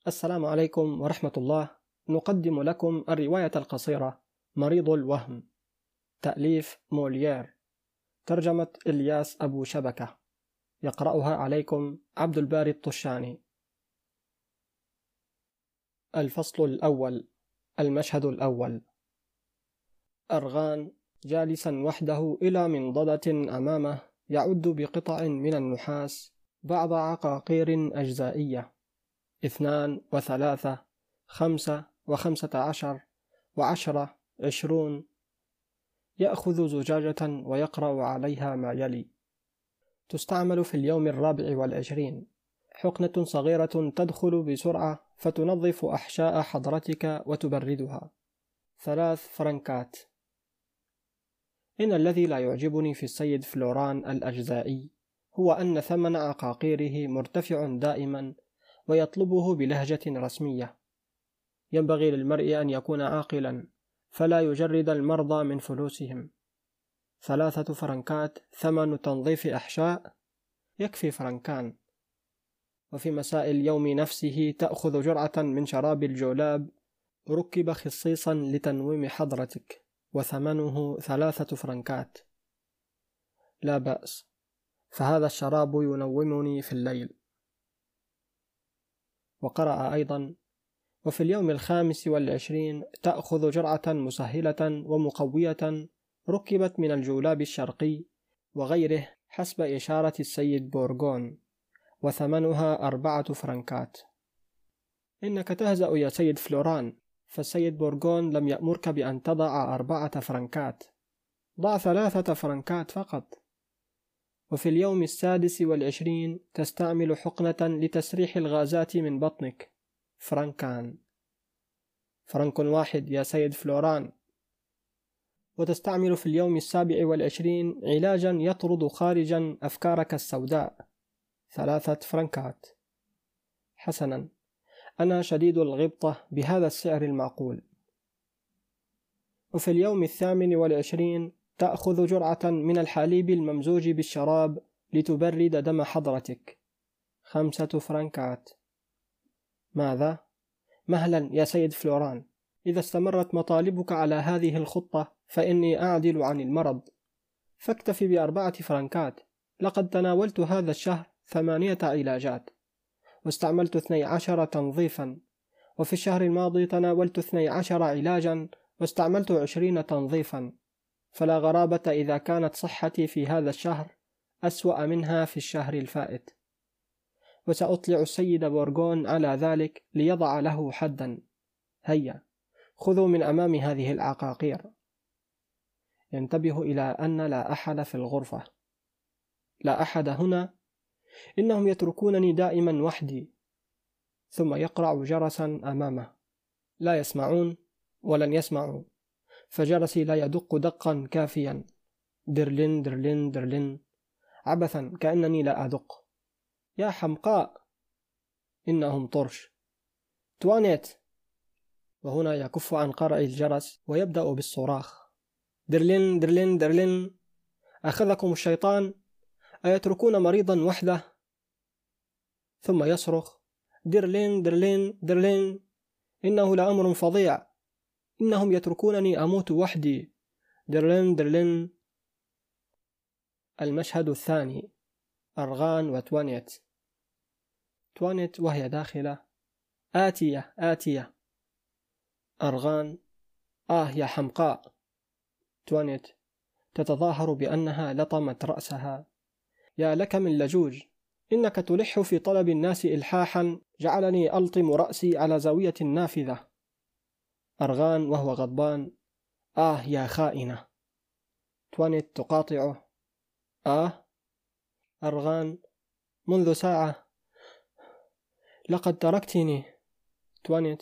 السلام عليكم ورحمة الله. نقدم لكم الرواية القصيرة مريض الوهم، تأليف موليير، ترجمة إلياس أبو شبكة، يقرأها عليكم عبد الباري الطشاني. الفصل الأول. المشهد الأول. أرغان جالسا وحده إلى منضدة أمامه يعد بقطع من النحاس بعض عقاقير أجزائية: 2 و3 5 و15 و10 20. يأخذ زجاجة ويقرأ عليها ما يلي: تستعمل في اليوم 24، حقنة صغيرة تدخل بسرعة فتنظف أحشاء حضرتك وتبردها، 3 فرنكات. إن الذي لا يعجبني في السيد فلوران الأجزائي هو أن ثمن عقاقيره مرتفع دائما ويطلبه بلهجة رسمية. ينبغي للمرء أن يكون عاقلا فلا يجرد المرضى من فلوسهم. 3 فرنكات ثمن تنظيف أحشاء؟ يكفي فرنكان. وفي مساء اليوم نفسه تأخذ جرعة من شراب الجولاب ركب خصيصا لتنويم حضرتك وثمنه 3 فرنكات. لا بأس، فهذا الشراب ينومني في الليل. وقرأ أيضا: وفي اليوم 25 تأخذ جرعة مسهلة ومقوية ركبت من الجولاب الشرقي وغيره حسب إشارة السيد بورغون، وثمنها 4 فرنكات. إنك تهزأ يا سيد فلوران، فالسيد بورغون لم يأمرك بأن تضع 4 فرنكات، ضع 3 فرنكات فقط. وفي اليوم 26 تستعمل حقنة لتسريح الغازات من بطنك، فرنكان. فرنك واحد يا سيد فلوران. وتستعمل في اليوم 27 علاجا يطرد خارجا أفكارك السوداء، 3 فرنكات. حسنا، أنا شديد الغبطة بهذا السعر المعقول. وفي اليوم 28 تأخذ جرعة من الحليب الممزوج بالشراب لتبرد دم حضرتك، 5 فرنكات. ماذا؟ مهلا يا سيد فلوران، إذا استمرت مطالبك على هذه الخطة فإني أعدل عن المرض، فاكتفي ب4 فرنكات. لقد تناولت هذا الشهر 8 علاجات واستعملت 12 تنظيفا، وفي الشهر الماضي تناولت 12 علاجا واستعملت 20 تنظيفا، فلا غرابة إذا كانت صحتي في هذا الشهر أسوأ منها في الشهر الفائت. وسأطلع السيد بورغون على ذلك ليضع له حدا. هيا، خذوا من أمام هذه العقاقير. ينتبه إلى أن لا أحد في الغرفة. لا أحد هنا، إنهم يتركونني دائما وحدي. ثم يقرع جرسا أمامه. لا يسمعون ولن يسمعوا، فجرسي لا يدق دقا كافيا. درلين درلين درلين، عبثا كأنني لا أدق. يا حمقاء، إنهم طرش. توانيت. وهنا يكف عن قرع الجرس ويبدأ بالصراخ: درلين درلين درلين، أخذكم الشيطان؟ أيتركون مريضا وحده؟ ثم يصرخ: درلين درلين درلين، إنه لأمر فظيع، إنهم يتركونني أموت وحدي، درلين درلين. المشهد الثاني. أرغان وتوانيت. توانيت وهي داخلة: آتية آتية. أرغان: يا حمقاء. توانيت تتظاهر بأنها لطمت رأسها: يا لك من لجوج، إنك تلح في طلب الناس إلحاحا جعلني ألطم رأسي على زاوية نافذة. أرغان وهو غضبان: يا خائنة. توانيت تقاطعه: أرغان: منذ ساعة لقد تركتني. توانيت: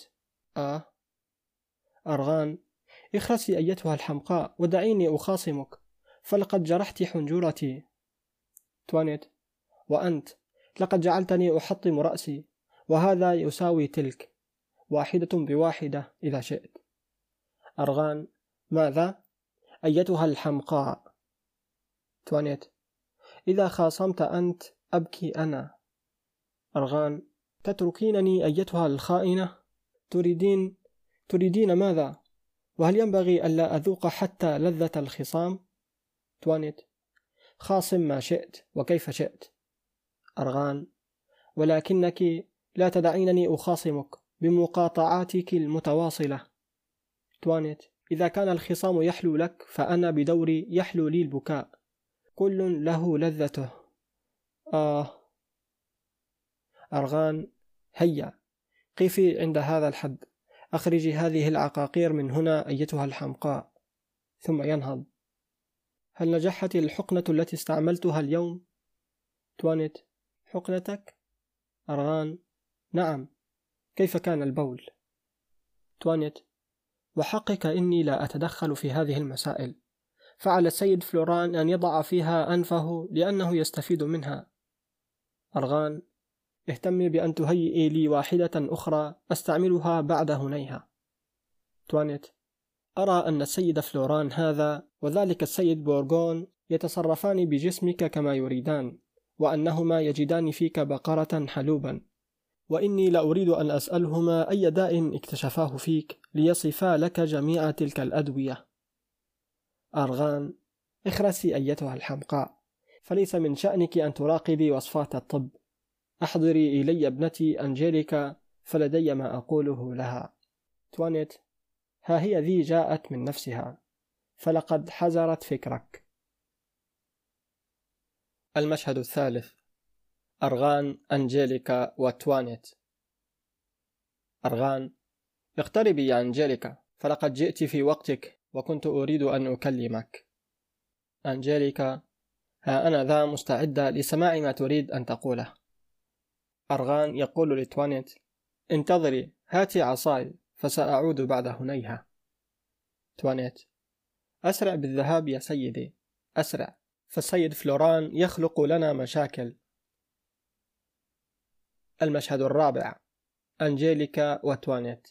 أرغان: اخرسي أيتها الحمقاء ودعيني أخاصمك، فلقد جرحت حنجرتي. توانيت: وأنت لقد جعلتني أحطم رأسي، وهذا يساوي تلك، 1 ب1 إذا شئت. أرغان: ماذا؟ أيتها الحمقاء. توانيت: إذا خاصمت أنت أبكي أنا. أرغان: تتركينني أيتها الخائنة؟ تريدين ماذا؟ وهل ينبغي ألا أذوق حتى لذة الخصام؟ توانيت: خاصم ما شئت وكيف شئت. أرغان: ولكنك لا تدعينني أخاصمك بمقاطعاتك المتواصلة. توانيت: إذا كان الخصام يحلو لك فأنا بدوري يحلو لي البكاء، كل له لذته. أرغان: هيا قفي عند هذا الحد، أخرجي هذه العقاقير من هنا أيتها الحمقاء. ثم ينهض: هل نجحت الحقنة التي استعملتها اليوم؟ توانيت: حقنتك؟ أرغان: نعم. كيف كان البول؟ توانيت: وحقك إني لا أتدخل في هذه المسائل، فعلى السيد فلوران أن يضع فيها أنفه لأنه يستفيد منها. أرغان: اهتمي بأن تهيئي لي واحدة أخرى أستعملها بعد هنيها. توانيت: أرى أن السيد فلوران هذا وذلك السيد بورغون يتصرفان بجسمك كما يريدان، وأنهما يجدان فيك بقرة حلوبا، وإني لأريد أن أسألهما أي داء اكتشفاه فيك ليصفا لك جميع تلك الأدوية. أرغان: اخرسي أيتها الحمقاء، فليس من شأنك أن تراقبي وصفات الطب. أحضري إلي ابنتي أنجيليكا فلدي ما أقوله لها. توانيت: ها هي ذي جاءت من نفسها، فلقد حزرت فكرك. المشهد الثالث: أرغان، أنجيليكا وتوانيت. أرغان: اقتربي يا أنجيليكا، فلقد جئت في وقتك وكنت أريد أن أكلمك. أنجيليكا: ها أنا ذا مستعدة لسماع ما تريد أن تقوله. أرغان يقول لتوانيت: انتظري، هاتي عصاي فسأعود بعد هنيها. توانيت: أسرع بالذهاب يا سيدي، أسرع، فالسيد فلوران يخلق لنا مشاكل. المشهد الرابع: أنجيليكا وتوانيت.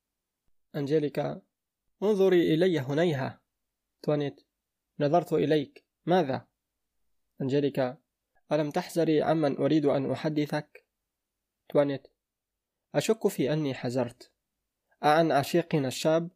أنجيليكا: انظري إلي هنيها. توانيت: نظرت إليك، ماذا؟ أنجيليكا: ألم تحذري عمن أريد أن أحدثك؟ توانيت: أشك في أني حذرت. أعن عشيقنا الشاب؟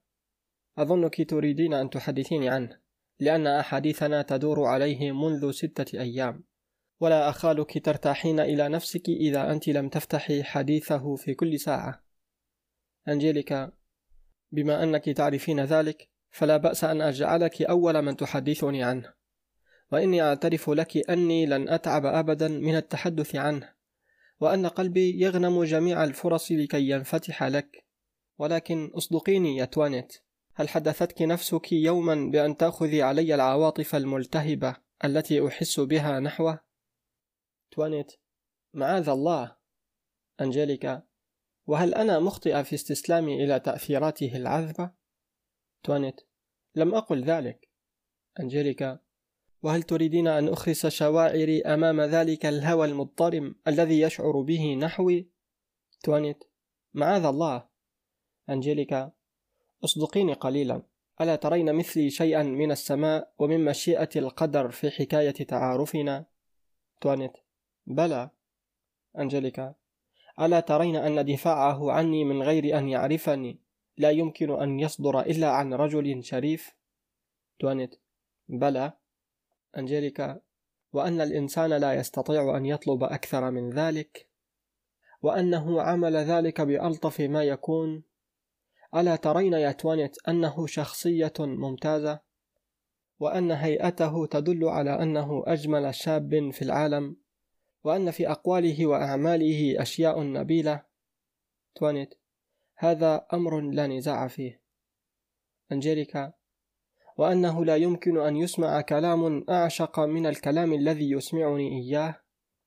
أظنك تريدين أن تحدثيني عنه، لأن أحاديثنا تدور عليه منذ 6 أيام، ولا أخالك ترتاحين إلى نفسك إذا أنت لم تفتحي حديثه في كل ساعة. أنجيليكا: بما أنك تعرفين ذلك فلا بأس أن أجعلك أول من تحدثني عنه، وإني أعترف لك أني لن أتعب أبدا من التحدث عنه، وأن قلبي يغنم جميع الفرص لكي ينفتح لك. ولكن أصدقيني يا توانيت، هل حدثتك نفسك يوما بأن تأخذي علي العواطف الملتهبة التي أحس بها نحوه؟ توانيت: معاذ الله. أنجيليكا: وهل أنا مخطئة في استسلامي إلى تأثيراته العذبة؟ توانيت: لم أقل ذلك. أنجيليكا: وهل تريدين أن أخرس شواعري أمام ذلك الهوى المضطرم الذي يشعر به نحوي؟ توانيت: معاذ الله. أنجيليكا: أصدقيني قليلا، ألا ترين مثلي شيئا من السماء ومن مشيئة القدر في حكاية تعارفنا؟ توانيت: بلى. أنجيليكا: ألا ترين أن دفاعه عني من غير أن يعرفني لا يمكن أن يصدر إلا عن رجل شريف؟ توانيت: بلى. أنجيليكا: وأن الإنسان لا يستطيع أن يطلب أكثر من ذلك، وأنه عمل ذلك بألطف ما يكون. ألا ترين يا توانيت أنه شخصية ممتازة، وأن هيئته تدل على أنه أجمل شاب في العالم، وأن في أقواله وأعماله أشياء نبيلة؟ توانيت: هذا أمر لا نزاع فيه. أنجيليكا: وأنه لا يمكن أن يسمع كلام أعشق من الكلام الذي يسمعني إياه،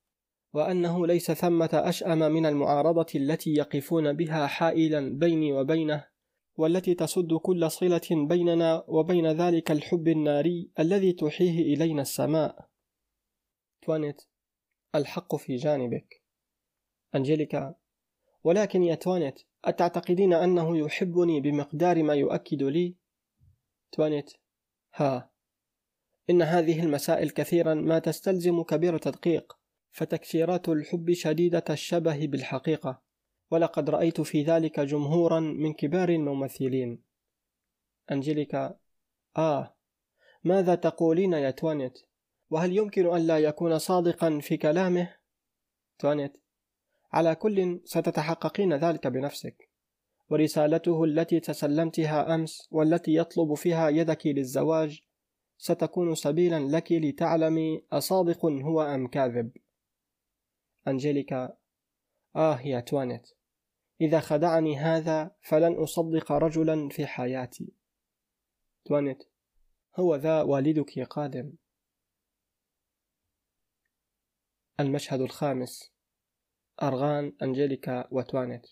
وأنه ليس ثمة أشأم من المعارضة التي يقفون بها حائلا بيني وبينه، والتي تسد كل صلة بيننا وبين ذلك الحب الناري الذي تحيه إلينا السماء. توانيت: الحق في جانبك. أنجيليكا: ولكن يا توانيت، أتعتقدين أنه يحبني بمقدار ما يؤكد لي؟ توانيت: إن هذه المسائل كثيرا ما تستلزم كبير تدقيق، فتكسيرات الحب شديدة الشبه بالحقيقة، ولقد رأيت في ذلك جمهورا من كبار الممثلين. أنجليكا: ماذا تقولين يا توانيت؟ وهل يمكن أن لا يكون صادقا في كلامه؟ توانيت: على كل ستتحققين ذلك بنفسك، ورسالته التي تسلمتها أمس والتي يطلب فيها يدك للزواج ستكون سبيلا لك لتعلمي أصادق هو أم كاذب. أنجليكا: يا توانيت، إذا خدعني هذا فلن أصدق رجلا في حياتي. توانيت: هو ذا والدك قادم. المشهد الخامس: أرغان، أنجليكا وتوانيت.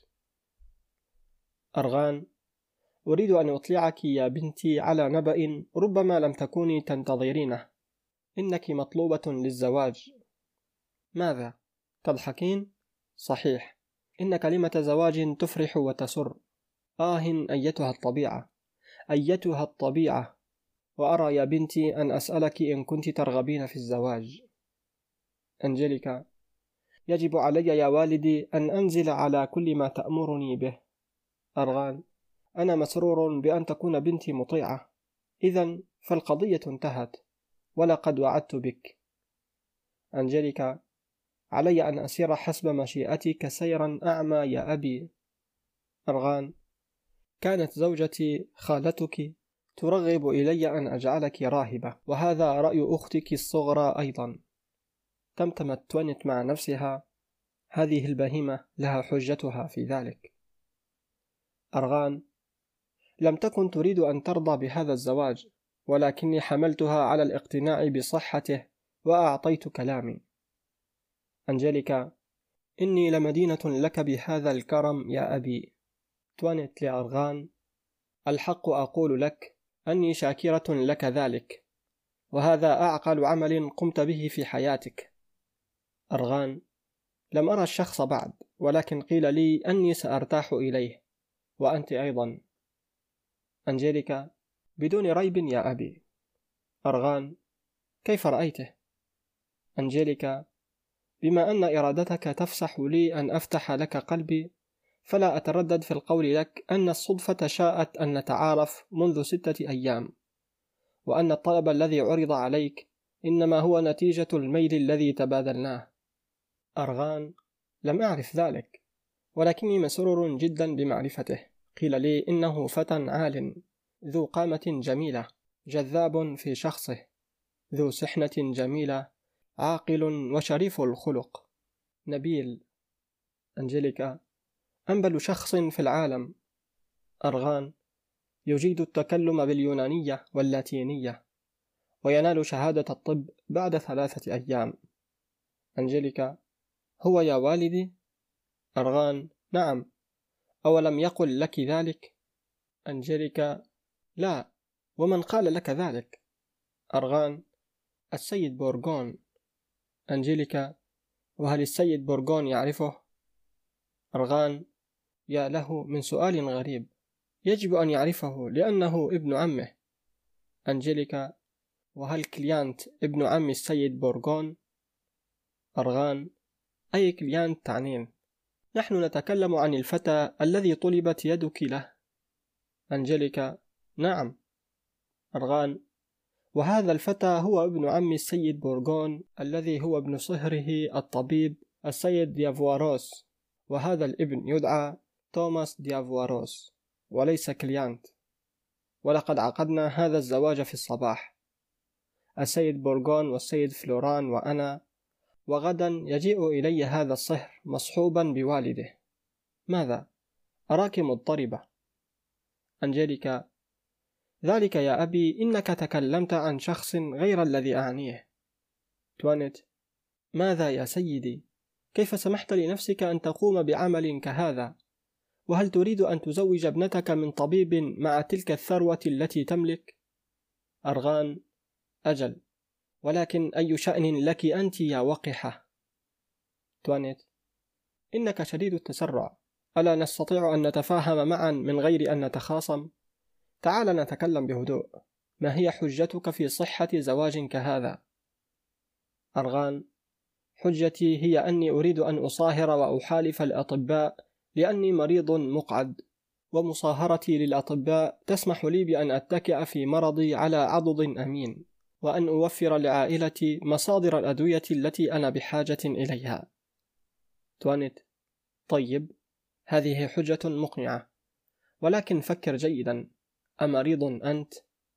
أرغان: أريد أن أطلعك يا بنتي على نبأ ربما لم تكوني تنتظرينه. إنك مطلوبة للزواج. ماذا؟ تضحكين؟ صحيح، إن كلمة زواج تفرح وتسر. أيتها الطبيعة، أيتها الطبيعة، وأرى يا بنتي أن أسألك إن كنت ترغبين في الزواج. أنجليكا: يجب علي يا والدي أن أنزل على كل ما تأمرني به. أرغان: أنا مسرور بأن تكون بنتي مطيعة. إذن فالقضية انتهت، ولقد وعدت بك. أنجليكا: علي أن أسير حسب مشيئتك سيرا أعمى يا أبي. أرغان: كانت زوجتي خالتك ترغب إلي أن أجعلك راهبة، وهذا رأي أختك الصغرى أيضا. تمتمت توانيت مع نفسها، هذه البهيمة لها حجتها في ذلك. أرغان: لم تكن تريد أن ترضى بهذا الزواج، ولكني حملتها على الاقتناع بصحته وأعطيت كلامي. أنجليكا: إني لمدينة لك بهذا الكرم يا أبي. توانيت لأرغان: الحق أقول لك أني شاكرة لك ذلك، وهذا أعقل عمل قمت به في حياتك. أرغان: لم أرى الشخص بعد، ولكن قيل لي أني سأرتاح إليه، وأنت أيضا. أنجليكا: بدون ريب يا أبي. أرغان: كيف رأيته؟ أنجليكا: بما أن إرادتك تفسح لي أن أفتح لك قلبي، فلا أتردد في القول لك أن الصدفة شاءت أن نتعارف منذ 6 أيام، وأن الطلب الذي عرض عليك إنما هو نتيجة الميل الذي تبادلناه. أرغان: لم أعرف ذلك، ولكني مسرور جدا بمعرفته. قيل لي إنه فتى عال، ذو قامة جميلة، جذاب في شخصه، ذو سحنة جميلة، عاقل وشريف الخلق، نبيل. أنجليكا: أنبل شخص في العالم. أرغان: يجيد التكلم باليونانية واللاتينية، وينال شهادة الطب بعد 3 أيام. أنجليكا: هو يا والدي؟ أرغان: نعم، أولم يقل لك ذلك؟ أنجليكا: لا، ومن قال لك ذلك؟ أرغان: السيد بورغون. أنجليكا: وهل السيد بورغون يعرفه؟ أرغان: يا له من سؤال غريب، يجب أن يعرفه لأنه ابن عمه. أنجليكا: وهل كليانت ابن عم السيد بورغون؟ أرغان: أي كليانت تعنين؟ نحن نتكلم عن الفتى الذي طلبت يدك له. أنجليكا: نعم. أرغان: وهذا الفتى هو ابن عم السيد بورغون الذي هو ابن صهره الطبيب السيد ديافواروس، وهذا الابن يدعى توماس ديافواروس وليس كليانت، ولقد عقدنا هذا الزواج في الصباح، السيد بورغون والسيد فلوران وأنا، وغدا يجيء إلي هذا الصهر مصحوبا بوالده. ماذا؟ أراك مضطربة. أنجليكا: ذلك يا أبي إنك تكلمت عن شخص غير الذي أعنيه. توانيت: ماذا يا سيدي؟ كيف سمحت لنفسك أن تقوم بعمل كهذا؟ وهل تريد أن تزوج ابنتك من طبيب مع تلك الثروة التي تملك؟ أرغان: أجل، ولكن أي شأن لك أنت يا وقحة؟ توانيت: إنك شديد التسرع، ألا نستطيع أن نتفاهم معا من غير أن نتخاصم؟ تعال نتكلم بهدوء، ما هي حجتك في صحة زواج كهذا؟ أرغان: حجتي هي أني أريد أن أصاهر وأحالف الأطباء لأني مريض مقعد، ومصاهرتي للأطباء تسمح لي بأن أتكئ في مرضي على عضد أمين، وأن أوفر لعائلتي مصادر الأدوية التي أنا بحاجة إليها. توانيت: طيب، هذه حجة مقنعة، ولكن فكر جيدا، أمريض أنت؟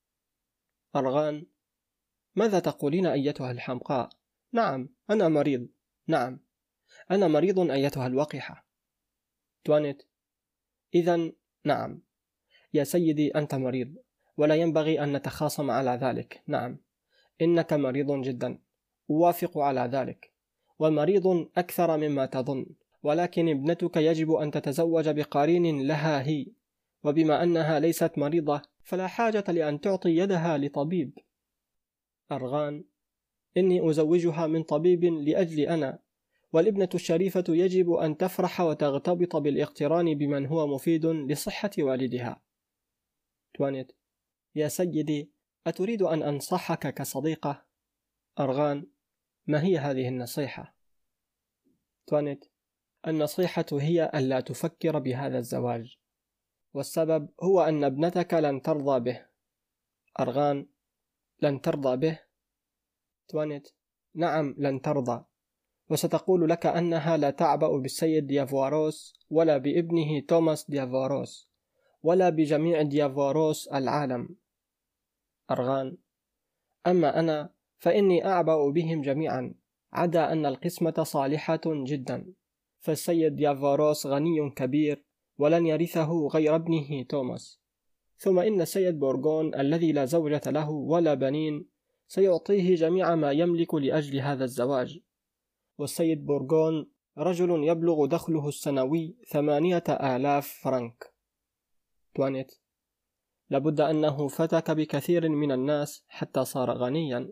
أرغان: ماذا تقولين أيتها الحمقاء؟ نعم، أنا مريض. نعم، أنا مريض أيتها الوقحة. توانيت: إذن نعم يا سيدي، أنت مريض، ولا ينبغي أن نتخاصم على ذلك. نعم، إنك مريض جدا، أوافق على ذلك، ومريض أكثر مما تظن، ولكن ابنتك يجب أن تتزوج بقرين لها هي، وبما أنها ليست مريضة فلا حاجة لأن تعطي يدها لطبيب. أرغان: إني أزوجها من طبيب لأجل أنا، والابنة الشريفة يجب أن تفرح وتغتبط بالاقتران بمن هو مفيد لصحة والدها. توانيت: يا سيدي، أتريد أن أنصحك كصديقة؟ أرغان: ما هي هذه النصيحة؟ توانيت: النصيحة هي ألا تفكر بهذا الزواج، والسبب هو أن ابنتك لن ترضى به. أرغان: لن ترضى به؟ توانيت: نعم، لن ترضى، وستقول لك أنها لا تعبأ بالسيد ديافواروس ولا بابنه توماس ديافواروس ولا بجميع ديافواروس العالم. أرغان: أما أنا فإني أعبأ بهم جميعا، عدا أن القسمة صالحة جدا، فالسيد ديافواروس غني كبير ولن يرثه غير ابنه توماس، ثم إن السيد بورغون الذي لا زوجة له ولا بنين سيعطيه جميع ما يملك لأجل هذا الزواج، والسيد بورغون رجل يبلغ دخله السنوي 8000 فرنك. توانيت: لابد أنه فتك بكثير من الناس حتى صار غنيا.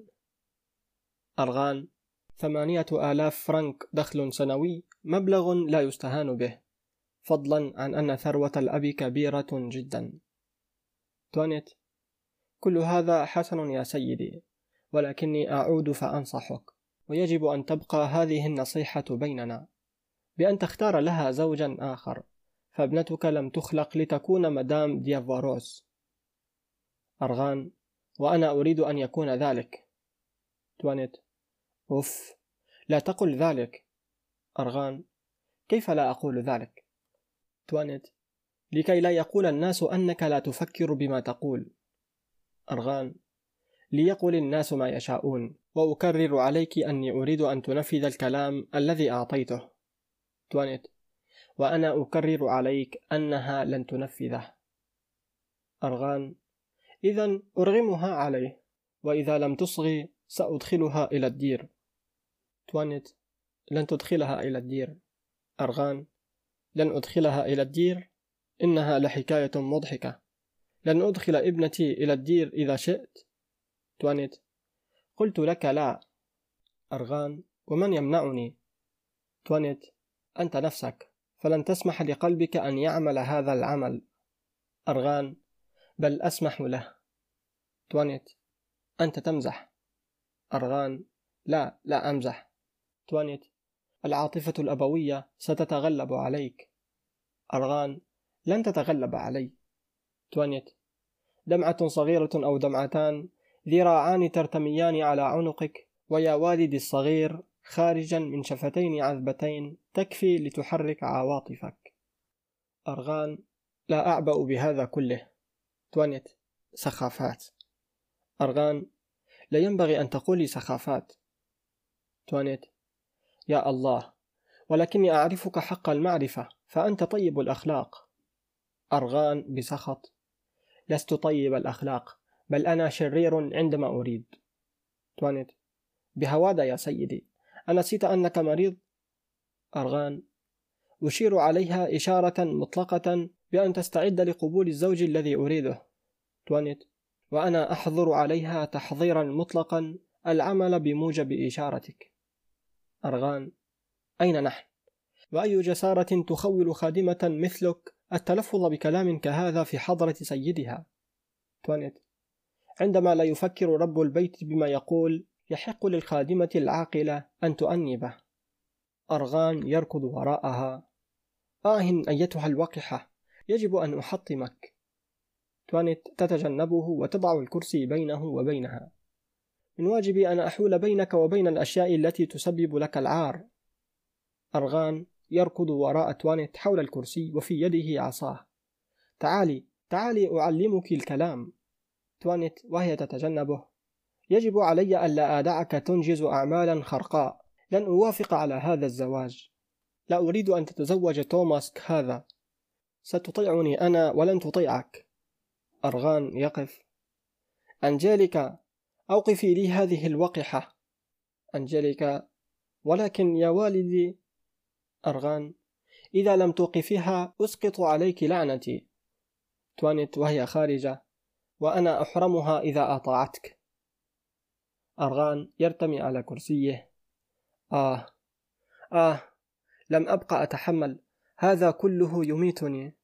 أرغان: 8000 فرنك دخل سنوي مبلغ لا يستهان به، فضلا عن أن ثروة الأب كبيرة جدا. توانيت: كل هذا حسن يا سيدي، ولكني أعود فأنصحك، ويجب أن تبقى هذه النصيحة بيننا، بأن تختار لها زوجا آخر، فابنتك لم تخلق لتكون مدام ديافواروس. أرغان: وأنا أريد أن يكون ذلك. توانيت: أوف، لا تقل ذلك. أرغان: كيف لا أقول ذلك؟ توانيت: لكي لا يقول الناس أنك لا تفكر بما تقول. أرغان: ليقل الناس ما يشاءون، وأكرر عليك أني أريد أن تنفذ الكلام الذي أعطيته. توانيت: وأنا أكرر عليك أنها لن تنفذه. أرغان: إذن أرغمها عليه، وإذا لم تصغي سأدخلها إلى الدير. توانيت: لن تدخلها إلى الدير. أرغان: لن أدخلها إلى الدير؟ إنها لحكاية مضحكة. لن أدخل ابنتي إلى الدير إذا شئت. توانيت: قلت لك لا. أرغان: ومن يمنعني؟ توانيت: أنت نفسك، فلن تسمح لقلبك أن يعمل هذا العمل. أرغان: بل أسمح له. توانيت: أنت تمزح. أرغان: لا، لا أمزح. توانيت: العاطفة الأبوية ستتغلب عليك. أرغان: لن تتغلب علي. توانيت: دمعة صغيرة أو دمعتان، ذراعان ترتميان على عنقك، ويا والدي الصغير خارجا من شفتين عذبتين تكفي لتحرك عواطفك. أرغان: لا أعبأ بهذا كله. توانيت: سخافات. أرغان: لا ينبغي أن تقولي سخافات. توانيت: يا الله، ولكني أعرفك حق المعرفة، فأنت طيب الأخلاق. أرغان بسخط: لست طيب الأخلاق، بل أنا شرير عندما أريد. توانيت: بهوادا يا سيدي، أنسيت أنك مريض؟ أرغان: أشير عليها إشارة مطلقة بأن تستعد لقبول الزوج الذي أريده. توانيت: وأنا أحظر عليها تحظيرا مطلقا العمل بموجب إشارتك. أرغان: أين نحن؟ وأي جسارة تخول خادمة مثلك التلفظ بكلام كهذا في حضرة سيدها؟ توانيت: عندما لا يفكر رب البيت بما يقول، يحق للخادمة العاقلة أن تؤنبه. أرغان يركض وراءها. أيتها الوقحة، يجب أن أحطمك. توانيت تتجنبه وتضع الكرسي بينه وبينها. من واجبي أن أحول بينك وبين الأشياء التي تسبب لك العار. أرغان يركض وراء توانيت حول الكرسي وفي يده عصاه. تعالي أعلمك الكلام. توانيت وهي تتجنبه: يجب علي ألا أدعك تنجز أعمالا خرقاء. لن أوافق على هذا الزواج. لا أريد أن تتزوج توماس هذا. ستطيعني أنا ولن تطيعك. أرغان يقف. أنجيليكا، أوقفي لي هذه الوقحة. أنجيليكا: ولكن يا والدي. أرغان: إذا لم توقفيها أسقط عليك لعنتي. توانيت وهي خارجة: وأنا أحرمها إذا أطاعتك. أرغان يرتمي على كرسيه. لم أبقى أتحمل، هذا كله يميتني.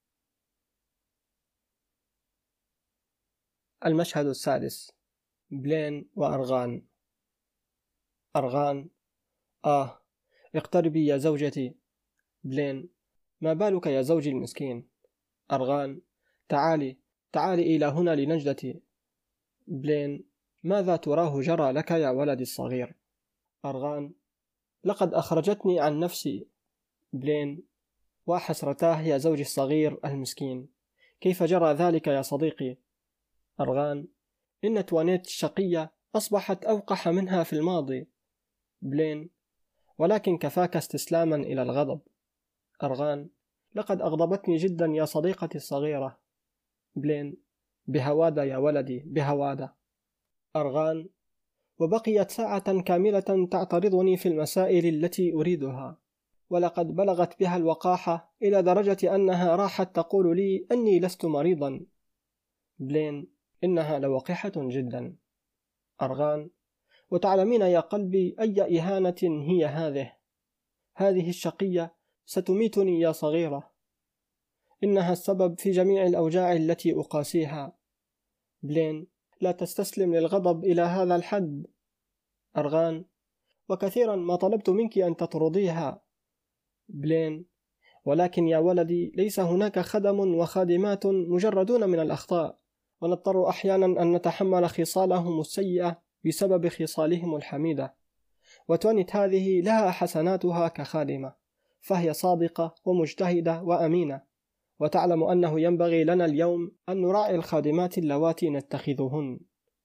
المشهد السادس. بلين وأرغان. أرغان: اقتربي يا زوجتي. بلين: ما بالك يا زوجي المسكين. أرغان: تعالي إلى هنا لنجدتي. بلين: ماذا تراه جرى لك يا ولدي الصغير؟ أرغان: لقد أخرجتني عن نفسي. بلين: وحسرتاه يا زوجي الصغير المسكين، كيف جرى ذلك يا صديقي؟ أرغان: إن توانيت الشقية أصبحت أوقح منها في الماضي. بلين: ولكن كفاك استسلاما إلى الغضب. أرغان: لقد أغضبتني جدا يا صديقتي الصغيرة. بلين: بهوادة يا ولدي، بهوادة. أرغان: وبقيت ساعة كاملة تعترضني في المسائل التي أريدها، ولقد بلغت بها الوقاحة إلى درجة أنها راحت تقول لي أني لست مريضا. بلين: إنها لوقحة جدا. أرغان: وتعلمين يا قلبي أي إهانة هي هذه الشقية ستميتني يا صغيرة. إنها السبب في جميع الأوجاع التي أقاسيها. بلين: لا تستسلم للغضب إلى هذا الحد. أرغان: وكثيرا ما طلبت منك أن تطرديها. بلين: ولكن يا ولدي ليس هناك خدم وخادمات مجردون من الأخطاء، ونضطر أحيانا أن نتحمل خصالهم السيئة بسبب خصالهم الحميدة. وتونيت هذه لها حسناتها كخادمة، فهي صادقة ومجتهدة وأمينة، وتعلم أنه ينبغي لنا اليوم أن نراعي الخادمات اللواتي نتخذهن.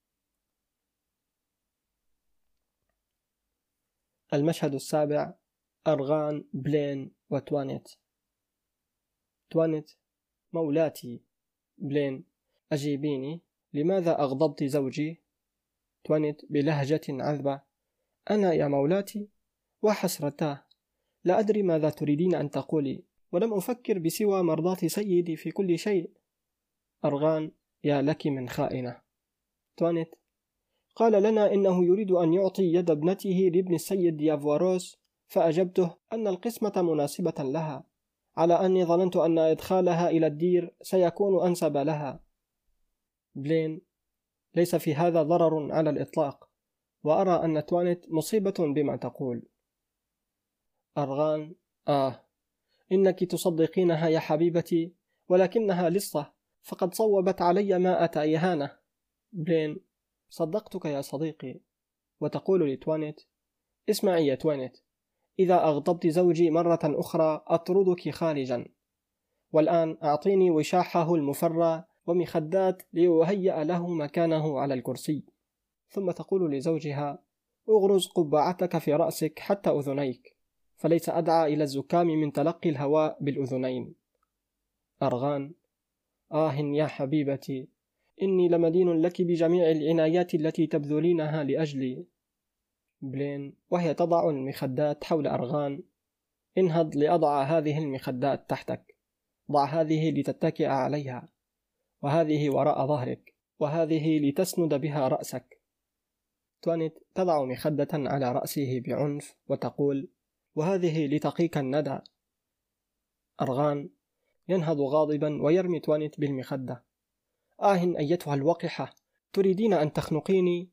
المشهد السابع. أرغان، بلين وتوانيت. توانيت: مولاتي. بلين: أجيبيني، لماذا أغضبت زوجي؟ توانيت بلهجة عذبة: أنا يا مولاتي؟ وحسرتاه، لا أدري ماذا تريدين أن تقولي، ولم أفكر بسوى مرضاة سيدي في كل شيء. أرغان: يا لك من خائنة. توانيت: قال لنا إنه يريد أن يعطي يد ابنته لابن السيد ديافواروس، فأجبته أن القسمة مناسبة لها، على أني ظننت أن إدخالها إلى الدير سيكون أنسب لها. بلين: ليس في هذا ضرر على الإطلاق، وأرى أن توانيت مصيبة بما تقول. أرغان: إنك تصدقينها يا حبيبتي، ولكنها لصة، فقد صوبت علي 100 إهانة. بلين: صدقتك يا صديقي. وتقول لتوانيت: اسمعي يا توانيت، إذا أغضبت زوجي مرة أخرى أطردك خارجا، والآن أعطيني وشاحه المفرى ومخدات ليهيأ له مكانه على الكرسي. ثم تقول لزوجها: أغرز قبعتك في رأسك حتى أذنيك، فليس أدعى إلى الزكام من تلقي الهواء بالأذنين. أرغان: يا حبيبتي، إني لمدين لك بجميع العنايات التي تبذلينها لأجلي. بلين وهي تضع المخدات حول أرغان: انهض لأضع هذه المخدات تحتك، ضع هذه لتتكئ عليها، وهذه وراء ظهرك، وهذه لتسند بها رأسك. توانيت تضع مخدة على رأسه بعنف وتقول: وهذه لتقيك الندى. أرغان ينهض غاضبا ويرمي توانيت بالمخدة. أيتها الوقحة، تريدين أن تخنقيني؟ ؟ ثم تهرب توانيت.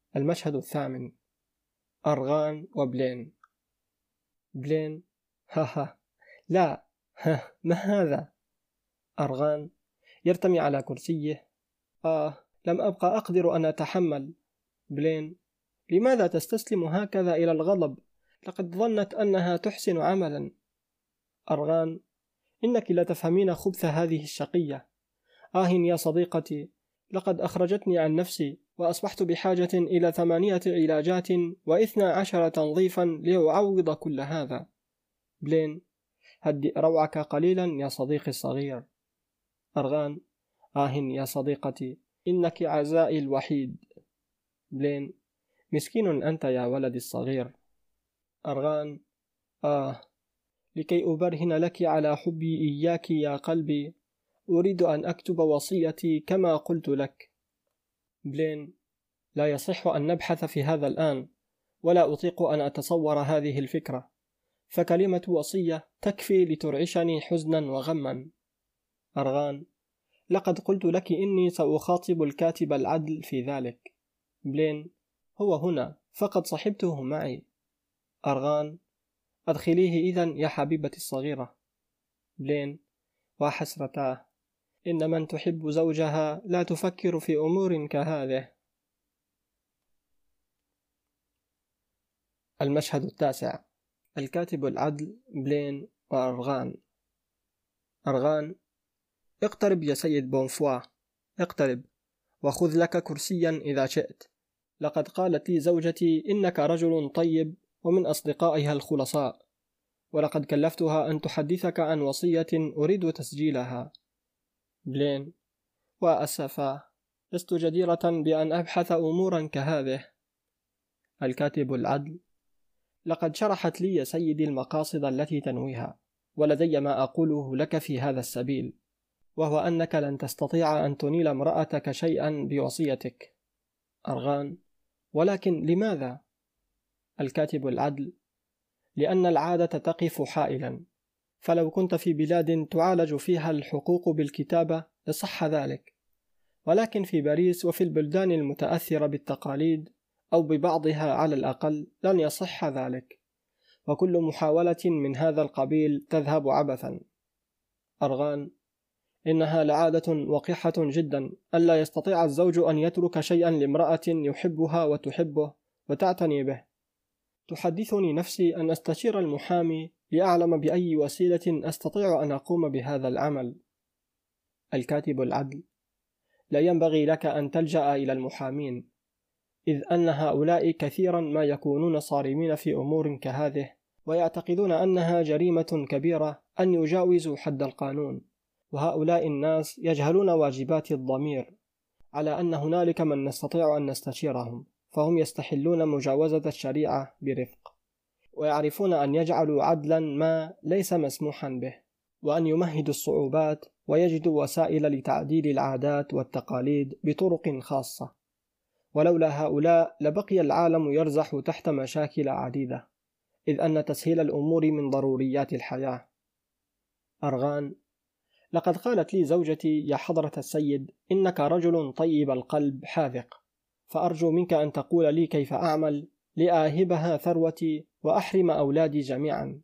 المشهد الثامن. أرغان وبلين. بلين: ها لا، ما هذا؟ أرغان يرتمي على كرسيه: لم أبقى أقدر أن أتحمل. بلين: لماذا تستسلم هكذا إلى الغضب؟ لقد ظنت أنها تحسن عملا. أرغان: إنك لا تفهمين خبث هذه الشقية. يا صديقتي، لقد أخرجتني عن نفسي، وأصبحت بحاجة إلى 8 علاجات و12 تنظيفا لأعوض كل هذا. بلين: هدئ روعك قليلا يا صديقي الصغير. أرغان: يا صديقتي، إنك عزائي الوحيد. بلين: مسكين أنت يا ولدي الصغير. أرغان: لكي أبرهن لك على حبي إياك يا قلبي، أريد أن أكتب وصيتي كما قلت لك. بلين: لا يصح أن نبحث في هذا الآن، ولا أطيق أن أتصور هذه الفكرة، فكلمة وصية تكفي لترعشني حزنا وغما. أرغان: لقد قلت لك إني سأخاطب الكاتب العدل في ذلك. بلين: هو هنا، فقد صحبته معي. أرغان: أدخليه إذن يا حبيبتي الصغيرة. بلين: وحسرتاه، إن من تحب زوجها لا تفكر في أمور كهذه. المشهد التاسع. الكاتب العدل بلين وأرغان. أرغان: اقترب يا سيد بونفوا، اقترب، وخذ لك كرسيا إذا شئت. لقد قالت لي زوجتي إنك رجل طيب ومن أصدقائها الخلصاء، ولقد كلفتها أن تحدثك عن وصية أريد تسجيلها. بلين: وأسفا، لست جديرة بأن أبحث أمورا كهذه. الكاتب العدل: لقد شرحت لي يا سيدي المقاصد التي تنويها، ولدي ما أقوله لك في هذا السبيل، وهو أنك لن تستطيع أن تنيل امرأتك شيئا بوصيتك. أرغان: ولكن لماذا؟ الكاتب العدل: لأن العادة تقف حائلا، فلو كنت في بلاد تعالج فيها الحقوق بالكتابة لصح ذلك، ولكن في باريس وفي البلدان المتأثرة بالتقاليد أو ببعضها على الأقل لن يصح ذلك، وكل محاولة من هذا القبيل تذهب عبثا. أرغان: إنها لعادة وقحة جدا ألا يستطيع الزوج أن يترك شيئا لامرأة يحبها وتحبه وتعتني به. تحدثني نفسي أن أستشير المحامي لأعلم بأي وسيلة أستطيع أن أقوم بهذا العمل. الكاتب العدل: لا ينبغي لك أن تلجأ إلى المحامين، إذ أن هؤلاء كثيرا ما يكونون صارمين في أمور كهذه، ويعتقدون أنها جريمة كبيرة أن يجاوزوا حد القانون، وهؤلاء الناس يجهلون واجبات الضمير، على أن هنالك من نستطيع أن نستشيرهم، فهم يستحلون مجاوزة الشريعة برفق، ويعرفون أن يجعلوا عدلا ما ليس مسموحا به، وأن يمهدوا الصعوبات ويجدوا وسائل لتعديل العادات والتقاليد بطرق خاصة، ولولا هؤلاء لبقي العالم يرزح تحت مشاكل عديدة، إذ أن تسهيل الأمور من ضروريات الحياة. أرغان: لقد قالت لي زوجتي يا حضرة السيد إنك رجل طيب القلب حاذق، فأرجو منك أن تقول لي كيف أعمل لآهبها ثروتي وأحرم أولادي جميعا.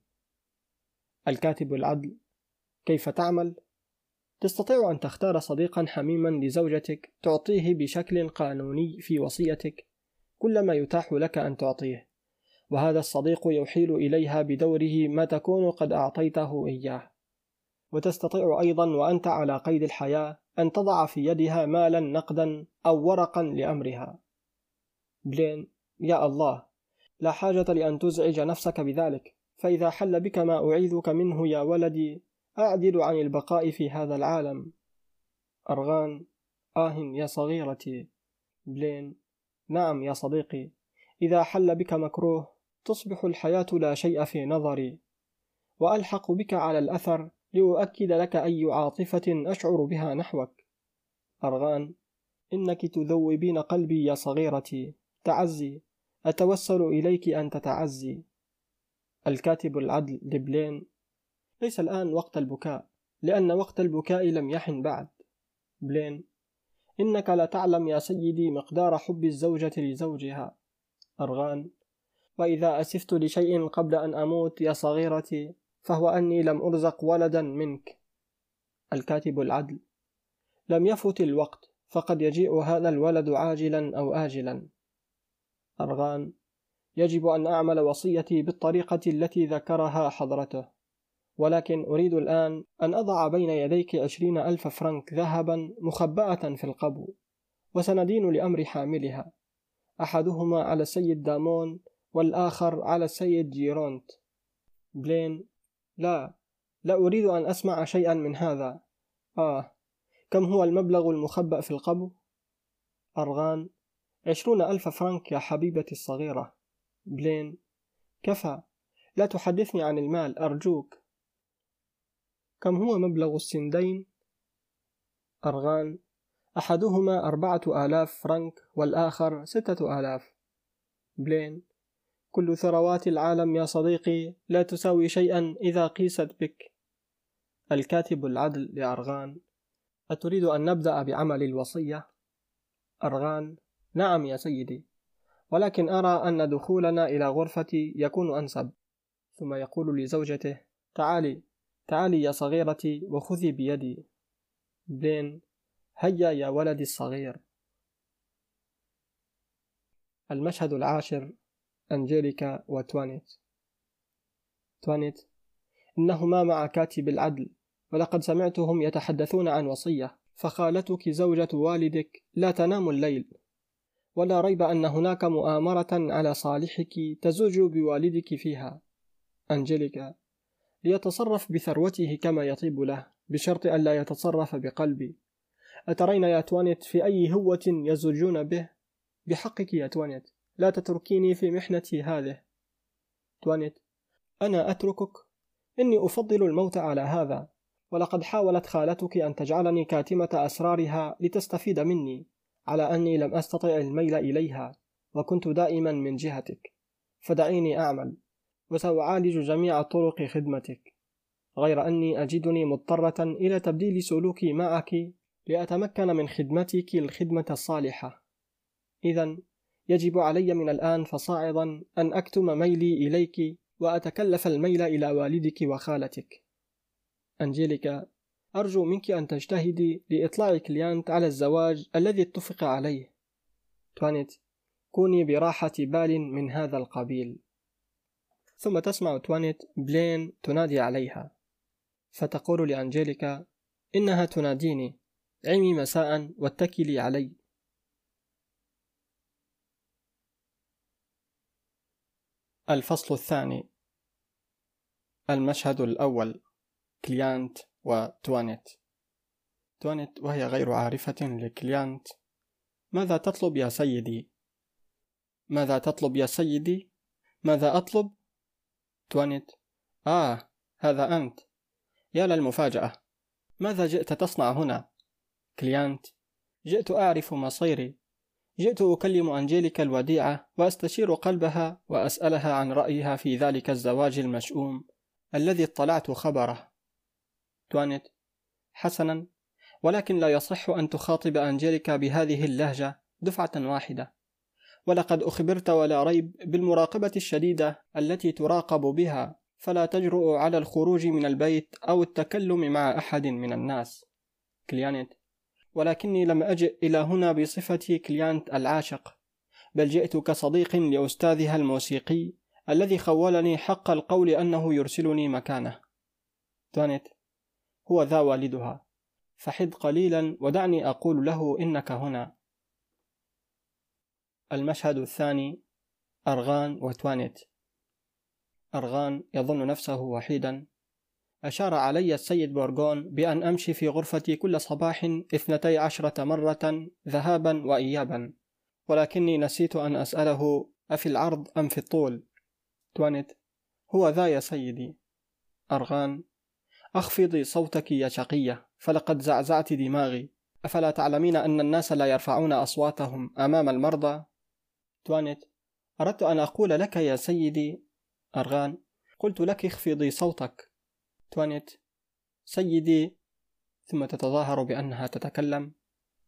الكاتب العدل: كيف تعمل؟ تستطيع أن تختار صديقا حميما لزوجتك تعطيه بشكل قانوني في وصيتك كل ما يتاح لك أن تعطيه، وهذا الصديق يحيل إليها بدوره ما تكون قد أعطيته إياه. وتستطيع أيضا وأنت على قيد الحياة أن تضع في يدها مالا نقدا أو ورقا لأمرها. بلين: يا الله، لا حاجة لأن تزعج نفسك بذلك، فإذا حل بك ما أعيذك منه يا ولدي أعدل عن البقاء في هذا العالم. أرغان: يا صغيرتي. بلين: نعم يا صديقي، إذا حل بك مكروه تصبح الحياة لا شيء في نظري، وألحق بك على الأثر لأؤكد لك أي عاطفة أشعر بها نحوك. أرغان: إنك تذوبين قلبي يا صغيرتي، تعزي، أتوسل إليك أن تتعزي. الكاتب العدل لبلين: ليس الآن وقت البكاء، لأن وقت البكاء لم يحن بعد. بلين: إنك لا تعلم يا سيدي مقدار حب الزوجة لزوجها. أرغان: وإذا أسفت لشيء قبل أن أموت يا صغيرتي فهو أني لم أرزق ولدا منك. الكاتب العدل: لم يفت الوقت، فقد يجيء هذا الولد عاجلا أو آجلا. أرغان: يجب أن أعمل وصيتي بالطريقة التي ذكرها حضرته، ولكن أريد الآن أن أضع بين يديك 20,000 فرنك ذهبا مخبأة في القبو، وسندين لأمر حاملها، أحدهما على السيد دامون والآخر على السيد جيرونت. بلين: لا أريد أن أسمع شيئا من هذا. كم هو المبلغ المخبأ في القبو؟ أرغان: 20,000 فرنك يا حبيبتي الصغيرة. بلين: كفى، لا تحدثني عن المال أرجوك. كم هو مبلغ السندين؟ أرغان: أحدهما 4,000 فرنك والآخر 6,000. بلين: كل ثروات العالم يا صديقي لا تساوي شيئا إذا قيست بك. الكاتب العدل لأرغان: أتريد أن نبدأ بعمل الوصية؟ أرغان: نعم يا سيدي، ولكن أرى أن دخولنا إلى غرفتي يكون أنسب. ثم يقول لزوجته: تعالي يا صغيرتي وخذي بيدي. بلين: هيا يا ولدي الصغير. المشهد العاشر: أنجيليكا وتوانيت. توانيت: إنهما مع كاتب العدل، ولقد سمعتهم يتحدثون عن وصية، فخالتك زوجة والدك لا تنام الليل، ولا ريب أن هناك مؤامرة على صالحك تزوج بوالدك فيها. أنجيليكا: ليتصرف بثروته كما يطيب له، بشرط أن لا يتصرف بقلبي. أترين يا توانيت في أي هوة يزوجون به؟ بحقك يا توانيت، لا تتركيني في محنتي هذه. توانيت: أنا أتركك؟ إني أفضل الموت على هذا، ولقد حاولت خالتك أن تجعلني كاتمة أسرارها لتستفيد مني، على أني لم أستطع الميل إليها، وكنت دائما من جهتك، فدعيني أعمل، وسأعالج جميع طرق خدمتك، غير أني أجدني مضطرة إلى تبديل سلوكي معك لأتمكن من خدمتك الخدمة الصالحة. إذن يجب علي من الآن فصاعدا أن أكتم ميلي إليك وأتكلف الميل إلى والدك وخالتك. أنجيليكا: أرجو منك أن تجتهدي لإطلاع كليانت على الزواج الذي اتفق عليه. توانيت: كوني براحة بال من هذا القبيل. ثم تسمع توانيت بلين تنادي عليها، فتقول لأنجيليكا: إنها تناديني، عمي مساء واتكلي علي. الفصل الثاني. المشهد الأول: كليانت وتوانيت. توانيت وهي غير عارفة لكليانت: ماذا تطلب يا سيدي؟ ماذا تطلب يا سيدي؟ ماذا أطلب؟ توانيت: هذا أنت، يا للمفاجأة، ماذا جئت تصنع هنا؟ كليانت: جئت أعرف مصيري، جئت أكلم أنجيليكا الوديعة وأستشير قلبها وأسألها عن رأيها في ذلك الزواج المشؤوم الذي اطلعت خبره. توانيت: حسنا، ولكن لا يصح أن تخاطب أنجيليكا بهذه اللهجة دفعة واحدة، ولقد أخبرت ولا ريب بالمراقبة الشديدة التي تراقب بها، فلا تجرؤ على الخروج من البيت أو التكلم مع أحد من الناس. كليانت: ولكني لم أجئ إلى هنا بصفتي كليانت العاشق، بل جئت كصديق لأستاذها الموسيقي الذي خولني حق القول أنه يرسلني مكانه. توانيت: هو ذا والدها، فحد قليلا ودعني أقول له إنك هنا. المشهد الثاني: أرغان وتوانيت. أرغان يظن نفسه وحيدا. أشار علي السيد بورغون بأن أمشي في غرفتي كل صباح 12 مرة ذهابا وإيابا، ولكني نسيت أن أسأله أفي العرض أم في الطول. توانيت: هو ذا يا سيدي. أرغان: أخفضي صوتك يا شقية، فلقد زعزعت دماغي، أفلا تعلمين أن الناس لا يرفعون أصواتهم أمام المرضى؟ توانيت: أردت أن أقول لك يا سيدي. أرغان: قلت لك اخفضي صوتك. توانيت: سيدي، ثم تتظاهر بأنها تتكلم.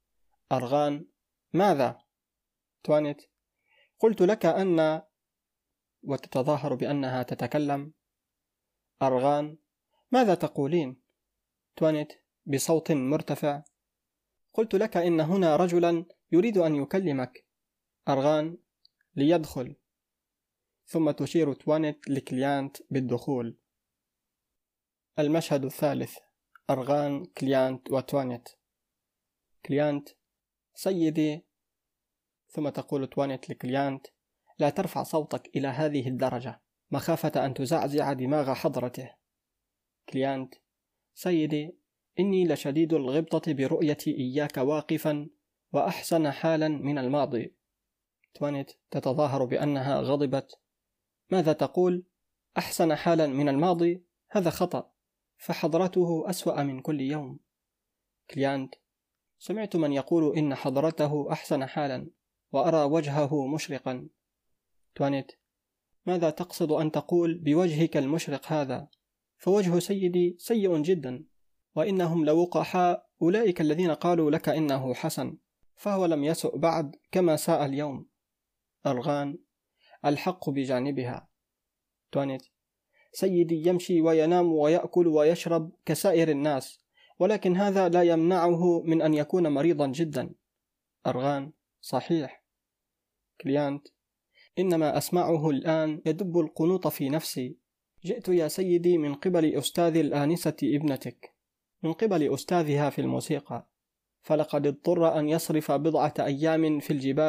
أرغان: ماذا؟ توانت: قلت لك أن، وتتظاهر بأنها تتكلم. أرغان: ماذا تقولين؟ توانت بصوت مرتفع: قلت لك إن هنا رجلا يريد أن يكلمك. أرغان: ليدخل. ثم تشير توانت لكليانت بالدخول. المشهد الثالث: أرغان، كليانت وتوانت. كليانت: سيدي. ثم تقول توانت لكليانت: لا ترفع صوتك إلى هذه الدرجة مخافة أن تزعزع دماغ حضرته. كليانت: سيدي، إني لشديد الغبطة برؤيتي إياك واقفا وأحسن حالا من الماضي. توانت تتظاهر بأنها غضبت. ماذا تقول؟ أحسن حالا من الماضي؟ هذا خطأ، فحضرته أسوأ من كل يوم. كليانت: سمعت من يقول إن حضرته أحسن حالا وأرى وجهه مشرقا. توانت: ماذا تقصد أن تقول بوجهك المشرق هذا؟ فوجه سيدي سيء جدا، وإنهم لوقحاء أولئك الذين قالوا لك إنه حسن، فهو لم يسؤ بعد كما ساء اليوم. أرغان: الحق بجانبها. توانت: سيدي يمشي وينام ويأكل ويشرب كسائر الناس، ولكن هذا لا يمنعه من أن يكون مريضا جدا. أرغان: صحيح. كليانت: إنما أسمعه الآن يدب القنوط في نفسي. جئت يا سيدي من قبل أستاذ الآنسة ابنتك، من قبل أستاذها في الموسيقى، فلقد اضطر أن يصرف بضعة أيام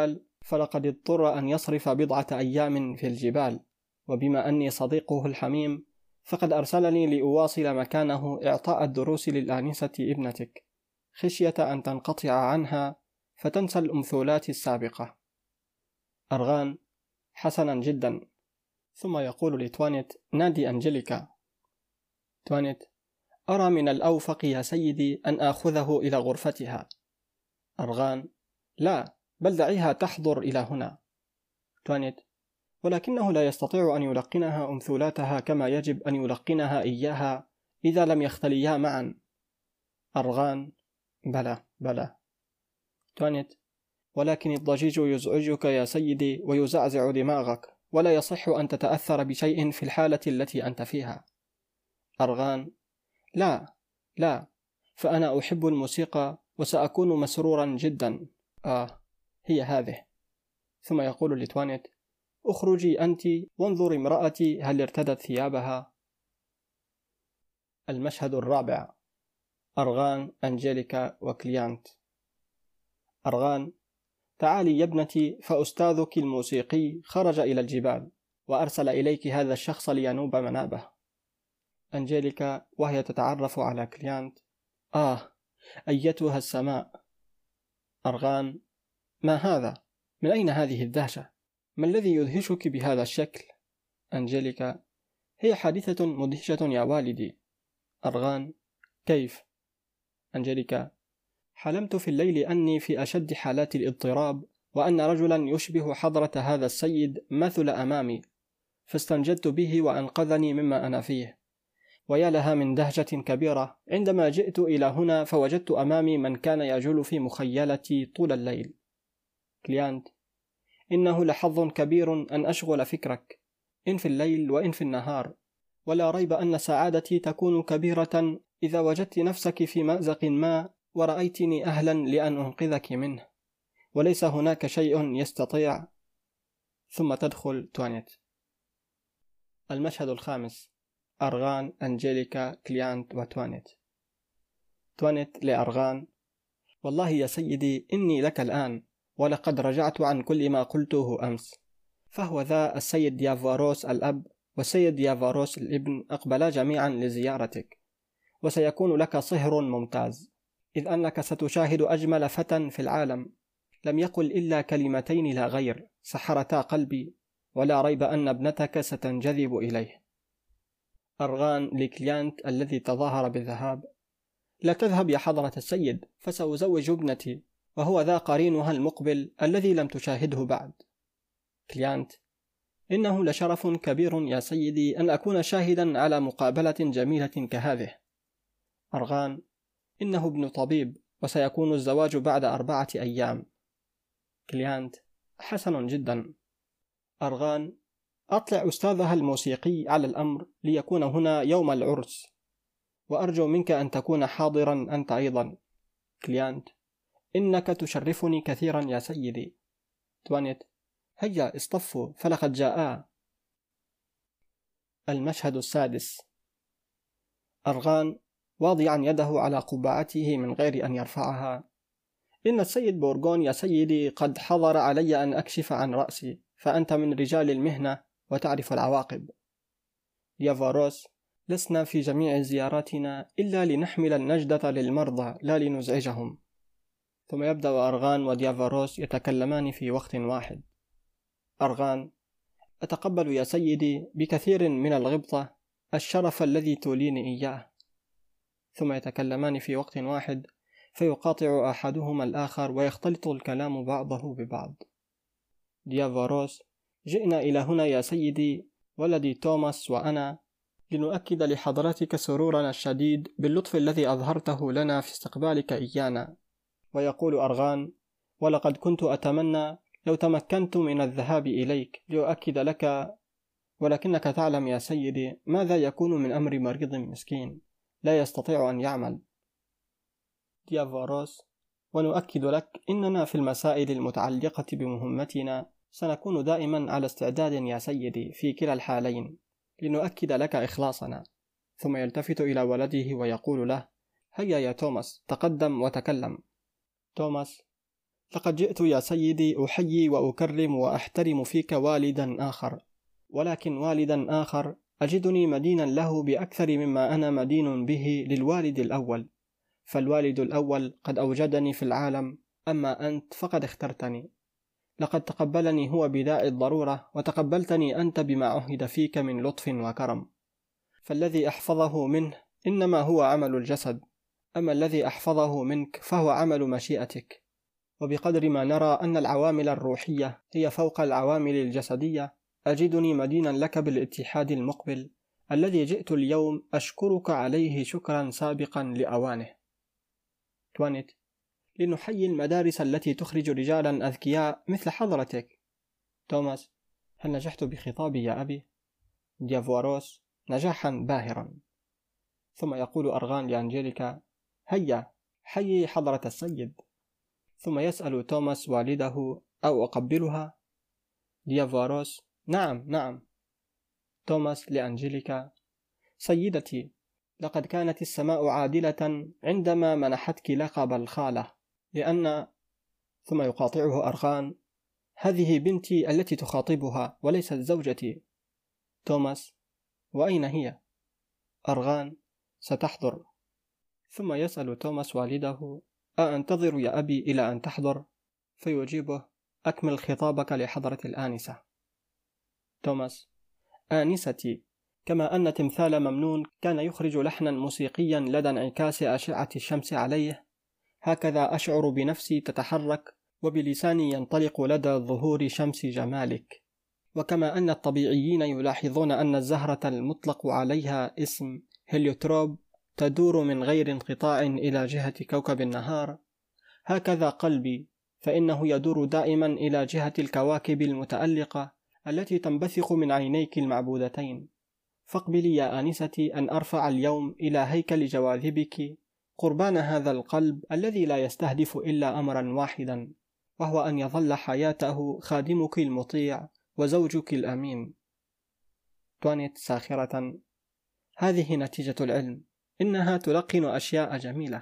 في الجبال، وبما أني صديقه الحميم فقد أرسلني لأواصل مكانه إعطاء الدروس للآنسة ابنتك، خشية أن تنقطع عنها فتنسى الأمثولات السابقة. أرغان: حسنا جدا. ثم يقول لتوانت: نادي أنجليكا. توانت: أرى من الأوفق يا سيدي أن آخذه إلى غرفتها. أرغان: لا، بل دعيها تحضر إلى هنا. توانت: ولكنه لا يستطيع أن يلقنها أمثولاتها كما يجب أن يلقنها إياها إذا لم يختليا معا. أرغان: بلى. توانت: ولكن الضجيج يزعجك يا سيدي ويزعزع دماغك، ولا يصح أن تتأثر بشيء في الحالة التي أنت فيها. أرغان: لا، فأنا أحب الموسيقى وسأكون مسرورا جدا. هي هذه. ثم يقول لتوانت: اخرجي أنت وانظري امرأتي هل ارتدت ثيابها. المشهد الرابع: أرغان، أنجليكا وكليانت. أرغان: تعالي يا ابنتي، فأستاذك الموسيقي خرج إلى الجبال وأرسل إليك هذا الشخص لينوب منابه. أنجليكا وهي تتعرف على كليانت: أيتها السماء. أرغان: ما هذا؟ من أين هذه الدهشة؟ ما الذي يدهشك بهذا الشكل؟ أنجليكا: هي حادثة مدهشة يا والدي. أرغان: كيف؟ أنجليكا: حلمت في الليل أني في أشد حالات الاضطراب، وأن رجلا يشبه حضرة هذا السيد مثل أمامي، فاستنجدت به وأنقذني مما أنا فيه. ويا لها من دهشة كبيرة عندما جئت إلى هنا فوجدت أمامي من كان يجول في مخيلتي طول الليل. كليانت: إنه لحظ كبير أن أشغل فكرك، إن في الليل وإن في النهار، ولا ريب أن سعادتي تكون كبيرة إذا وجدت نفسك في مأزق ما ورأيتني أهلا لأن أنقذك منه، وليس هناك شيء يستطيع. ثم تدخل توانت. المشهد الخامس: أرغان، أنجليكا، كليانت وتوانت. توانت لأرغان: والله يا سيدي إني لك الآن، ولقد رجعت عن كل ما قلته أمس، فهو ذا السيد ديافاروس الأب والسيد ديافاروس الابن أقبلا جميعا لزيارتك، وسيكون لك صهر ممتاز، إذ أنك ستشاهد أجمل فتى في العالم، لم يقل إلا كلمتين لا غير سحرتا قلبي، ولا ريب أن ابنتك ستنجذب إليه. أرغان لكليانت الذي تظاهر بالذهاب: لا تذهب يا حضرة السيد، فسأزوج ابنتي، وهو ذا قرينها المقبل الذي لم تشاهده بعد. كليانت: إنه لشرف كبير يا سيدي أن أكون شاهدا على مقابلة جميلة كهذه. أرغان: إنه ابن طبيب، وسيكون الزواج بعد 4 أيام. كليانت: حسن جدا. أرغان: أطلع أستاذها الموسيقي على الأمر ليكون هنا يوم العرس، وأرجو منك أن تكون حاضرا أنت أيضا. كليانت: إنك تشرفني كثيرا يا سيدي. توانيت: هيا اصطفوا فلقد جاءا. المشهد السادس. أرغان واضعا يده على قبعته من غير أن يرفعها: إن السيد بورغون يا سيدي قد حضر علي أن أكشف عن رأسي، فأنت من رجال المهنة وتعرف العواقب. ديافاروس: لسنا في جميع زياراتنا إلا لنحمل النجدة للمرضى لا لنزعجهم. ثم يبدأ أرغان وديافاروس يتكلمان في وقت واحد. أرغان: أتقبل يا سيدي بكثير من الغبطة الشرف الذي توليني إياه. ثم يتكلمان في وقت واحد، فيقاطع أحدهما الآخر ويختلط الكلام بعضه ببعض. ديافاروس: جئنا إلى هنا يا سيدي ولدي توماس وأنا لنؤكد لحضرتك سرورنا الشديد باللطف الذي أظهرته لنا في استقبالك إيانا. ويقول أرغان: ولقد كنت أتمنى لو تمكنت من الذهاب إليك لأؤكد لك، ولكنك تعلم يا سيدي ماذا يكون من أمر مريض مسكين لا يستطيع أن يعمل. ديافاروس: ونؤكد لك إننا في المسائل المتعلقة بمهمتنا سنكون دائما على استعداد يا سيدي في كلا الحالين لنؤكد لك إخلاصنا. ثم يلتفت إلى ولده ويقول له: هيا يا توماس تقدم وتكلم. توماس: لقد جئت يا سيدي أحيي وأكرم وأحترم فيك والدا آخر، ولكن والدا آخر أجدني مدينا له بأكثر مما أنا مدين به للوالد الأول، فالوالد الأول قد أوجدني في العالم، أما أنت فقد اخترتني. لقد تقبلني هو بداء الضرورة، وتقبلتني أنت بما عهد فيك من لطف وكرم، فالذي أحفظه منه إنما هو عمل الجسد، أما الذي أحفظه منك فهو عمل مشيئتك. وبقدر ما نرى أن العوامل الروحية هي فوق العوامل الجسدية، أجدني مدينا لك بالاتحاد المقبل الذي جئت اليوم أشكرك عليه شكرا سابقا لأوانه. توانيت: لنحيي المدارس التي تخرج رجالا أذكياء مثل حضرتك. توماس: هل نجحت بخطابي يا أبي؟ ديافواروس: نجاحا باهرا. ثم يقول أرغان لأنجيليكا: هيا حيي حضرة السيد. ثم يسأل توماس والده: أو أقبلها؟ ديافواروس: نعم نعم. توماس لأنجيليكا: سيدتي، لقد كانت السماء عادلة عندما منحتك لقب الخالة، لأن... ثم يقاطعه أرغان: هذه بنتي التي تخاطبها وليست زوجتي. توماس: وأين هي؟ أرغان: ستحضر. ثم يسأل توماس والده: أأنتظر يا أبي إلى أن تحضر؟ فيجيبه: أكمل خطابك لحضرة الآنسة. توماس: آنستي، كما أن تمثال ممنون كان يخرج لحنا موسيقيا لدى انعكاس أشعة الشمس عليه، هكذا أشعر بنفسي تتحرك وبلساني ينطلق لدى ظهور شمس جمالك. وكما أن الطبيعيين يلاحظون أن الزهرة المطلق عليها اسم هيليوتروب تدور من غير انقطاع إلى جهة كوكب النهار، هكذا قلبي فإنه يدور دائما إلى جهة الكواكب المتألقة التي تنبثق من عينيك المعبودتين. فاقبلي يا آنستي أن أرفع اليوم إلى هيكل جواذبك قربان هذا القلب الذي لا يستهدف إلا أمرا واحدا، وهو أن يظل حياته خادمك المطيع وزوجك الأمين. توانيت ساخرة: هذه نتيجة العلم، إنها تلقن أشياء جميلة.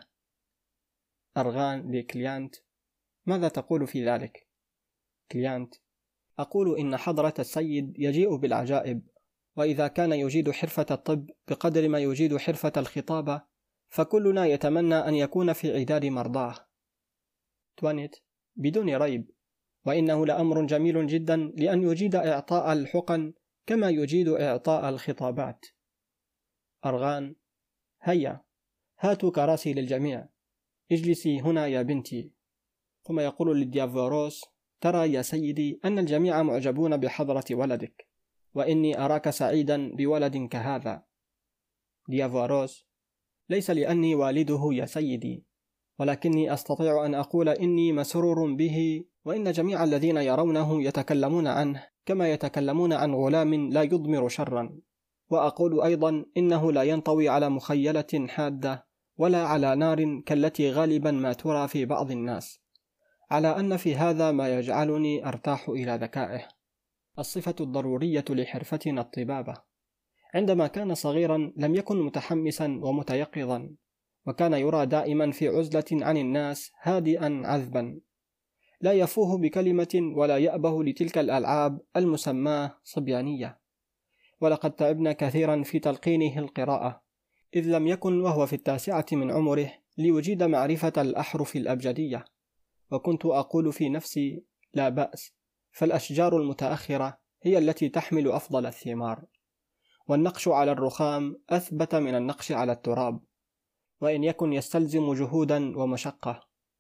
أرغان لكليانت: ماذا تقول في ذلك؟ كليانت: أقول إن حضرة السيد يجيء بالعجائب، وإذا كان يجيد حرفة الطب بقدر ما يجيد حرفة الخطابة، فكلنا يتمنى أن يكون في عداد مرضاه. توانيت: بدون ريب، وإنه لأمر جميل جدا لأن يجيد إعطاء الحقن كما يجيد إعطاء الخطابات. أرغان: هيا هاتوا كراسي للجميع، اجلسي هنا يا بنتي. ثم يقول لديافواروس: ترى يا سيدي أن الجميع معجبون بحضرة ولدك، وإني أراك سعيدا بولد كهذا. ديافواروس: ليس لأني والده يا سيدي، ولكني أستطيع أن أقول إني مسرور به، وإن جميع الذين يرونه يتكلمون عنه كما يتكلمون عن غلام لا يضمر شرا. وأقول أيضا إنه لا ينطوي على مخيلة حادة ولا على نار كالتي غالبا ما ترى في بعض الناس، على أن في هذا ما يجعلني أرتاح إلى ذكائه، الصفة الضرورية لحرفتنا الطبابة. عندما كان صغيرا لم يكن متحمسا ومتيقظا، وكان يرى دائما في عزلة عن الناس هادئا عذبا، لا يفوه بكلمة ولا يأبه لتلك الألعاب المسماة صبيانية. ولقد تعبنا كثيرا في تلقينه القراءة، إذ لم يكن وهو في 9 من عمره ليجيد معرفة الأحرف الأبجدية. وكنت أقول في نفسي: لا بأس، فالأشجار المتأخرة هي التي تحمل أفضل الثمار، والنقش على الرخام أثبت من النقش على التراب، وإن يكن يستلزم جهودا ومشقة.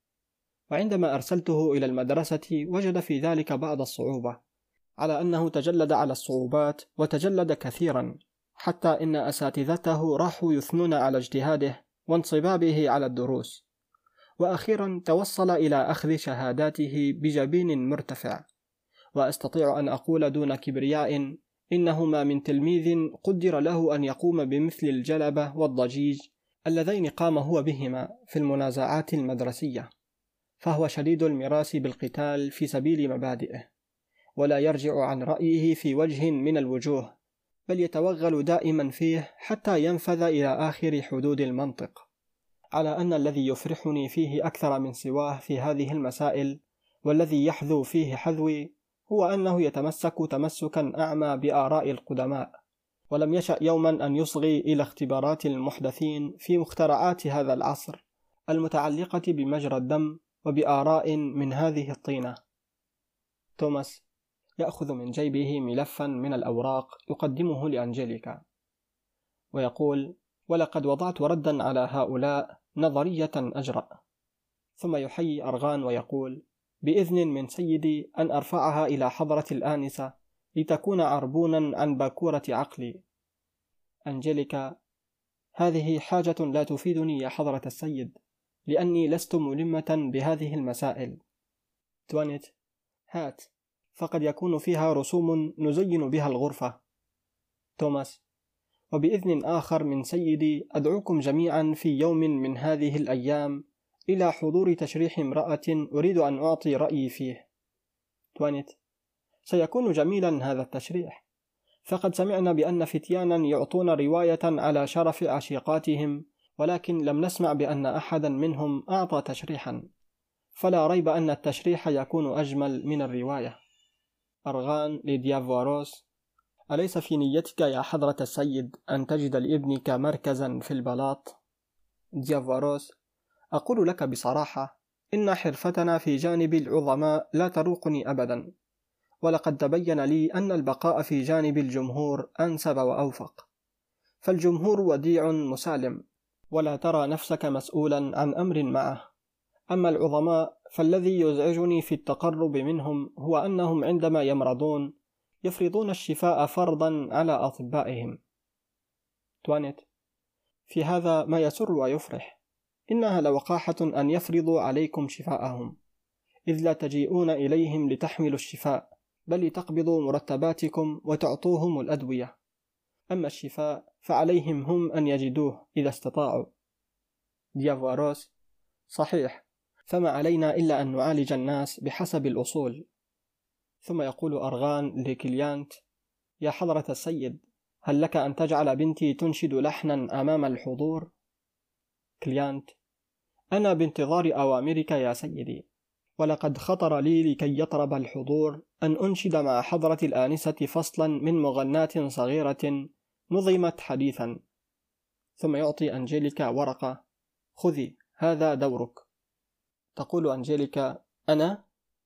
وعندما أرسلته إلى المدرسة وجد في ذلك بعض الصعوبة، على أنه تجلد على الصعوبات وتجلد كثيرا، حتى إن أساتذته راحوا يثنون على اجتهاده وانصبابه على الدروس، وأخيرا توصل إلى أخذ شهاداته بجبين مرتفع. وأستطيع أن أقول دون كبرياء إنه ما من تلميذ قدر له أن يقوم بمثل الجلبة والضجيج اللذين قام هو بهما في المنازعات المدرسية، فهو شديد المراس بالقتال في سبيل مبادئه، ولا يرجع عن رأيه في وجه من الوجوه، بل يتوغل دائما فيه حتى ينفذ إلى آخر حدود المنطق. على أن الذي يفرحني فيه أكثر من سواه في هذه المسائل، والذي يحذو فيه حذوي، هو أنه يتمسك تمسكا أعمى بآراء القدماء، ولم يشأ يوما أن يصغي إلى اختبارات المحدثين في مخترعات هذا العصر المتعلقة بمجرى الدم وبآراء من هذه الطينة. توماس يأخذ من جيبه ملفا من الأوراق يقدمه لأنجيليكا ويقول: ولقد وضعت ردا على هؤلاء نظرية أجرأ. ثم يحيي أرغان ويقول: بإذن من سيدي أن أرفعها إلى حضرة الآنسة لتكون عربونا عن باكورة عقلي. أنجيليكا: هذه حاجة لا تفيدني يا حضرة السيد، لأني لست ملمة بهذه المسائل. توانيت: هات، فقد يكون فيها رسوم نزين بها الغرفة. توماس: وبإذن آخر من سيدي أدعوكم جميعا في يوم من هذه الأيام إلى حضور تشريح امرأة أريد أن أعطي رأيي فيه. توانيت: سيكون جميلا هذا التشريح، فقد سمعنا بأن فتيانا يعطون رواية على شرف عشيقاتهم، ولكن لم نسمع بأن أحدا منهم أعطى تشريحا، فلا ريب أن التشريح يكون أجمل من الرواية. أرغان لديافواروس: أليس في نيتك يا حضرة السيد أن تجد لابنك مركزا في البلاط؟ ديافواروس: أقول لك بصراحة إن حرفتنا في جانب العظماء لا تروقني أبدا، ولقد تبين لي أن البقاء في جانب الجمهور أنسب وأوفق، فالجمهور وديع مسالم، ولا ترى نفسك مسؤولا عن أمر معه. أما العظماء فالذي يزعجني في التقرب منهم هو أنهم عندما يمرضون يفرضون الشفاء فرضا على أطبائهم. توانيت: في هذا ما يسر ويفرح، إنها لوقاحة أن يفرضوا عليكم شفاءهم، إذ لا تجيئون إليهم لتحملوا الشفاء، بل لتقبضوا مرتباتكم وتعطوهم الأدوية. أما الشفاء فعليهم هم أن يجدوه إذا استطاعوا. ديافواروس: صحيح، فما علينا إلا أن نعالج الناس بحسب الأصول. ثم يقول أرغان لكليانت: يا حضرة السيد، هل لك أن تجعل بنتي تنشد لحنا أمام الحضور؟ كليانت: أنا بانتظار أوامرك يا سيدي، ولقد خطر لي لكي يطرب الحضور أن أنشد مع حضرة الآنسة فصلا من مغنات صغيرة نظمت حديثا. ثم يعطي أنجيليكا ورقة: خذي، هذا دورك. تقول أنجيليكا: أنا؟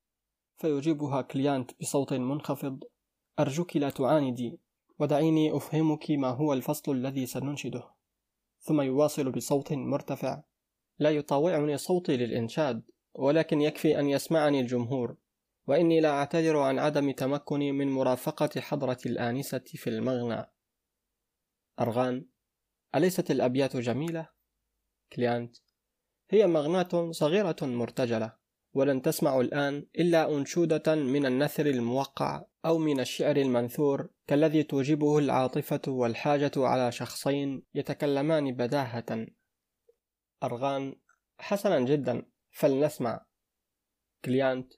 فيجيبها كليانت بصوت منخفض: أرجوك لا تعاندي، ودعيني أفهمك ما هو الفصل الذي سننشده. ثم يواصل بصوت مرتفع: لا يطاوعني صوتي للإنشاد، ولكن يكفي أن يسمعني الجمهور، وإني لا أعتذر عن عدم تمكني من مرافقة حضرة الآنسة في المغنى. أرغان: أليست الأبيات جميلة؟ كليانت: هي مغناة صغيرة مرتجلة، ولن تسمع الآن إلا أنشودة من النثر الموقع أو من الشعر المنثور كالذي توجبه العاطفة والحاجة على شخصين يتكلمان بداهة. أرغان: حسنا جدا، فلنسمع. كليانت: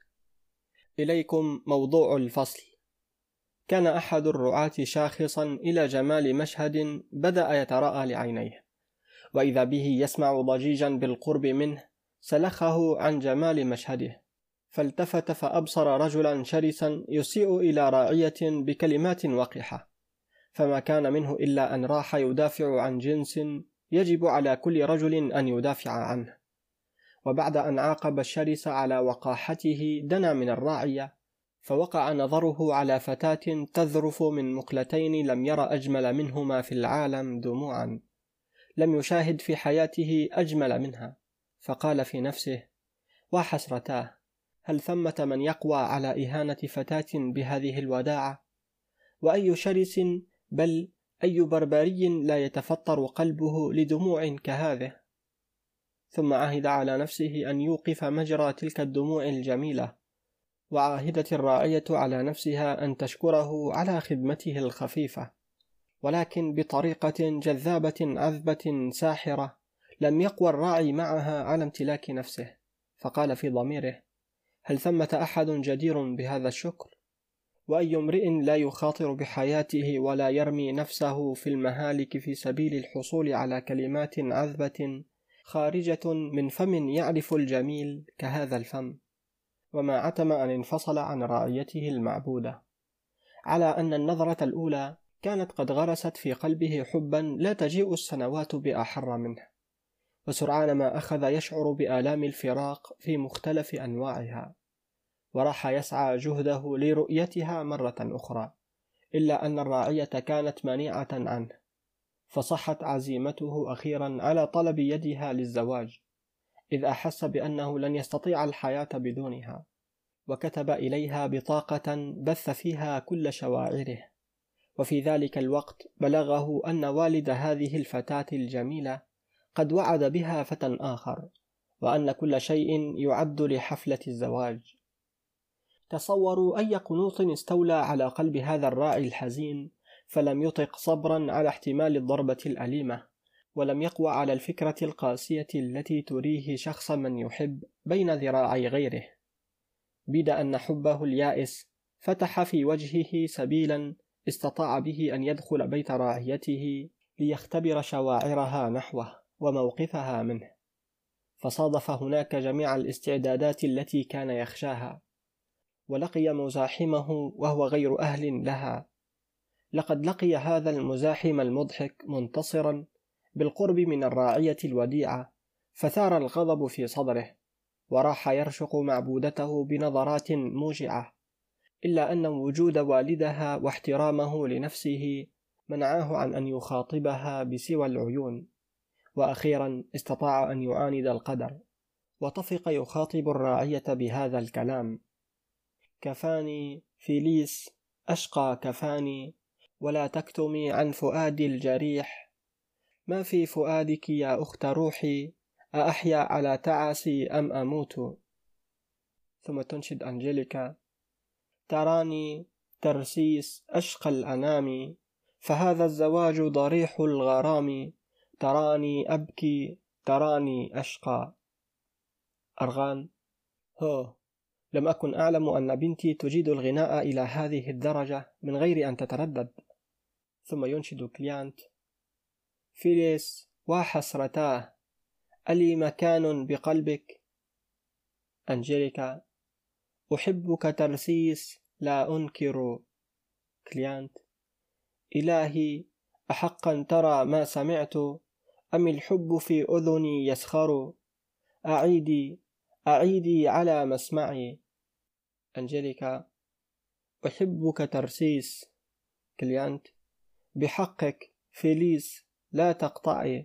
إليكم موضوع الفصل. كان أحد الرعاة شاخصا إلى جمال مشهد بدأ يتراءى لعينيه، وإذا به يسمع ضجيجا بالقرب منه سلخه عن جمال مشهده، فالتفت فأبصر رجلا شرسا يسيء إلى راعية بكلمات وقحة، فما كان منه إلا أن راح يدافع عن جنس يجب على كل رجل أن يدافع عنه. وبعد أن عاقب الشرس على وقاحته دنا من الراعية، فوقع نظره على فتاة تذرف من مقلتين لم ير أجمل منهما في العالم دموعا، لم يشاهد في حياته أجمل منها، فقال في نفسه: وحسرتاه، هل ثمة من يقوى على إهانة فتاة بهذه الوداعة؟ وأي شرس، بل أي بربري لا يتفطر قلبه لدموع كهذه؟ ثم عهد على نفسه أن يوقف مجرى تلك الدموع الجميلة، وعاهدت الراعية على نفسها أن تشكره على خدمته الخفيفة، ولكن بطريقة جذابة عذبة ساحرة لم يقوى الراعي معها على امتلاك نفسه، فقال في ضميره: هل ثمة أحد جدير بهذا الشكر؟ وأي امرئ لا يخاطر بحياته ولا يرمي نفسه في المهالك في سبيل الحصول على كلمات عذبة خارجة من فم يعرف الجميل كهذا الفم؟ وما عتم أن انفصل عن راعيته المعبودة، على أن النظرة الأولى كانت قد غرست في قلبه حبا لا تجيء السنوات بأحر منه، وسرعان ما أخذ يشعر بآلام الفراق في مختلف أنواعها، وراح يسعى جهده لرؤيتها مرة أخرى، إلا أن الراعية كانت مانعة عنه، فصحت عزيمته أخيرا على طلب يدها للزواج، إذ أحس بأنه لن يستطيع الحياة بدونها، وكتب إليها بطاقة بث فيها كل شواعره. وفي ذلك الوقت بلغه أن والد هذه الفتاة الجميلة قد وعد بها فتى آخر، وأن كل شيء يعد لحفلة الزواج. تصوروا أي قنوط استولى على قلب هذا الراعي الحزين، فلم يطق صبرا على احتمال الضربة الأليمة، ولم يقوى على الفكرة القاسية التي تريه شخص من يحب بين ذراعي غيره، بيد أن حبه اليائس فتح في وجهه سبيلا استطاع به أن يدخل بيت راعيته ليختبر شواعرها نحوه وموقفها منه، فصادف هناك جميع الاستعدادات التي كان يخشاها، ولقي مزاحمه وهو غير أهل لها. لقد لقي هذا المزاحم المضحك منتصرا بالقرب من الراعية الوديعة، فثار الغضب في صدره، وراح يرشق معبودته بنظرات موجعة، إلا أن وجود والدها واحترامه لنفسه منعاه عن أن يخاطبها بسوى العيون، وأخيرا استطاع أن يعاند القدر، وطفق يخاطب الراعية بهذا الكلام: كفاني فيليس، أشقى كفاني، ولا تكتمي عن فؤادي الجريح، ما في فؤادك يا أخت روحي، أأحيا على تعسي أم أموت؟ ثم تنشد أنجيليكا: تراني ترسيس أشقى الأنام، فهذا الزواج ضريح الغرام، تراني أبكي تراني أشقى. أرغان: هو لم أكن أعلم أن بنتي تجيد الغناء إلى هذه الدرجة من غير أن تتردد. ثم ينشد كليانت: فيليس وحسرتاه، ألي مكان بقلبك؟ أنجيليكا: أحبك ترسيس لا أنكر. كليانت: إلهي، أحقا ترى ما سمعت، أم الحب في أذني يسخر؟ أعيدي أعيدي على مسمعي. أنجيليكا: أحبك ترسيس. كليانت: بحقك فيليس لا تقطعي.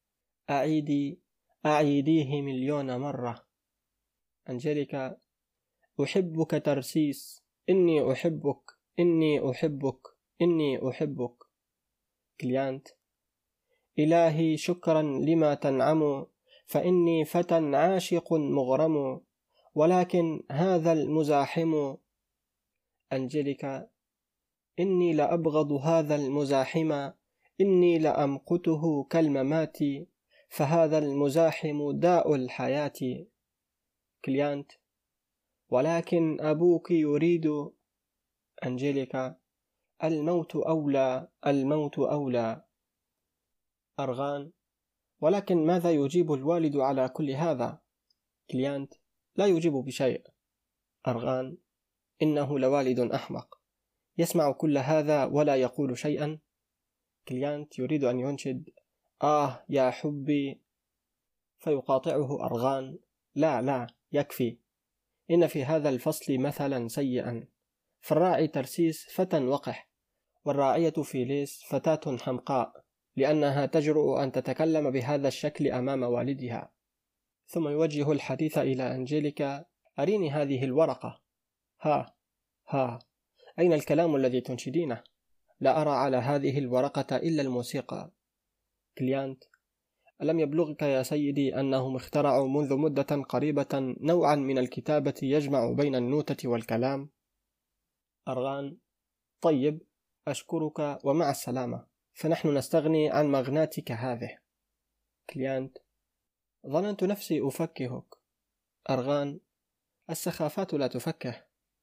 أعيدي أعيديه مليون مرة. أنجيليكا: أحبك ترسيس، إني أحبك إني أحبك إني أحبك. كليانت: إلهي شكرا لما تنعم، فإني فتى عاشق مغرم، ولكن هذا المزاحم. أنجليكا: إني لأبغض هذا المزاحم، إني لأمقته كالممات، فهذا المزاحم داء الحياة. كليانت: ولكن أبوك يريد. أنجليكا: الموت أولى، الموت أولى. أرغان: ولكن ماذا يجيب الوالد على كل هذا؟ كليانت: لا يجيب بشيء. أرغان: إنه لوالد أحمق، يسمع كل هذا ولا يقول شيئا. كليانت يريد أن ينشد: آه يا حبي، فيقاطعه أرغان: لا لا، يكفي، إن في هذا الفصل مثلا سيئا، فالراعي ترسيس فتى وقح، والراعية فيليس فتاة حمقاء، لأنها تجرؤ أن تتكلم بهذا الشكل أمام والدها. ثم يوجه الحديث إلى أنجليكا: أريني هذه الورقة. ها، أين الكلام الذي تنشدينه؟ لا أرى على هذه الورقة إلا الموسيقى. كليانت: ألم يبلغك يا سيدي أنهم اخترعوا منذ مدة قريبة نوعا من الكتابة يجمع بين النوتة والكلام؟ أرغان: طيب، أشكرك ومع السلامة، فنحن نستغني عن مغناتك هذه. كليانت: ظننت نفسي أفكهك. أرغان: السخافات لا تفكه.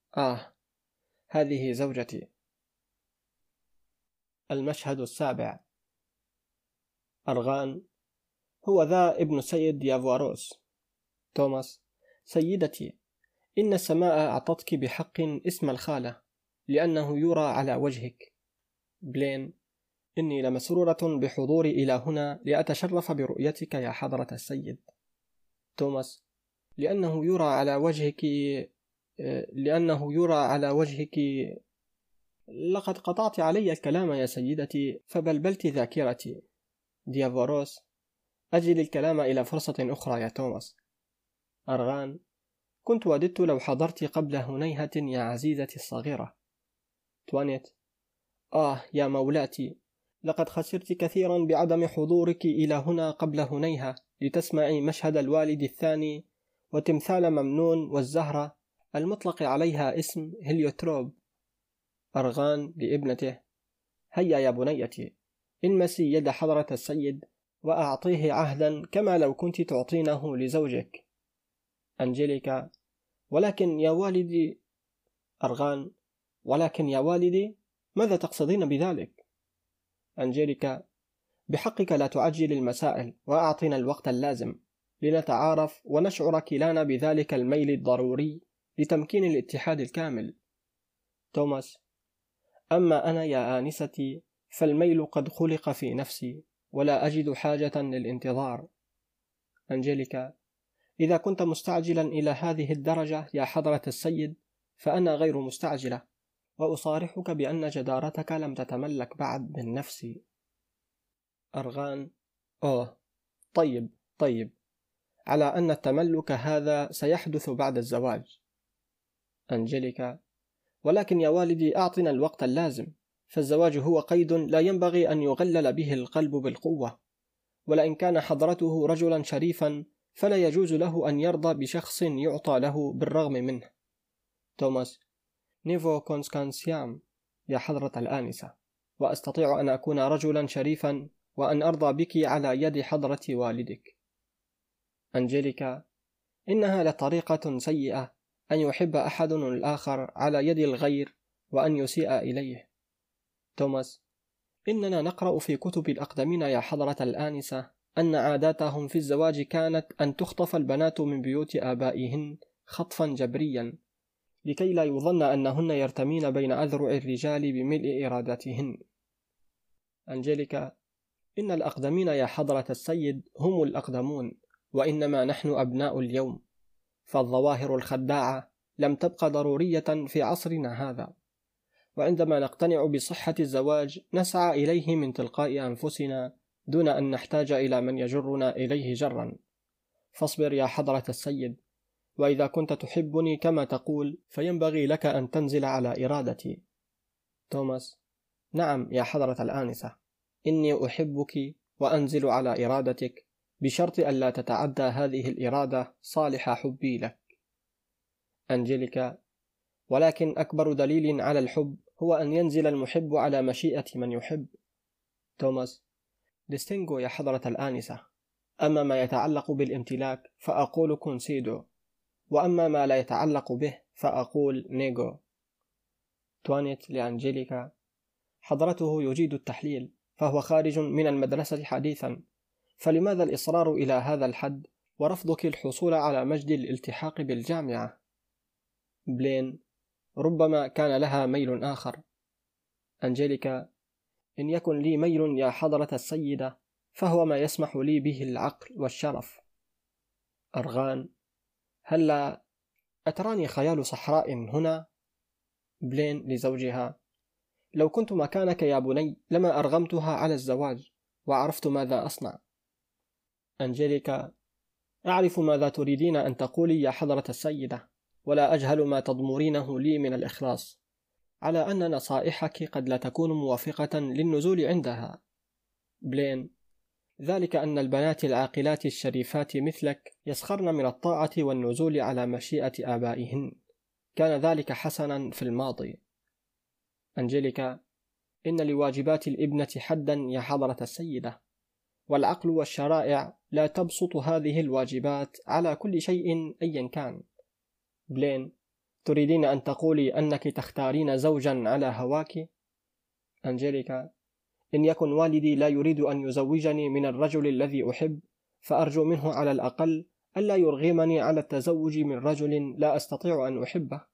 هذه زوجتي. المشهد السابع. أرغان: هو ذا ابن السيد ديافواروس. توماس: سيدتي، إن السماء أعطتك بحق اسم الخالة، لأنه يرى على وجهك. بلين: إني لمسرورة بحضوري إلى هنا لأتشرف برؤيتك يا حضرة السيد. توماس: لأنه يرى على وجهك. لقد قطعت علي الكلام يا سيدتي، فبلبلت ذاكرتي. ديافواروس: أجل الكلام إلى فرصة أخرى يا توماس. أرغان: كنت وددت لو حضرت قبل هنيهة يا عزيزتي الصغيرة. توانيت: يا مولاتي، لقد خسرت كثيرا بعدم حضورك إلى هنا قبل هنيهة لتسمعي مشهد الوالد الثاني وتمثال ممنون والزهرة المطلق عليها اسم هليوتروب. أرغان لابنته: هيا يا بنيتي، انمسي يد حضرة السيد وأعطيه عهدا كما لو كنت تعطينه لزوجك. أنجليكا: ولكن يا والدي. أرغان: ولكن يا والدي؟ ماذا تقصدين بذلك؟ أنجليكا: بحقك لا تعجل المسائل وأعطنا الوقت اللازم لنتعارف ونشعر كلانا بذلك الميل الضروري لتمكين الاتحاد الكامل. توماس: أما أنا يا آنستي فالميل قد خلق في نفسي ولا أجد حاجة للانتظار. أنجليكا: إذا كنت مستعجلا إلى هذه الدرجة يا حضرة السيد فأنا غير مستعجلة، وأصارحك بأن جدارتك لم تتملك بعد من نفسي. أرغان: طيب، على أن التملك هذا سيحدث بعد الزواج. أنجليكا: ولكن يا والدي أعطنا الوقت اللازم، فالزواج هو قيد لا ينبغي أن يغلل به القلب بالقوة، ولئن كان حضرته رجلا شريفا فلا يجوز له أن يرضى بشخص يعطى له بالرغم منه. توماس: نيفو كونسكانسيام يا حضرة الآنسة، وأستطيع أن أكون رجلا شريفا وأن أرضى بك على يد حضرة والدك. أنجليكا: إنها لطريقة سيئة أن يحب أحد الآخر على يد الغير وأن يسيء إليه. توماس: إننا نقرأ في كتب الأقدمين يا حضرة الآنسة أن عاداتهم في الزواج كانت أن تخطف البنات من بيوت آبائهن خطفا جبريا لكي لا يظن أنهن يرتمين بين أذرع الرجال بملء إرادتهن. أنجليكا: إن الأقدمين يا حضرة السيد هم الأقدمون، وإنما نحن أبناء اليوم، فالظواهر الخداعة لم تبقى ضرورية في عصرنا هذا، وعندما نقتنع بصحة الزواج نسعى إليه من تلقاء أنفسنا دون أن نحتاج إلى من يجرنا إليه جرا. فاصبر يا حضرة السيد، وإذا كنت تحبني كما تقول فينبغي لك أن تنزل على إرادتي. توماس: نعم يا حضرة الآنسة، إني أحبك وأنزل على إرادتك بشرط ألا تتعدى هذه الإرادة صالح حبي لك. أنجيليكا: ولكن أكبر دليل على الحب هو أن ينزل المحب على مشيئة من يحب. توماس: ديستينغو يا حضرة الآنسة، أما ما يتعلق بالامتلاك فأقول كونسيدو، وأما ما لا يتعلق به فأقول نيغو. توانيت لأنجيليكا: حضرته يجيد التحليل، فهو خارج من المدرسة حديثا، فلماذا الإصرار إلى هذا الحد ورفضك الحصول على مجد الالتحاق بالجامعة؟ بلين: ربما كان لها ميل آخر. أنجيليكا: إن يكن لي ميل يا حضرة السيدة فهو ما يسمح لي به العقل والشرف. أرغان: هلا أتراني خيال صحراء هنا؟ بلين لزوجها: لو كنت مكانك يا بني لما أرغمتها على الزواج وعرفت ماذا أصنع. أنجيليكا: أعرف ماذا تريدين أن تقولي يا حضرة السيدة، ولا أجهل ما تضمرينه لي من الإخلاص، على أن نصائحك قد لا تكون موافقة للنزول عندها. بلين: ذلك أن البنات العاقلات الشريفات مثلك يسخرن من الطاعة والنزول على مشيئة آبائهن، كان ذلك حسنا في الماضي. أنجيليكا: إن لواجبات الابنة حدا يا حضرة السيدة، والعقل والشرائع لا تبسط هذه الواجبات على كل شيء أيا كان. بلين: تريدين أن تقولي أنك تختارين زوجا على هواك؟ أنجيليكا: إن يكن والدي لا يريد أن يزوجني من الرجل الذي أحب، فأرجو منه على الأقل ألا يرغمني على التزوج من رجل لا أستطيع أن أحبه.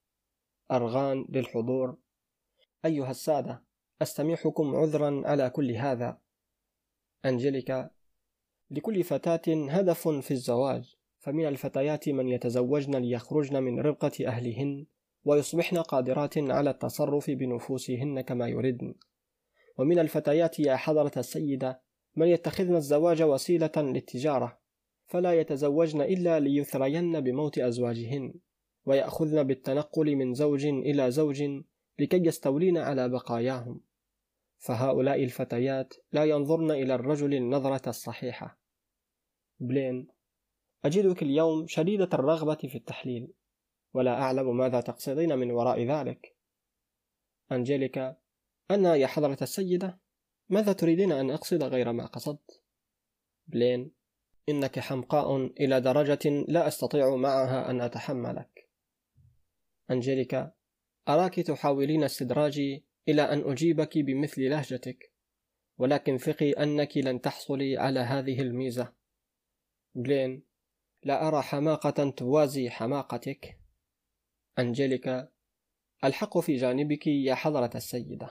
أرغان للحضور: أيها السادة، أستميحكم عذرا على كل هذا. أنجيليكا: لكل فتاة هدف في الزواج، فمن الفتيات من يتزوجن ليخرجن من ربقة أهلهن ويصبحن قادرات على التصرف بنفوسهن كما يردن، ومن الفتيات يا حضرة السيدة من يتخذن الزواج وسيلة للتجارة، فلا يتزوجن إلا ليثرين بموت أزواجهن، ويأخذن بالتنقل من زوج إلى زوج لكي يستولين على بقاياهم، فهؤلاء الفتيات لا ينظرن إلى الرجل النظرة الصحيحة. بلين: أجدك اليوم شديدة الرغبة في التحليل، ولا أعلم ماذا تقصدين من وراء ذلك. أنجيليكا: أنا يا حضرة السيدة؟ ماذا تريدين أن أقصد غير ما قصدت؟ بلين: إنك حمقاء إلى درجة لا أستطيع معها أن أتحملك. أنجيليكا: أراك تحاولين استدراجي إلى أن أجيبك بمثل لهجتك، ولكن ثقي أنك لن تحصلي على هذه الميزة. بلين: لا أرى حماقة توازي حماقتك. أنجيليكا: الحق في جانبك يا حضرة السيدة.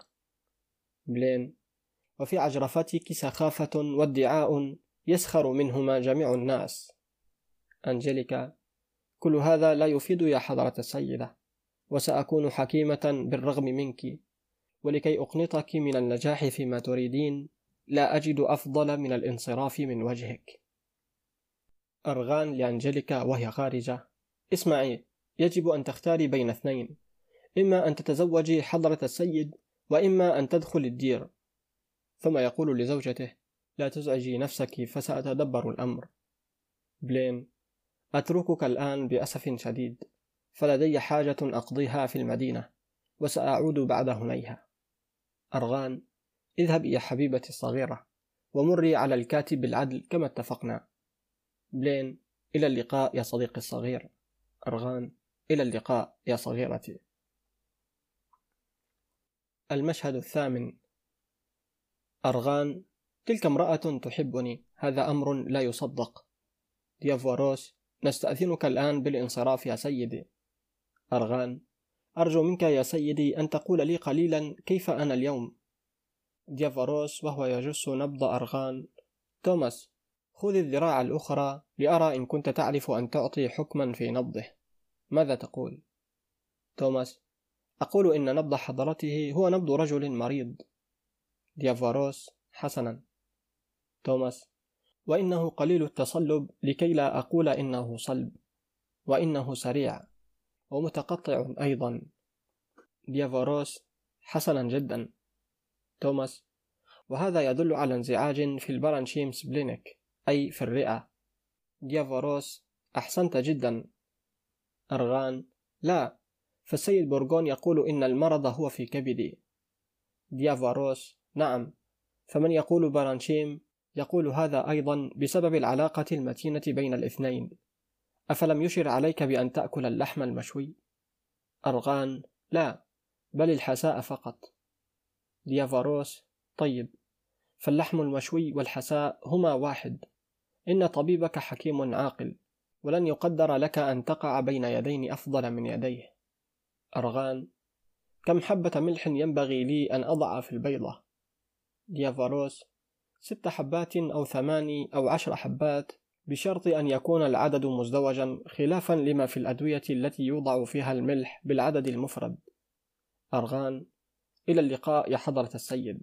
بلين: وفي عجرفتك سخافة وادعاء يسخر منهما جميع الناس. أنجيليكا: كل هذا لا يفيد يا حضرة السيدة، وسأكون حكيمة بالرغم منك، ولكي أقنطك من النجاح فيما تريدين لا أجد أفضل من الانصراف من وجهك. أرغان لأنجيليكا وهي خارجة: اسمعي، يجب أن تختاري بين اثنين، إما أن تتزوجي حضرة السيد، وإما أن تدخل الدير. ثم يقول لزوجته: لا تزعجي نفسك فسأتدبر الأمر. بلين: أتركك الآن بأسف شديد، فلدي حاجة أقضيها في المدينة، وسأعود بعد هنيها. أرغان: اذهب يا حبيبتي الصغيرة، ومري على الكاتب بالعدل كما اتفقنا. بلين: إلى اللقاء يا صديقي الصغير. أرغان: إلى اللقاء يا صغيرتي. المشهد الثامن. أرغان: تلك امرأة تحبني، هذا أمر لا يصدق. ديافوروس: نستأذنك الآن بالانصراف يا سيدي. أرغان: أرجو منك يا سيدي أن تقول لي قليلا كيف أنا اليوم. ديافوروس وهو يجس نبض أرغان: توماس، خذ الذراع الأخرى لأرى إن كنت تعرف أن تعطي حكما في نبضه. ماذا تقول؟ توماس: أقول إن نبض حضرته هو نبض رجل مريض. ديافوروس: حسنا. توماس: وإنه قليل التصلب لكي لا أقول إنه صلب، وإنه سريع ومتقطع أيضا. ديافوروس: حسنا جدا. توماس: وهذا يدل على انزعاج في البرانشيم سبلينيك أي في الرئة. ديافوروس: أحسنت جدا. أرغان: لا، فالسيد بورغون يقول إن المرض هو في كبدي. ديافوروس: نعم، فمن يقول برانشيم يقول هذا أيضا بسبب العلاقة المتينة بين الاثنين. أفلم يشر عليك بأن تأكل اللحم المشوي؟ أرغان: لا، بل الحساء فقط. ديافوروس: طيب، فاللحم المشوي والحساء هما واحد. إن طبيبك حكيم عاقل، ولن يقدر لك أن تقع بين يدين أفضل من يديه. أرغان: كم حبة ملح ينبغي لي أن أضع في البيضة؟ ديافوروس: 6 حبات أو 8 أو 10 حبات، بشرط أن يكون العدد مزدوجا، خلافا لما في الأدوية التي يوضع فيها الملح بالعدد المفرد. أرغان: إلى اللقاء يا حضرة السيد.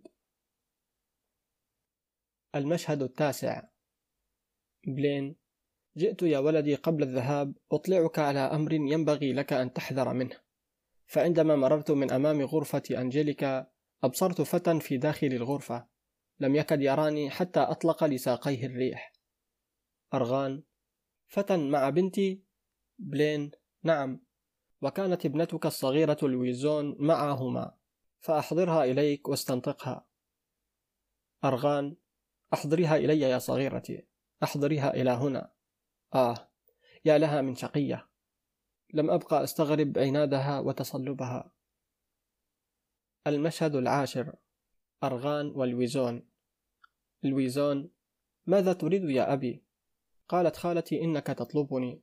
المشهد 9. بلين: جئت يا ولدي قبل الذهاب أطلعك على أمر ينبغي لك أن تحذر منه. فعندما مررت من أمام غرفة أنجيليكا أبصرت فتى في داخل الغرفة، لم يكد يراني حتى أطلق لساقيه الريح. أرغان: فتى مع بنتي؟ بلين: نعم، وكانت ابنتك الصغيرة لويزون معهما، فأحضرها إليك واستنطقها. أرغان: أحضرها إلي يا صغيرتي، أحضرها إلى هنا. يا لها من شقية. لم أبقى أستغرب عنادها وتصلبها. المشهد 10. أرغان ولويزون. لويزون: ماذا تريد يا أبي؟ قالت خالتي إنك تطلبني.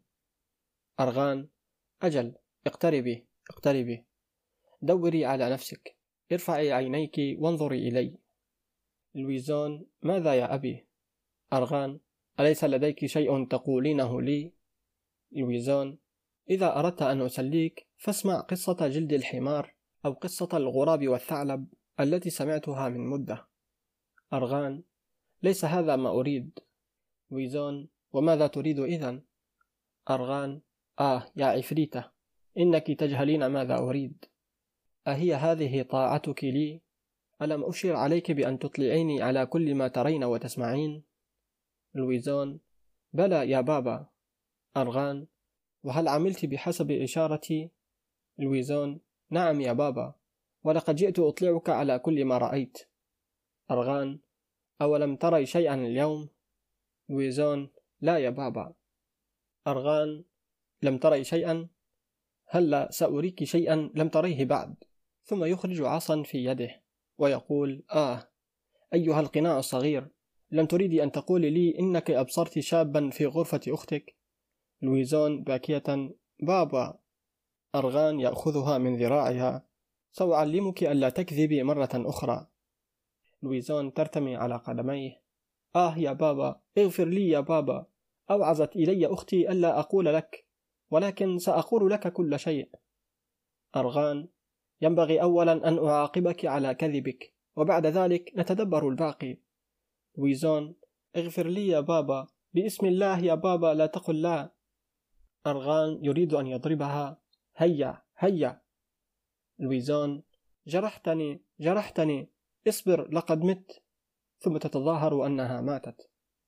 أرغان: أجل، اقتربي اقتربي، دوري على نفسك، ارفعي عينيك وانظري إلي. لويزون: ماذا يا أبي؟ أرغان: أليس لديك شيء تقولينه لي؟ لويزون: إذا أردت أن أسليك فاسمع قصة جلد الحمار أو قصة الغراب والثعلب التي سمعتها من مدة. أرغان: ليس هذا ما أريد. لويزون: وماذا تريد إذن؟ أرغان: يا عفريتة، إنك تجهلين ماذا أريد. أهي هذه طاعتك لي؟ ألم أشر عليك بأن تطلعيني على كل ما ترين وتسمعين؟ لويزون: بلى يا بابا. أرغان: وهل عملت بحسب إشارتي؟ لويزون: نعم يا بابا، ولقد جئت أطلعك على كل ما رأيت. أرغان: أولم تري شيئا اليوم؟ لويزون: لا يا بابا. أرغان: لم تري شيئا؟ هلا سأريك شيئا لم تريه بعد. ثم يخرج عصا في يده ويقول: أيها القناع الصغير، لم تريدي أن تقولي لي إنك أبصرت شابا في غرفة أختك؟ لويزون باكية: بابا. أرغان يأخذها من ذراعها: سأعلمك ألا تكذبي مرة أخرى. لويزون ترتمي على قدميه: يا بابا، اغفر لي يا بابا، أوعزت إلي أختي ألا أقول لك، ولكن سأقول لك كل شيء. أرغان: ينبغي أولا أن أعاقبك على كذبك، وبعد ذلك نتدبر الباقي. لويزون: اغفر لي يا بابا، باسم الله يا بابا، لا تقل لا. أرغان يريد أن يضربها: هيا هيا. لويزون: جرحتني جرحتني، اصبر لقد مت. ثم تتظاهر أنها ماتت.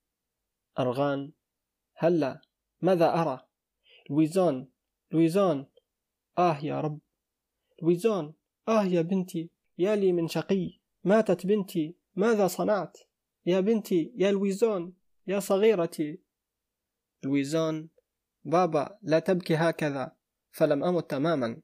أرغان: هلا، ماذا أرى؟ لويزون لويزون، يا رب. لويزون: يا بنتي، يا لي من شقي، ماتت بنتي، ماذا صنعت؟ يا بنتي، يا لويزون، يا صغيرتي. لويزون: بابا، لا تبكي هكذا، فلم أمت تماما.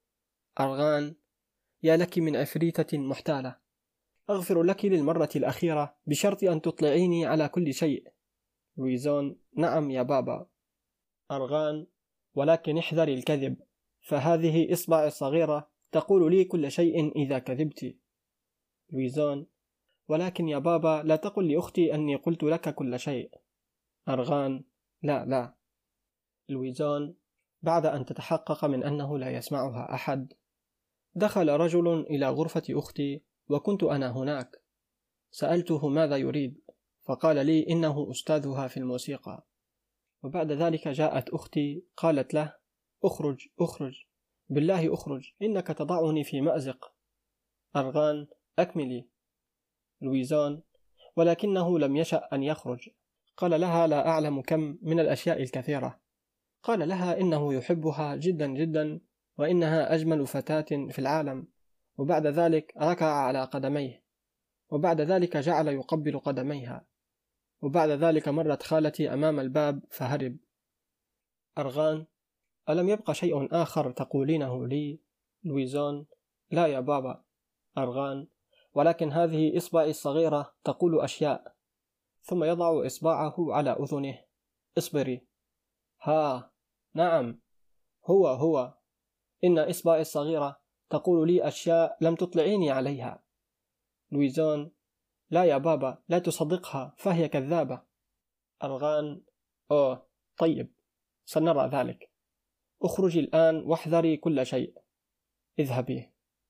أرغان: يا لك من عفريتة محتالة، أغفر لك للمرة الأخيرة بشرط أن تطلعيني على كل شيء. لويزون: نعم يا بابا. أرغان: ولكن احذري الكذب، فهذه إصبعي الصغيرة تقول لي كل شيء إذا كذبت. لويزون: ولكن يا بابا لا تقل لأختي أني قلت لك كل شيء. أرغان: لا لا. لويزون بعد أن تتحقق من أنه لا يسمعها أحد: دخل رجل إلى غرفة أختي وكنت أنا هناك. سألته ماذا يريد، فقال لي إنه أستاذها في الموسيقى. وبعد ذلك جاءت أختي قالت له: أخرج أخرج، بالله أخرج، إنك تضعني في مأزق. أرغان: أكملي. لويزون: ولكنه لم يشأ أن يخرج، قال لها: لا أعلم كم من الأشياء الكثيرة. قال لها إنه يحبها جدا جدا، وإنها أجمل فتاة في العالم. وبعد ذلك ركع على قدميه، وبعد ذلك جعل يقبل قدميها، وبعد ذلك مرت خالتي أمام الباب فهرب. أرغان: ألم يبق شيء آخر تقولينه لي؟ لويزون: لا يا بابا. أرغان: ولكن هذه إصبعي الصغيرة تقول أشياء. ثم يضع إصبعه على أذنه: اصبري. ها، نعم، هو إن إصبعي الصغيرة تقول لي أشياء لم تطلعيني عليها. لويزون: لا يا بابا، لا تصدقها، فهي كذابة. أرغان: أوه، طيب، سنرى ذلك. اخرجي الآن واحذري كل شيء. اذهبي.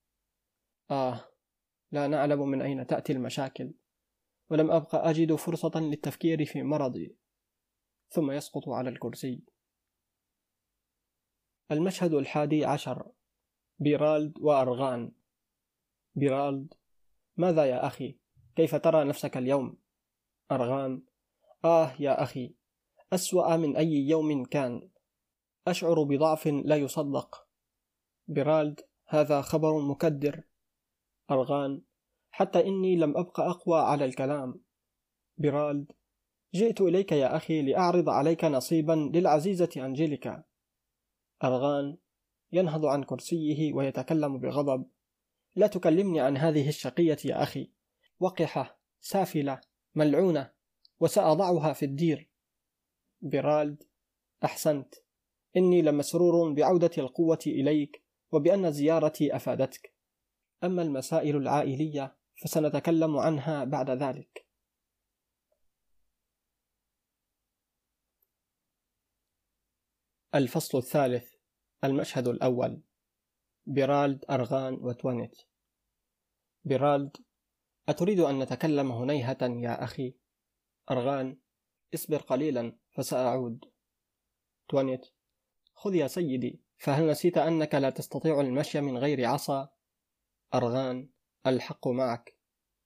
لا نعلم من أين تأتي المشاكل، ولم أبقى أجد فرصة للتفكير في مرضي. ثم يسقط على الكرسي. المشهد 11. بيرالد وأرغان. بيرالد: ماذا يا أخي؟ كيف ترى نفسك اليوم؟ أرغان: يا أخي، أسوأ من أي يوم كان. أشعر بضعف لا يصدق. بيرالد: هذا خبر مكدر. أرغان: حتى إني لم أبق أقوى على الكلام. بيرالد: جئت إليك يا أخي لأعرض عليك نصيبا للعزيزة أنجيليكا. أرغان ينهض عن كرسيه ويتكلم بغضب: لا تكلمني عن هذه الشقية يا أخي، وقحة، سافلة، ملعونة، وسأضعها في الدير. بيرالد: أحسنت، إني لمسرور بعودة القوة إليك وبأن زيارتي أفادتك. أما المسائل العائلية فسنتكلم عنها بعد ذلك. الفصل 3. المشهد الأول. بيرالد، أرغان وتوانيت. بيرالد: أتريد أن نتكلم هنيهة يا أخي؟ أرغان: اصبر قليلا فسأعود. توانيت: خذ يا سيدي، فهل نسيت أنك لا تستطيع المشي من غير عصا؟ أرغان: الحق معك.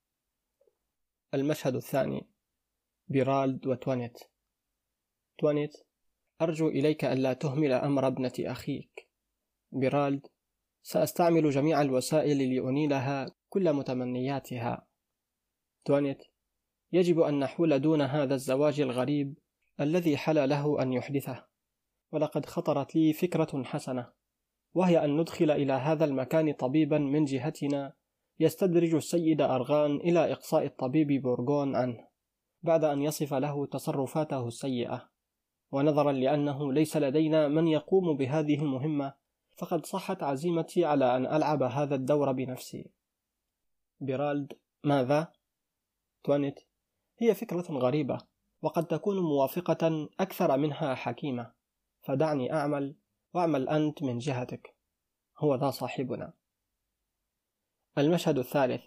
المشهد الثاني. بيرالد وتوانيت. توانيت: أرجو إليك ألا تهمل أمر ابنة أخيك. بيرالد: سأستعمل جميع الوسائل لأنيلها كل متمنياتها. توانيت: يجب أن نحول دون هذا الزواج الغريب الذي حل له أن يحدثه، ولقد خطرت لي فكرة حسنة، وهي أن ندخل إلى هذا المكان طبيبا من جهتنا يستدرج السيد أرغان إلى إقصاء الطبيب بورغون عنه بعد أن يصف له تصرفاته السيئة. ونظرا لأنه ليس لدينا من يقوم بهذه المهمة، فقد صحت عزيمتي على أن ألعب هذا الدور بنفسي. بيرالد: ماذا؟ توانيت: هي فكرة غريبة، وقد تكون موافقة أكثر منها حكيمة، فدعني أعمل واعمل أنت من جهتك. هو ذا صاحبنا. المشهد الثالث.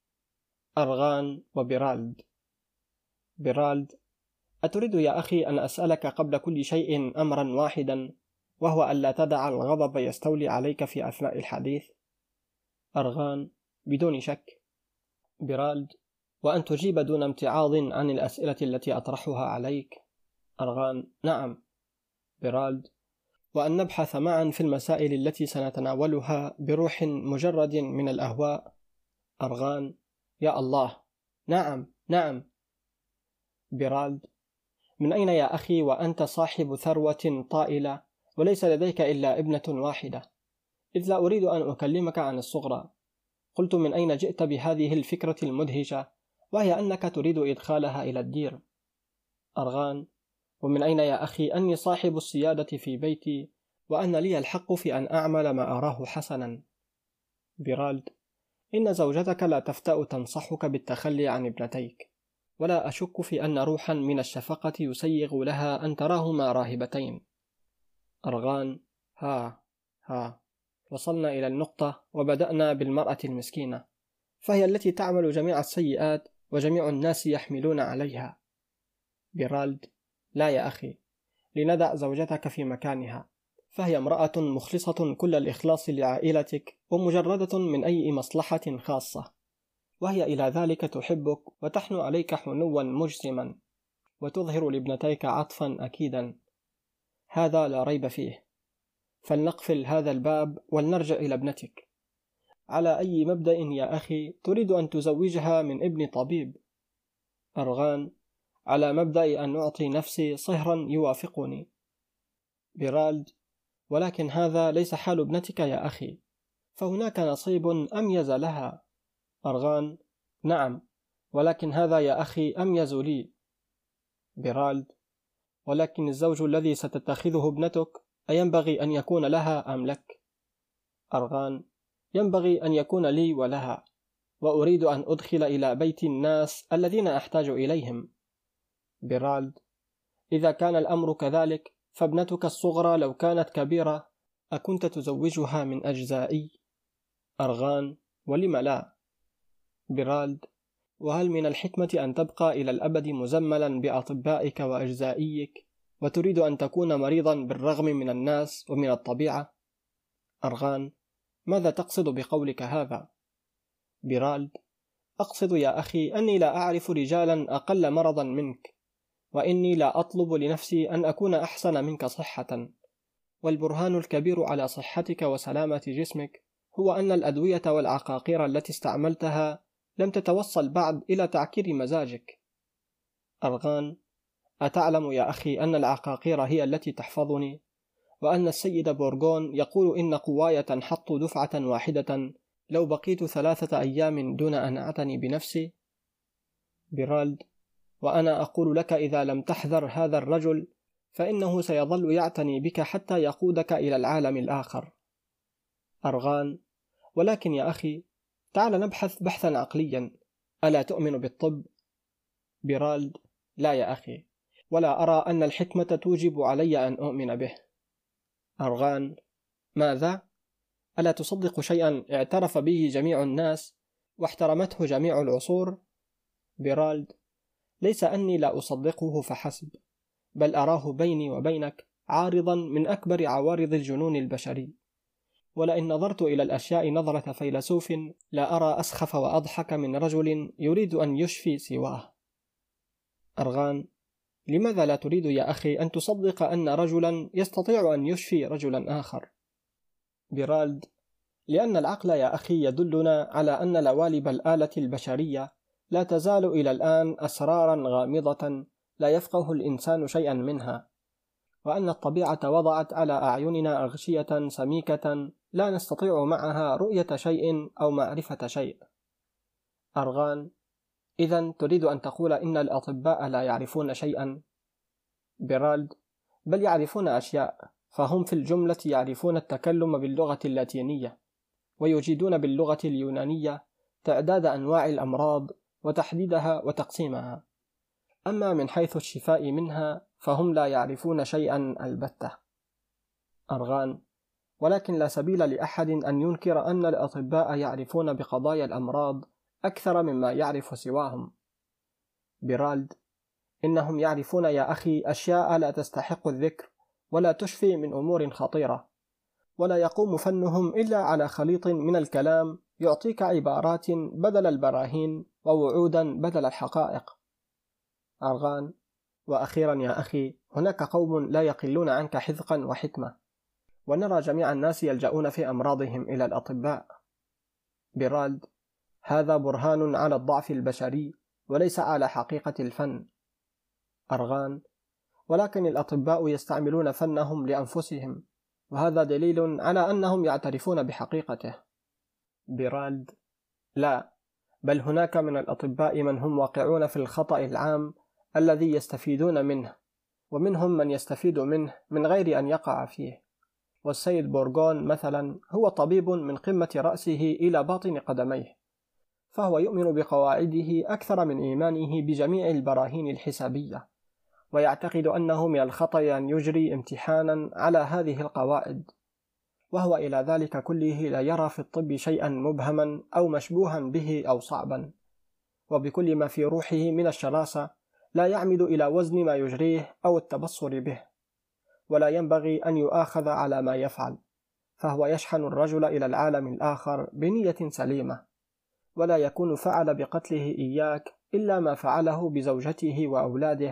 أرغان وبيرالد. بيرالد: أتريد يا أخي أن أسألك قبل كل شيء أمرا واحدا، وهو ألا تدع الغضب يستولي عليك في أثناء الحديث؟ أرغان: بدون شك. بيرالد: وأن تجيب دون امتعاض عن الأسئلة التي أطرحها عليك. أرغان: نعم. بيرالد: وأن نبحث معا في المسائل التي سنتناولها بروح مجرد من الأهواء. أرغان: يا الله، نعم نعم. بيرالد: من أين يا أخي وأنت صاحب ثروة طائلة وليس لديك إلا ابنة واحدة؟ إذ لا أريد أن أكلمك عن الصغرى. قلت من أين جئت بهذه الفكرة المدهشة، وهي أنك تريد إدخالها إلى الدير؟ أرغان: ومن أين يا أخي أني صاحب السيادة في بيتي، وأن لي الحق في أن أعمل ما أراه حسنا؟ بيرالد: إن زوجتك لا تفتأ تنصحك بالتخلي عن ابنتيك، ولا أشك في أن روحا من الشفقة يسيغ لها أن تراهما راهبتين. أرغان: ها وصلنا إلى النقطة وبدأنا بالمرأة المسكينة، فهي التي تعمل جميع السيئات وجميع الناس يحملون عليها. بيرالد: لا يا أخي، لندع زوجتك في مكانها، فهي امرأة مخلصة كل الإخلاص لعائلتك ومجردة من أي مصلحة خاصة، وهي إلى ذلك تحبك وتحنو عليك حنوا مجسما. وتظهر لابنتيك عطفا أكيدا، هذا لا ريب فيه. فلنقفل هذا الباب ولنرجع إلى ابنتك. على أي مبدأ يا أخي تريد أن تزوجها من ابن طبيب؟ أرغان: على مبدأ أن أعطي نفسي صهرا يوافقني. بيرالد: ولكن هذا ليس حال ابنتك يا أخي، فهناك نصيب أميز لها. أرغان: نعم، ولكن هذا يا أخي أميز لي. بيرالد: ولكن الزوج الذي ستتخذه ابنتك أينبغي أن يكون لها أم لك؟ أرغان: ينبغي أن يكون لي ولها، وأريد أن أدخل إلى بيتي الناس الذين أحتاج إليهم. بيرالد: إذا كان الأمر كذلك فابنتك الصغرى لو كانت كبيرة أكنت تزوجها من أجزائي؟ أرغان: ولم لا؟ بيرالد: وهل من الحكمة أن تبقى إلى الأبد مزملا بأطبائك وأجزائيك وتريد أن تكون مريضا بالرغم من الناس ومن الطبيعة؟ أرغان: ماذا تقصد بقولك هذا؟ بيرالد: أقصد يا أخي أني لا أعرف رجالا أقل مرضا منك، وإني لا أطلب لنفسي أن أكون أحسن منك صحة، والبرهان الكبير على صحتك وسلامة جسمك هو أن الأدوية والعقاقير التي استعملتها لم تتوصل بعد إلى تعكير مزاجك. أرغان: أتعلم يا أخي أن العقاقير هي التي تحفظني، وأن السيد بورغون يقول إن قواي تنحط دفعة واحدة لو بقيت 3 أيام دون أن أعتني بنفسي؟ بيرالد: وأنا أقول لك إذا لم تحذر هذا الرجل فإنه سيظل يعتني بك حتى يقودك إلى العالم الآخر. أرغان: ولكن يا أخي تعال نبحث بحثا عقليا، ألا تؤمن بالطب؟ بيرالد: لا يا أخي، ولا أرى أن الحكمة توجب علي أن أؤمن به. أرغان: ماذا؟ ألا تصدق شيئا اعترف به جميع الناس واحترمته جميع العصور؟ بيرالد: ليس أني لا أصدقه فحسب، بل أراه بيني وبينك عارضا من أكبر عوارض الجنون البشري، ولئن نظرت إلى الأشياء نظرة فيلسوف لا أرى أسخف وأضحك من رجل يريد أن يشفي سواه. أرغان: لماذا لا تريد يا أخي أن تصدق أن رجلا يستطيع أن يشفي رجلا آخر؟ بيرالد: لأن العقل يا أخي يدلنا على أن لوالب الآلة البشرية لا تزال إلى الآن أسرارا غامضة لا يفقه الإنسان شيئا منها، وأن الطبيعة وضعت على أعيننا أغشية سميكة لا نستطيع معها رؤية شيء أو معرفة شيء. أرغان: إذن تريد أن تقول إن الأطباء لا يعرفون شيئا؟ بيرالد: بل يعرفون أشياء، فهم في الجملة يعرفون التكلم باللغة اللاتينية، ويجيدون باللغة اليونانية تعداد أنواع الأمراض وتحديدها وتقسيمها، أما من حيث الشفاء منها فهم لا يعرفون شيئا البتة. أرغان: ولكن لا سبيل لأحد أن ينكر أن الأطباء يعرفون بقضايا الأمراض أكثر مما يعرف سواهم. بيرالد: إنهم يعرفون يا أخي أشياء لا تستحق الذكر ولا تشفي من أمور خطيرة، ولا يقوم فنهم إلا على خليط من الكلام يعطيك عبارات بدل البراهين ووعودا بدل الحقائق. أرغان: وأخيرا يا أخي هناك قوم لا يقلون عنك حذقا وحكمة، ونرى جميع الناس يلجؤون في أمراضهم إلى الأطباء. بيرالد: هذا برهان على الضعف البشري وليس على حقيقة الفن. أرغان: ولكن الأطباء يستعملون فنهم لأنفسهم، وهذا دليل على أنهم يعترفون بحقيقته. بيرالد: لا، بل هناك من الأطباء من هم واقعون في الخطأ العام الذي يستفيدون منه، ومنهم من يستفيد منه من غير أن يقع فيه، والسيد بورغون مثلا هو طبيب من قمة رأسه إلى باطن قدميه، فهو يؤمن بقواعده أكثر من إيمانه بجميع البراهين الحسابية، ويعتقد أنه من الخطأ أن يجري امتحانا على هذه القواعد، وهو إلى ذلك كله لا يرى في الطب شيئا مبهما أو مشبوها به أو صعبا، وبكل ما في روحه من الشراسة لا يعمد إلى وزن ما يجريه أو التبصر به، ولا ينبغي أن يؤاخذ على ما يفعل، فهو يشحن الرجل إلى العالم الآخر بنية سليمة، ولا يكون فعل بقتله إياك إلا ما فعله بزوجته وأولاده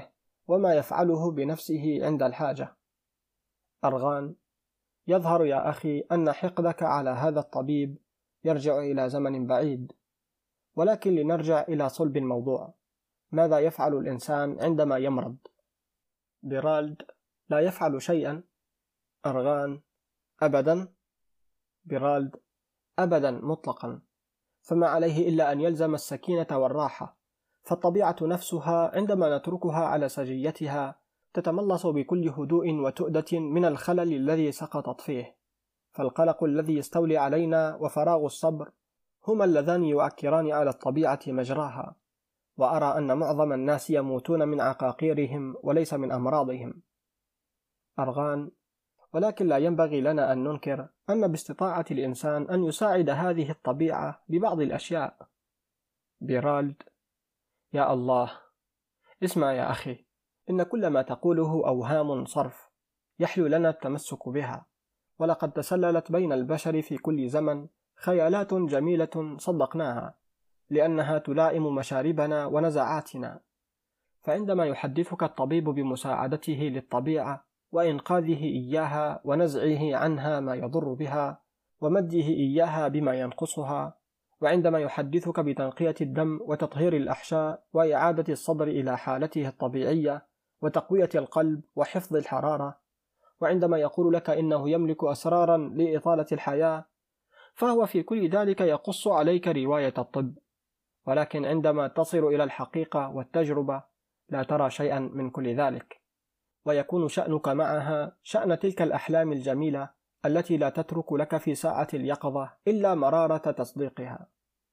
وما يفعله بنفسه عند الحاجة. أرغان: يظهر يا أخي أن حقدك على هذا الطبيب يرجع إلى زمن بعيد، ولكن لنرجع إلى صلب الموضوع. ماذا يفعل الإنسان عندما يمرض؟ بيرالد: لا يفعل شيئا. أرغان: أبدا. بيرالد: أبدا مطلقا، فما عليه إلا أن يلزم السكينة والراحة، فالطبيعة نفسها عندما نتركها على سجيتها تتملص بكل هدوء وتؤدة من الخلل الذي سقطت فيه، فالقلق الذي يستولي علينا وفراغ الصبر هما اللذان يؤكران على الطبيعة مجراها. وأرى أن معظم الناس يموتون من عقاقيرهم وليس من أمراضهم. أرغان: ولكن لا ينبغي لنا أن ننكر أن باستطاعة الإنسان أن يساعد هذه الطبيعة ببعض الأشياء. بيرالد: يا الله، اسمع يا أخي، إن كل ما تقوله أوهام صرف يحلو لنا التمسك بها، ولقد تسللت بين البشر في كل زمن خيالات جميلة صدقناها لأنها تلائم مشاربنا ونزعاتنا. فعندما يحدثك الطبيب بمساعدته للطبيعة وإنقاذه إياها ونزعه عنها ما يضر بها ومده إياها بما ينقصها، وعندما يحدثك بتنقية الدم وتطهير الأحشاء وإعادة الصدر إلى حالته الطبيعية وتقوية القلب وحفظ الحرارة، وعندما يقول لك إنه يملك أسرارا لإطالة الحياة، فهو في كل ذلك يقص عليك رواية الطب. ولكن عندما تصل إلى الحقيقة والتجربة لا ترى شيئا من كل ذلك، ويكون شأنك معها شأن تلك الأحلام الجميلة التي لا تترك لك في ساعة اليقظة إلا مرارة تصديقها.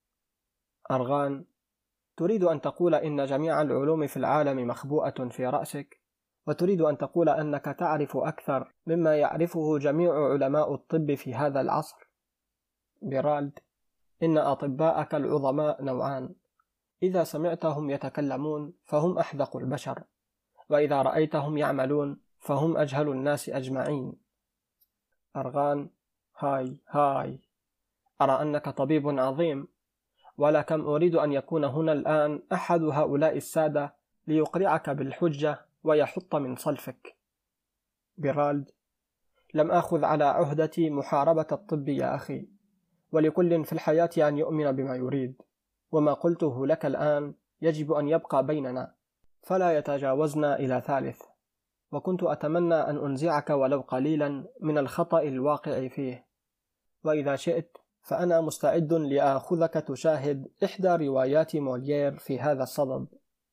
أرغان: تريد أن تقول إن جميع العلوم في العالم مخبوءة في رأسك، وتريد أن تقول أنك تعرف أكثر مما يعرفه جميع علماء الطب في هذا العصر. بيرالد: إن أطباءك العظماء نوعان: إذا سمعتهم يتكلمون فهم أحذق البشر، وإذا رأيتهم يعملون فهم أجهل الناس أجمعين. أرغان: هاي، أرى أنك طبيب عظيم، ولكم أريد أن يكون هنا الآن أحد هؤلاء السادة ليقرعك بالحجة ويحط من صلفك. بيرالد: لم أخذ على عهدتي محاربة الطب يا أخي، ولكل في الحياة أن يؤمن بما يريد، وما قلته لك الآن يجب أن يبقى بيننا، فلا يتجاوزنا إلى ثالث. وكنت أتمنى أن أنزعك ولو قليلا من الخطأ الواقع فيه، وإذا شئت فأنا مستعد لآخذك تشاهد إحدى روايات موليير في هذا الصدد.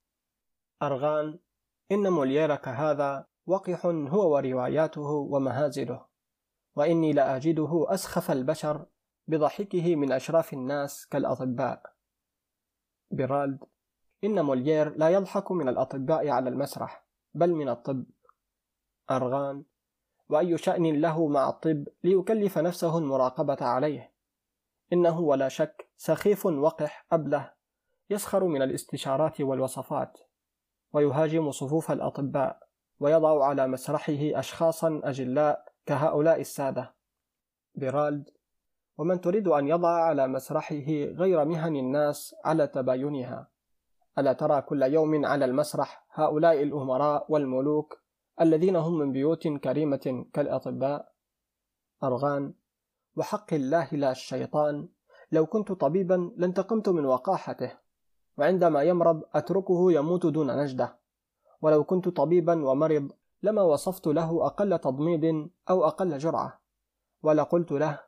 أرغان: إن مولييرك هذا وقح هو ورواياته ومهازله، وإني لأجده أسخف البشر بضحكه من أشراف الناس كالأطباء. بيرالد: إن موليير لا يضحك من الأطباء على المسرح، بل من الطب. أرغان: وأي شأن له مع الطب ليكلف نفسه المراقبة عليه؟ إنه ولا شك سخيف وقح أبله، يسخر من الاستشارات والوصفات، ويهاجم صفوف الأطباء، ويضع على مسرحه أشخاصا أجلاء كهؤلاء السادة. بيرالد: ومن تريد أن يضع على مسرحه غير مهن الناس على تباينها؟ ألا ترى كل يوم على المسرح هؤلاء الأمراء والملوك الذين هم من بيوت كريمة كالأطباء؟ أرغان: وحق الله لا الشيطان، لو كنت طبيبا لانتقمت من وقاحته، وعندما يمرض أتركه يموت دون نجدة، ولو كنت طبيبا ومرض لما وصفت له أقل تضميد أو أقل جرعة، ولا قلت له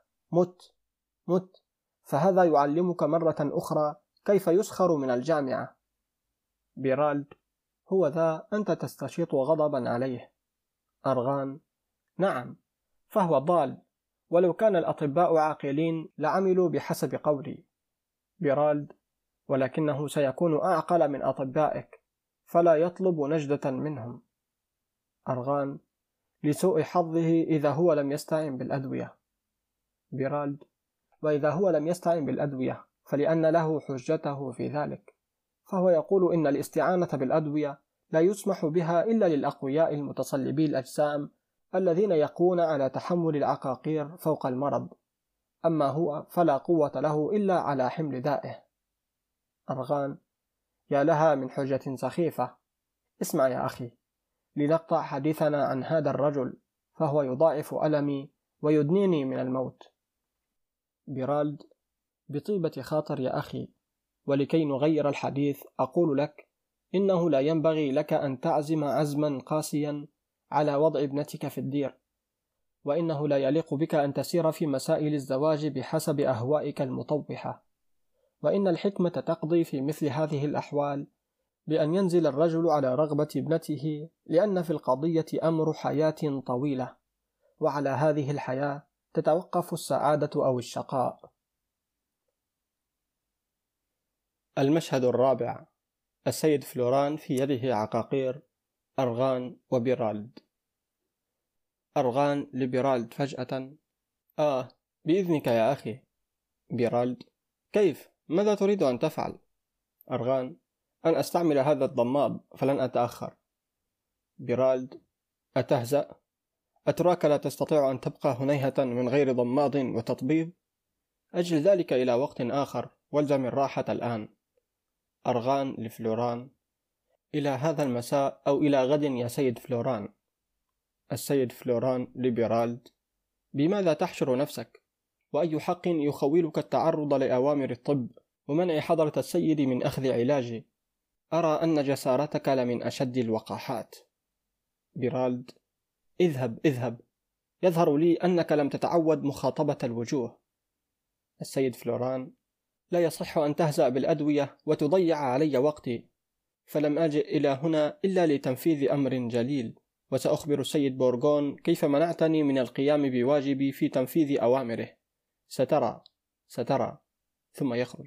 مت، فهذا يعلمك مرة أخرى كيف يسخر من الجامعة. بيرالد: هو ذا أنت تستشيط غضبا عليه. أرغان: نعم، فهو ضال، ولو كان الأطباء عاقلين لعملوا بحسب قولي. بيرالد: ولكنه سيكون أعقل من أطبائك، فلا يطلب نجدة منهم. أرغان: لسوء حظه إذا هو لم يستعن بالأدوية. بيرالد: وإذا هو لم يستعن بالأدوية فلأن له حجته في ذلك، فهو يقول إن الاستعانة بالأدوية لا يسمح بها إلا للأقوياء المتصلبي الأجسام الذين يقوون على تحمل العقاقير فوق المرض، أما هو فلا قوة له إلا على حمل دائه. أرغان: يا لها من حجة سخيفة. اسمع يا أخي، لنقطع حديثنا عن هذا الرجل، فهو يضاعف ألمي ويدنيني من الموت. بيرالد: بطيبة خاطر يا أخي، ولكي نغير الحديث أقول لك إنه لا ينبغي لك أن تعزم عزما قاسيا على وضع ابنتك في الدير، وإنه لا يليق بك أن تسير في مسائل الزواج بحسب أهوائك المطوحة، وإن الحكمة تقضي في مثل هذه الأحوال بأن ينزل الرجل على رغبة ابنته، لأن في القضية أمر حياة طويلة، وعلى هذه الحياة تتوقف السعادة أو الشقاء. المشهد الرابع: السيد فلوران في يده عقاقير أرغان وبيرالد. أرغان لبيرالد فجأة: بإذنك يا أخي. بيرالد: كيف؟ ماذا تريد أن تفعل؟ أرغان: أن أستعمل هذا الضماد، فلن أتأخر. بيرالد: أتهزأ؟ أتراك لا تستطيع أن تبقى هنيهة من غير ضماد وتطبيب؟ أجل ذلك إلى وقت آخر، والزم الراحة الآن. أرغان لفلوران: إلى هذا المساء أو إلى غد يا سيد فلوران. السيد فلوران لبيرالد: بماذا تحشر نفسك؟ وأي حق يخولك التعرض لأوامر الطب ومنع حضرة السيد من أخذ علاجي؟ أرى أن جسارتك لمن أشد الوقاحات. بيرالد: اذهب اذهب، يظهر لي أنك لم تتعود مخاطبة الوجوه. السيد فلوران: لا يصح أن تهزأ بالأدوية وتضيع علي وقتي، فلم أجئ إلى هنا إلا لتنفيذ أمر جليل، وسأخبر السيد بورغون كيف منعتني من القيام بواجبي في تنفيذ أوامره. سترى. ثم يخرج.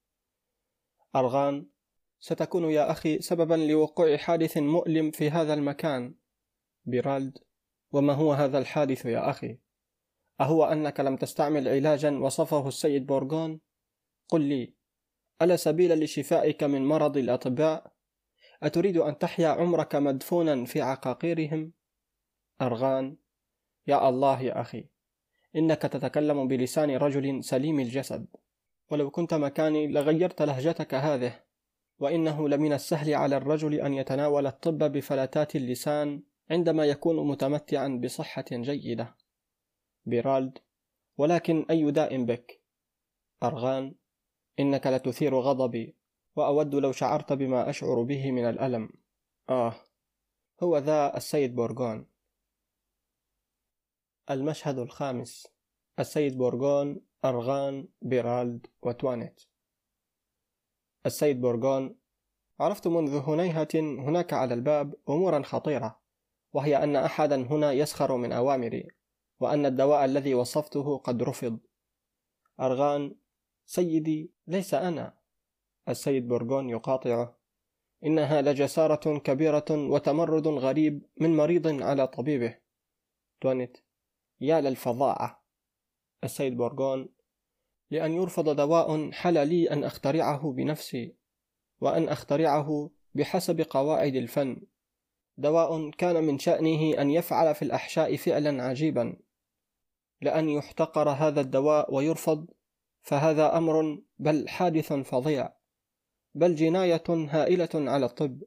أرغان: ستكون يا أخي سببا لوقوع حادث مؤلم في هذا المكان. بيرالد: وما هو هذا الحادث يا أخي؟ أهو أنك لم تستعمل علاجا وصفه السيد بورغون؟ قل لي، ألا سبيل لشفائك من مرض الأطباء؟ أتريد أن تحيا عمرك مدفونا في عقاقيرهم؟ أرغان: يا الله يا أخي، إنك تتكلم بلسان رجل سليم الجسد، ولو كنت مكاني لغيرت لهجتك هذه، وإنه لمن السهل على الرجل أن يتناول الطب بفلتات اللسان عندما يكون متمتعا بصحة جيدة. بيرالد: ولكن أي داء بك؟ أرغان: إنك لتثير غضبي، وأود لو شعرت بما أشعر به من الألم. هو ذا السيد بورغون. المشهد الخامس: السيد بورغون، أرغان، بيرالد وتوانيت. السيد بورغون: عرفت منذ هنيهة هناك على الباب أمورا خطيرة، وهي أن أحدا هنا يسخر من أوامري، وأن الدواء الذي وصفته قد رفض. أرغان: سيدي، ليس أنا. السيد بورغون يقاطعه: إنها لجسارة كبيرة وتمرد غريب من مريض على طبيبه. توانيت: يا للفظاعة. السيد بورغون: لأن يرفض دواء حل لي أن أخترعه بنفسي، وأن أخترعه بحسب قواعد الفن، دواء كان من شأنه أن يفعل في الأحشاء فعلا عجيبا. لأن يحتقر هذا الدواء ويرفض، فهذا أمر بل حادث فظيع، بل جناية هائلة على الطب،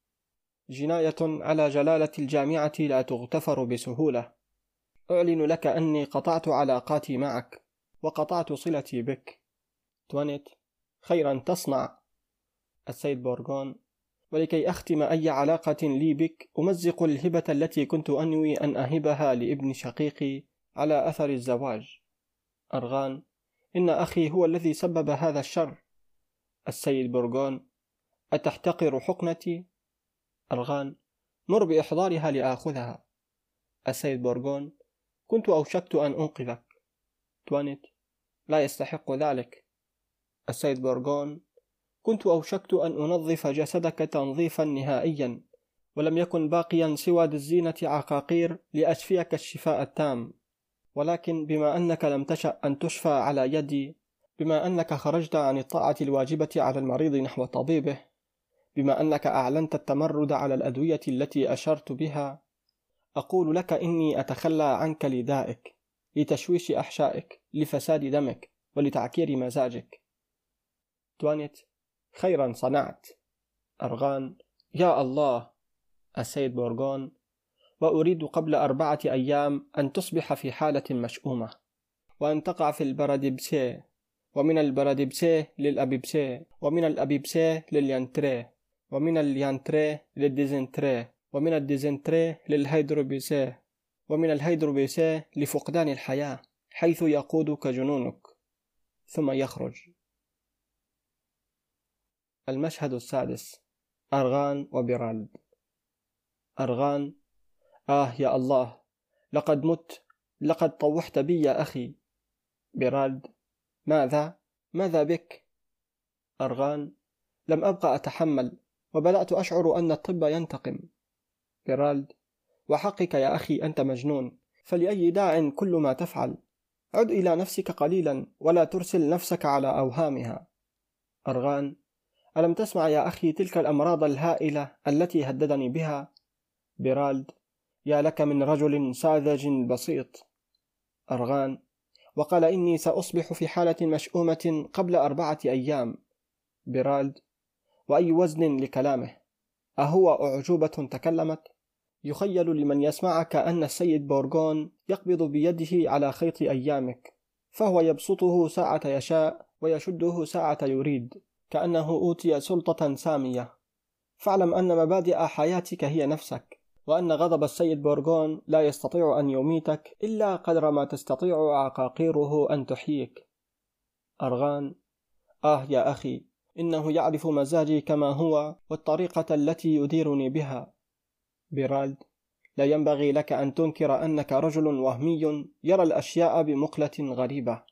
جناية على جلالة الجامعة لا تغتفر بسهولة. أعلن لك أني قطعت علاقاتي معك، وقطعت صلتي بك. توانيت: خيرا تصنع. السيد بورغون: ولكي أختم أي علاقة لي بك أمزق الهبة التي كنت أنوي أن أهبها لابن شقيقي على أثر الزواج. أرغان: إن أخي هو الذي سبب هذا الشر. السيد بورغون: أتحتقر حقنتي؟ أرغان: مر بإحضارها لآخذها. السيد بورغون: كنت أوشكت أن أنقذك. توانيت: لا يستحق ذلك. السيد بورغون: كنت أوشكت أن أنظف جسدك تنظيفا نهائيا، ولم يكن باقيا سوى الزينة عقاقير لأشفيك الشفاء التام، ولكن بما أنك لم تشأ أن تشفى على يدي، بما أنك خرجت عن الطاعة الواجبة على المريض نحو طبيبه، بما أنك أعلنت التمرد على الأدوية التي أشرت بها، أقول لك إني أتخلى عنك لدائك، لتشويش أحشائك، لفساد دمك، ولتعكير مزاجك. توانيت: خيرا صنعت. أرغان: يا الله. السيد بورغون: وأريد قبل 4 أيام أن تصبح في حالة مشؤومة، وأن تقع في البراديبسي، ومن البراديبسي للأبيبسي، ومن الأبيبسي لليانتري، ومن اليانتري للديزنتري، ومن الديزنتري للهيدروبيسي، ومن الهيدروبيسي لفقدان الحياة حيث يقودك جنونك، ثم يخرج. المشهد السادس: أرغان وبيرالد. أرغان: يا الله، لقد مت، لقد طوحت بي يا أخي. بيرالد: ماذا بك؟ أرغان: لم أبقى أتحمل، وبدأت أشعر أن الطب ينتقم. بيرالد: وحقك يا أخي، أنت مجنون، فلأي داع كل ما تفعل؟ عد إلى نفسك قليلا، ولا ترسل نفسك على أوهامها. أرغان: ألم تسمع يا أخي تلك الأمراض الهائلة التي هددني بها؟ بيرالد: يا لك من رجل ساذج بسيط. أرغان: وقال إني سأصبح في حالة مشؤومة قبل 4 أيام. بيرالد: وأي وزن لكلامه؟ أهو أعجوبة تكلمت؟ يخيل لمن يسمعك أن السيد بورغون يقبض بيده على خيط أيامك، فهو يبسطه ساعة يشاء ويشده ساعة يريد، كأنه أوتي سلطة سامية. فاعلم أن مبادئ حياتك هي نفسك، وأن غضب السيد بورغون لا يستطيع أن يميتك إلا قدر ما تستطيع عقاقيره أن تحييك. أرغان: يا أخي، إنه يعرف مزاجي كما هو والطريقة التي يديرني بها. بيرالد: لا ينبغي لك أن تنكر أنك رجل وهمي يرى الأشياء بمقلة غريبة.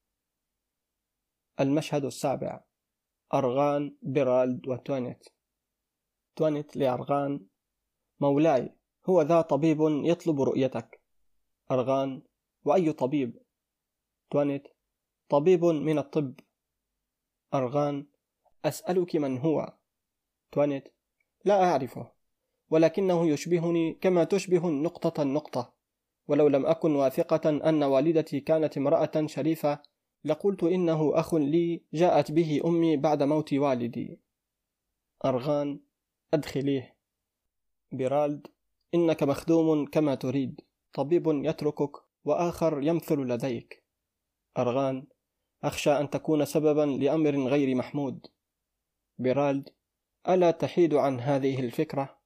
المشهد السابع: أرغان، بيرالد وتوانيت. توانيت لأرغان: مولاي، هو ذا طبيب يطلب رؤيتك. أرغان: وأي طبيب؟ توانيت: طبيب من الطب. أرغان: أسألك من هو؟ توانيت: لا أعرفه، ولكنه يشبهني كما تشبه النقطة، ولو لم أكن واثقة أن والدتي كانت امرأة شريفة لقلت إنه أخ لي جاءت به أمي بعد موت والدي. أرغان: أدخليه. بيرالد: إنك مخدوم كما تريد، طبيب يتركك وآخر يمثل لديك. أرغان: أخشى أن تكون سببا لأمر غير محمود. بيرالد: ألا تحيد عن هذه الفكرة؟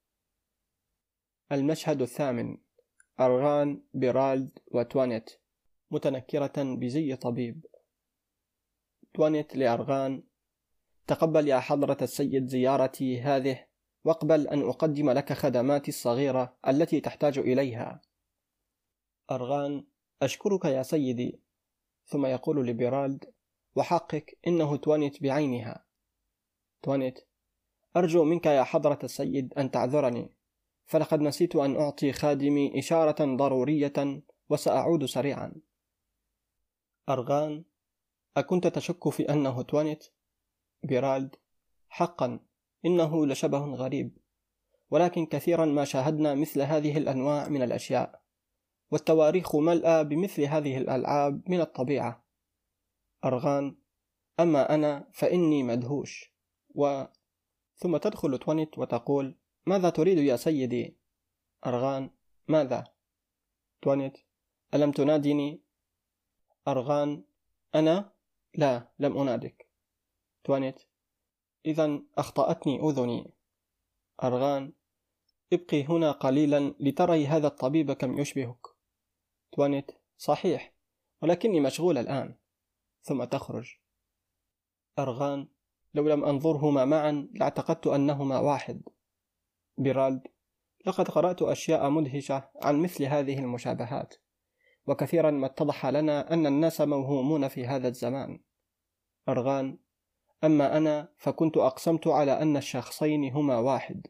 المشهد الثامن: أرغان، بيرالد وتوانيت متنكرة بزي طبيب. توانيت لأرغان: تقبل يا حضرة السيد زيارتي هذه، واقبل أن أقدم لك خدماتي الصغيرة التي تحتاج إليها. أرغان: أشكرك يا سيدي. ثم يقول لبيرالد: وحقك، إنه توانيت بعينها. توانيت: أرجو منك يا حضرة السيد أن تعذرني، فلقد نسيت أن أعطي خادمي إشارة ضرورية، وسأعود سريعا. أرغان: أكنت تشك في أنه توانيت؟ بيرالد: حقا، إنه لشبه غريب، ولكن كثيرا ما شاهدنا مثل هذه الأنواع من الأشياء، والتواريخ ملأى بمثل هذه الألعاب من الطبيعة. أرغان: أما أنا فإني مدهوش. ثم تدخل توانيت وتقول: ماذا تريد يا سيدي؟ أرغان: ماذا؟ توانيت: ألم تنادني؟ أرغان: أنا؟ لا، لم أنادك. توانيت: إذن أخطأتني أذني. أرغان: ابقي هنا قليلا لتري هذا الطبيب كم يشبهك. توانيت: صحيح، ولكني مشغول الآن. ثم تخرج. أرغان: لو لم أنظرهما معا لاعتقدت أنهما واحد. بيرالد: لقد قرأت أشياء مدهشة عن مثل هذه المشابهات، وكثيرا ما اتضح لنا أن الناس موهومون في هذا الزمان. أرغان: أما أنا فكنت أقسمت على أن الشخصين هما واحد.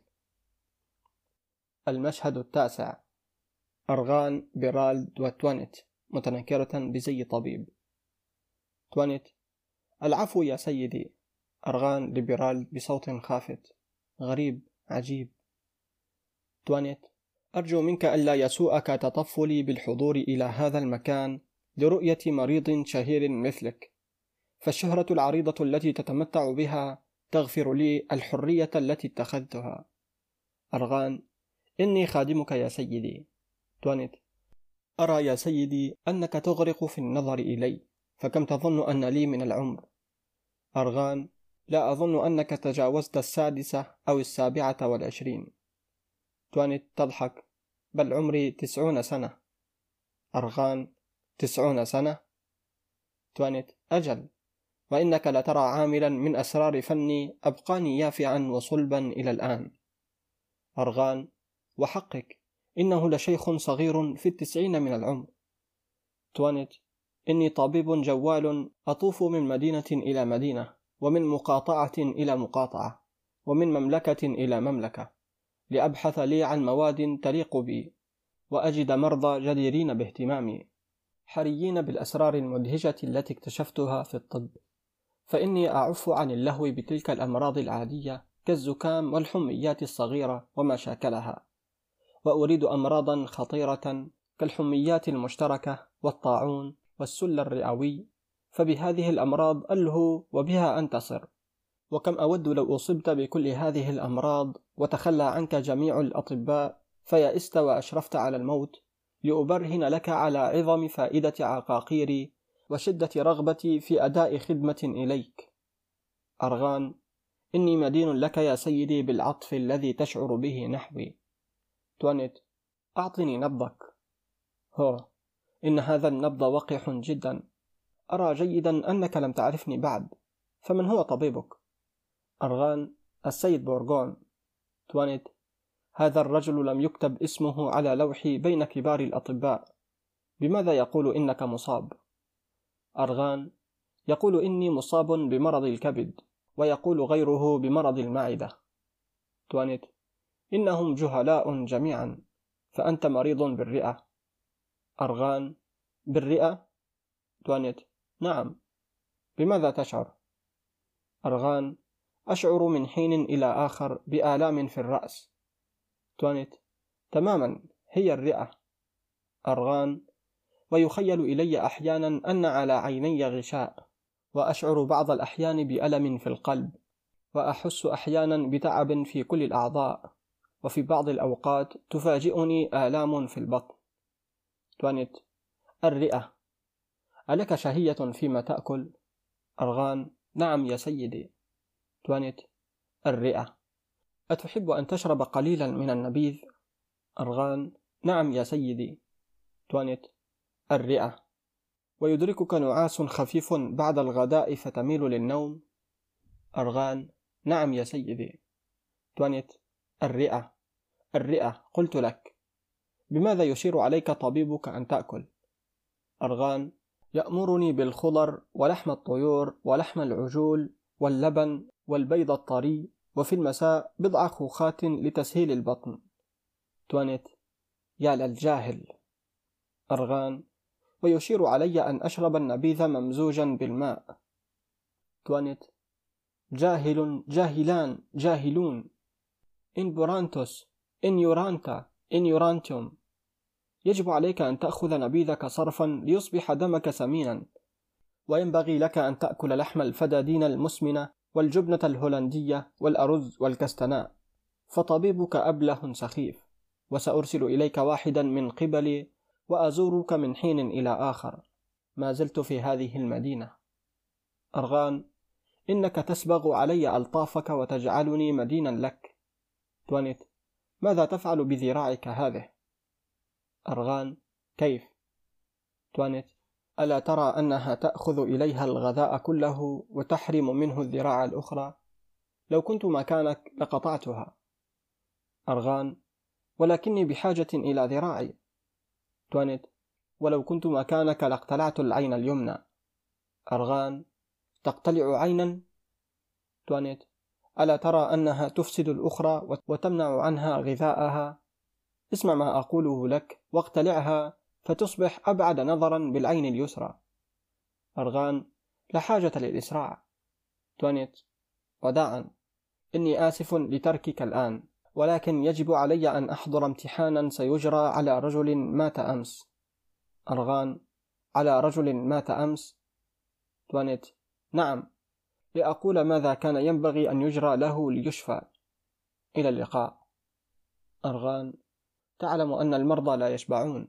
المشهد التاسع: أرغان، بيرالد وتوانيت متنكرة بزي طبيب. توانيت: العفو يا سيدي. أرغان لبيرالد بصوت خافت: غريب، عجيب. توانيت: أرجو منك ألا يسوءك تطفلي بالحضور إلى هذا المكان لرؤية مريض شهير مثلك، فالشهرة العريضة التي تتمتع بها تغفر لي الحرية التي اتخذتها. أرغان: إني خادمك يا سيدي. توانيت: أرى يا سيدي أنك تغرق في النظر إلي، فكم تظن أن لي من العمر؟ أرغان: لا أظن أنك تجاوزت 6 أو 27. توانيت تضحك: بل عمري 90 سنة. أرغان: 90 سنة؟ توانيت: أجل، وإنك لترى عاملا من أسرار فني أبقاني يافعا وصلبا إلى الآن. أرغان: وحقك، إنه لشيخ صغير في 90 من العمر. توانيت: إني طبيب جوال أطوف من مدينة إلى مدينة، ومن مقاطعة إلى مقاطعة، ومن مملكة إلى مملكة، لأبحث لي عن مواد تليق بي، وأجد مرضى جديرين باهتمامي، حريين بالأسرار المدهشة التي اكتشفتها في الطب، فإني أعف عن اللهو بتلك الأمراض العادية كالزكام والحميات الصغيرة وما شاكلها، وأريد أمراضا خطيرة كالحميات المشتركة والطاعون والسل الرئوي، فبهذه الأمراض ألهو وبها أنتصر. وكم أود لو أصبت بكل هذه الأمراض وتخلى عنك جميع الأطباء فيئست وأشرفت على الموت، لأبرهن لك على عظم فائدة عقاقيري وشدة رغبتي في أداء خدمة إليك. أرغان: إني مدين لك يا سيدي بالعطف الذي تشعر به نحوي. توانيت: أعطني نبضك. هو، إن هذا النبض وقح جدا. أرى جيدا أنك لم تعرفني بعد، فمن هو طبيبك؟ أرغان: السيد بورغون. توانيت: هذا الرجل لم يكتب اسمه على لوحي بين كبار الأطباء، بماذا يقول إنك مصاب؟ أرغان: يقول إني مصاب بمرض الكبد، ويقول غيره بمرض المعدة. توانيت: إنهم جهلاء جميعا، فأنت مريض بالرئة. أرغان: بالرئة؟ توانيت: نعم. بماذا تشعر؟ أرغان: أشعر من حين إلى آخر بآلام في الرأس. توانيت: تماما، هي الرئة. أرغان: ويخيل إلي أحيانا أن على عيني غشاء، وأشعر بعض الأحيان بألم في القلب، وأحس أحيانا بتعب في كل الأعضاء، وفي بعض الأوقات تفاجئني آلام في البطن. توانيت: الرئة. ألك شهية فيما تأكل؟ أرغان: نعم يا سيدي. توانيت: الرئة. أتحب أن تشرب قليلا من النبيذ؟ أرغان: نعم يا سيدي. توانيت: الرئة. ويدركك نعاس خفيف بعد الغداء فتميل للنوم؟ أرغان: نعم يا سيدي. توانيت: الرئة. الرئة، قلت لك. بماذا يشير عليك طبيبك أن تأكل؟ أرغان: يأمرني بالخضر ولحم الطيور ولحم العجول واللبن والبيض الطري، وفي المساء بضع خوخات لتسهيل البطن. توانيت: يا للجاهل. أرغان: ويشير علي أن أشرب النبيذ ممزوجا بالماء. توانيت: جاهل، جاهلان، جاهلون. إن بورانتوس، إن يورانتا، إن يورانتيوم. يجب عليك أن تأخذ نبيذك صرفا ليصبح دمك سمينا، وينبغي لك أن تأكل لحم الفدادين المسمنة والجبنة الهولندية والأرز والكستناء، فطبيبك أبله سخيف، وسأرسل إليك واحدا من قبلي وأزورك من حين إلى آخر، ما زلت في هذه المدينة. أرغان: إنك تسبغ علي ألطافك وتجعلني مدينا لك. توانيت: ماذا تفعل بذراعك هذه؟ أرغان: كيف؟ توانيت: ألا ترى أنها تأخذ إليها الغذاء كله وتحرم منه الذراع الأخرى؟ لو كنت مكانك لقطعتها. أرغان: ولكني بحاجة إلى ذراعي. توانيت: ولو كنت مكانك لاقتلعت العين اليمنى. أرغان: تقتلع عينا؟ توانيت: ألا ترى أنها تفسد الأخرى وتمنع عنها غذاءها؟ اسمع ما أقوله لك واقتلعها فتصبح أبعد نظرا بالعين اليسرى. أرغان: لا حاجة للإسراع. توانيت: وداعا، إني آسف لتركك الآن، ولكن يجب علي أن أحضر امتحانا سيجرى على رجل مات أمس. أرغان: على رجل مات أمس؟ توانيت: نعم، لأقول ماذا كان ينبغي أن يجرى له ليشفى. إلى اللقاء. أرغان: تعلم أن المرضى لا يشبعون.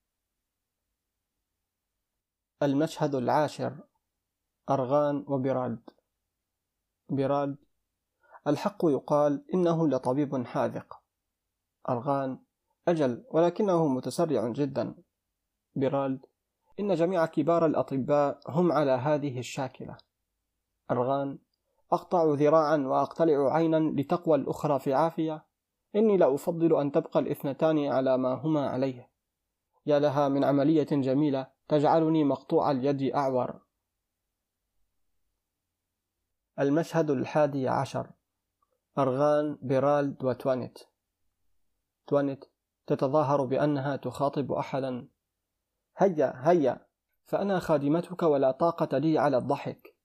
المشهد 10: أرغان وبيرالد. بيرالد: الحق يقال إنه لطبيب حاذق. أرغان: أجل، ولكنه متسرع جدا. بيرالد: إن جميع كبار الأطباء هم على هذه الشاكلة. أرغان: أقطع ذراعا وأقتلع عينا لتقوى الأخرى في عافية. إني لا أفضل أن تبقى الاثنتان على ما هما عليه. يا لها من عملية جميلة تجعلني مقطوع اليد أعور. المشهد 11: أرغان، بيرالد وتوانيت. توانيت تتظاهر بأنها تخاطب أحدا: هيا هيا، فأنا خادمتك ولا طاقة لي على الضحك.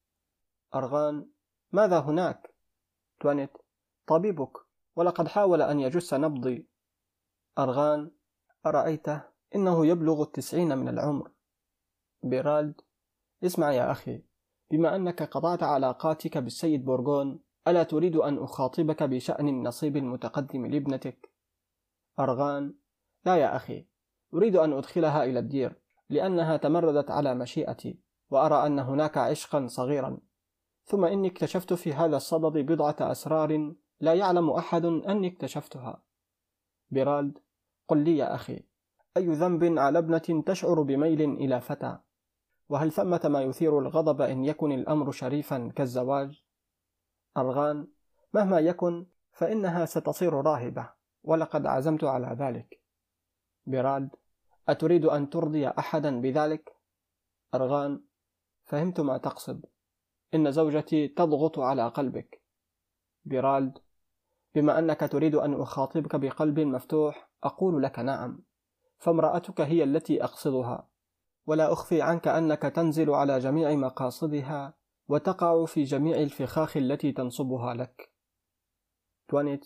أرغان: ماذا هناك؟ توانيت: طبيبك، ولقد حاول أن يجس نبضي. أرغان: أرأيته؟ إنه يبلغ 90 من العمر. بيرالد: اسمع يا أخي، بما أنك قطعت علاقاتك بالسيد بورغون، ألا تريد أن أخاطبك بشأن النصيب المتقدم لابنتك؟ أرغان: لا يا أخي، أريد أن أدخلها إلى الدير، لأنها تمردت على مشيئتي، وأرى أن هناك عشقا صغيرا. ثم إني اكتشفت في هذا الصدد بضعة أسرار لا يعلم أحد أني اكتشفتها. بيرالد: قل لي يا أخي، أي ذنب على ابنة تشعر بميل إلى فتى؟ وهل ثمة ما يثير الغضب إن يكن الأمر شريفا كالزواج؟ أرغان: مهما يكن فإنها ستصير راهبة، ولقد عزمت على ذلك. بيرالد: أتريد أن ترضي أحدا بذلك؟ أرغان: فهمت ما تقصد، إن زوجتي تضغط على قلبك. بيرالد: بما أنك تريد أن أخاطبك بقلب مفتوح، أقول لك نعم، فامرأتك هي التي أقصدها، ولا أخفي عنك أنك تنزل على جميع مقاصدها وتقع في جميع الفخاخ التي تنصبها لك. توانيت: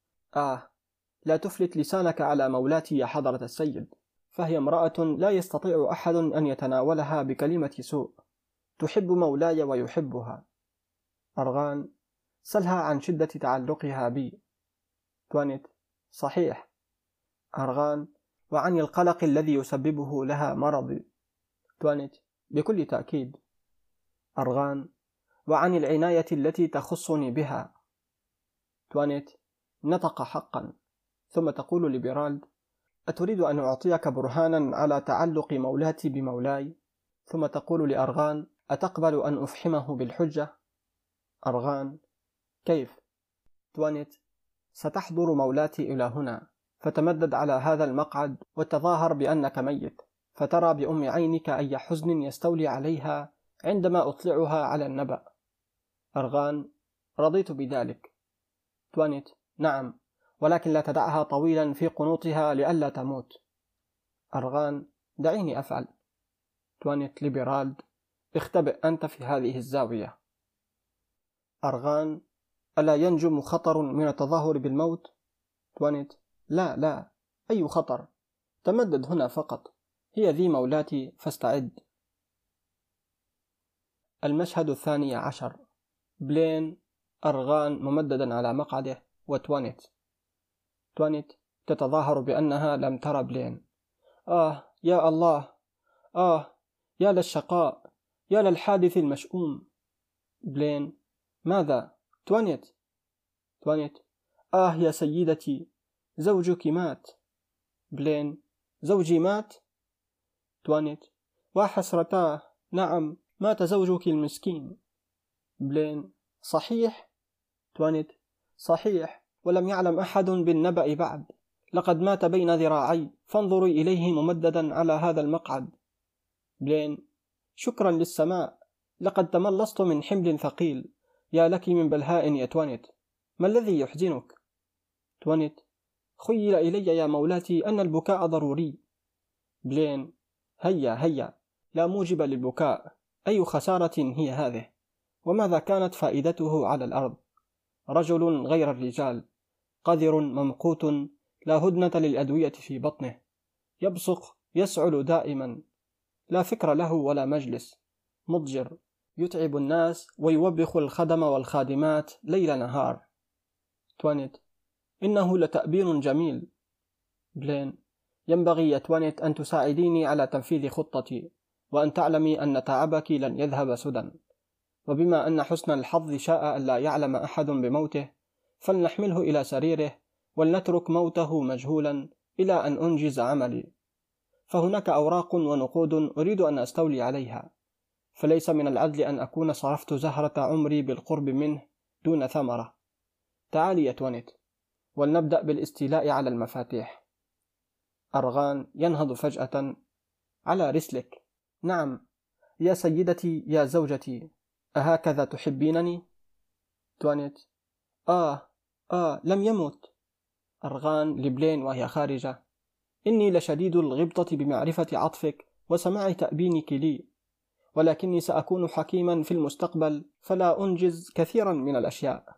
لا تفلت لسانك على مولاتي يا حضرة السيد، فهي امرأة لا يستطيع أحد أن يتناولها بكلمة سوء، تحب مولاي ويحبها. أرغان: سلها عن شدة تعلقها بي. توانيت: صحيح. أرغان: وعن القلق الذي يسببه لها مرضي. توانيت: بكل تأكيد. أرغان: وعن العناية التي تخصني بها. توانيت: نطق حقا. ثم تقول لبيرالد: أتريد أن أعطيك برهانا على تعلق مولاتي بمولاي؟ ثم تقول لأرغان: أتقبل أن أفحمه بالحجة؟ أرغان: كيف؟ توانيت: ستحضر مولاتي إلى هنا، فتمدد على هذا المقعد وتظاهر بأنك ميت، فترى بأم عينك أي حزن يستولي عليها عندما أطلعها على النبأ. أرغان: رضيت بذلك. توانيت: نعم، ولكن لا تدعها طويلا في قنوطها لئلا تموت. أرغان: دعيني أفعل. توانيت لبيرالد: اختبئ أنت في هذه الزاوية. أرغان: ألا ينجم خطر من التظاهر بالموت؟ توانيت: لا لا، أي خطر؟ تمدد هنا فقط، هي ذي مولاتي، فاستعد. المشهد 12: بلين، أرغان ممددا على مقعده، وتوانيت. توانيت تتظاهر بأنها لم ترى بلين. يا الله، يا للشقاء، يا للحادث المشؤوم. بلين: ماذا؟ توانيت. توانيت: يا سيدتي، زوجك مات. بلين: زوجي مات؟ توانيت: وحسرتاه، نعم، مات زوجك المسكين. بلين: صحيح؟ توانيت: صحيح، ولم يعلم أحد بالنبأ بعد، لقد مات بين ذراعي، فانظري إليه ممددا على هذا المقعد. بلين: شكرا للسماء، لقد تملصت من حمل ثقيل، يا لك من بلهاء يا توانيت، ما الذي يحزنك؟ توانيت: خيل إلي يا مولاتي أن البكاء ضروري. بلين: هيا هيا، لا موجب للبكاء، أي خسارة هي هذه؟ وماذا كانت فائدته على الأرض؟ رجل غير الرجال، قذر ممقوت، لا هدنة للأدوية في بطنه، يبصق يسعل دائما، لا فكر له ولا مجلس، مضجر، يتعب الناس ويوبخ الخدم والخادمات ليل نهار. توانيت: إنه لتأبير جميل. بلين: ينبغي يا توانيت أن تساعديني على تنفيذ خطتي، وأن تعلمي أن تعبك لن يذهب سدى، وبما أن حسن الحظ شاء ألا يعلم أحد بموته، فلنحمله إلى سريره ولنترك موته مجهولا إلى أن أنجز عملي، فهناك أوراق ونقود أريد أن أستولي عليها، فليس من العدل أن أكون صرفت زهرة عمري بالقرب منه دون ثمرة. تعالي يا توانيت، ولنبدأ بالاستيلاء على المفاتيح. أرغان ينهض فجأة: على رسلك. نعم يا سيدتي يا زوجتي، أهكذا تحبينني؟ توانيت: لم يمت. أرغان لبلين وهي خارجة: إني لشديد الغبطة بمعرفة عطفك وسماع تأبينك لي، ولكني سأكون حكيما في المستقبل فلا أنجز كثيرا من الأشياء.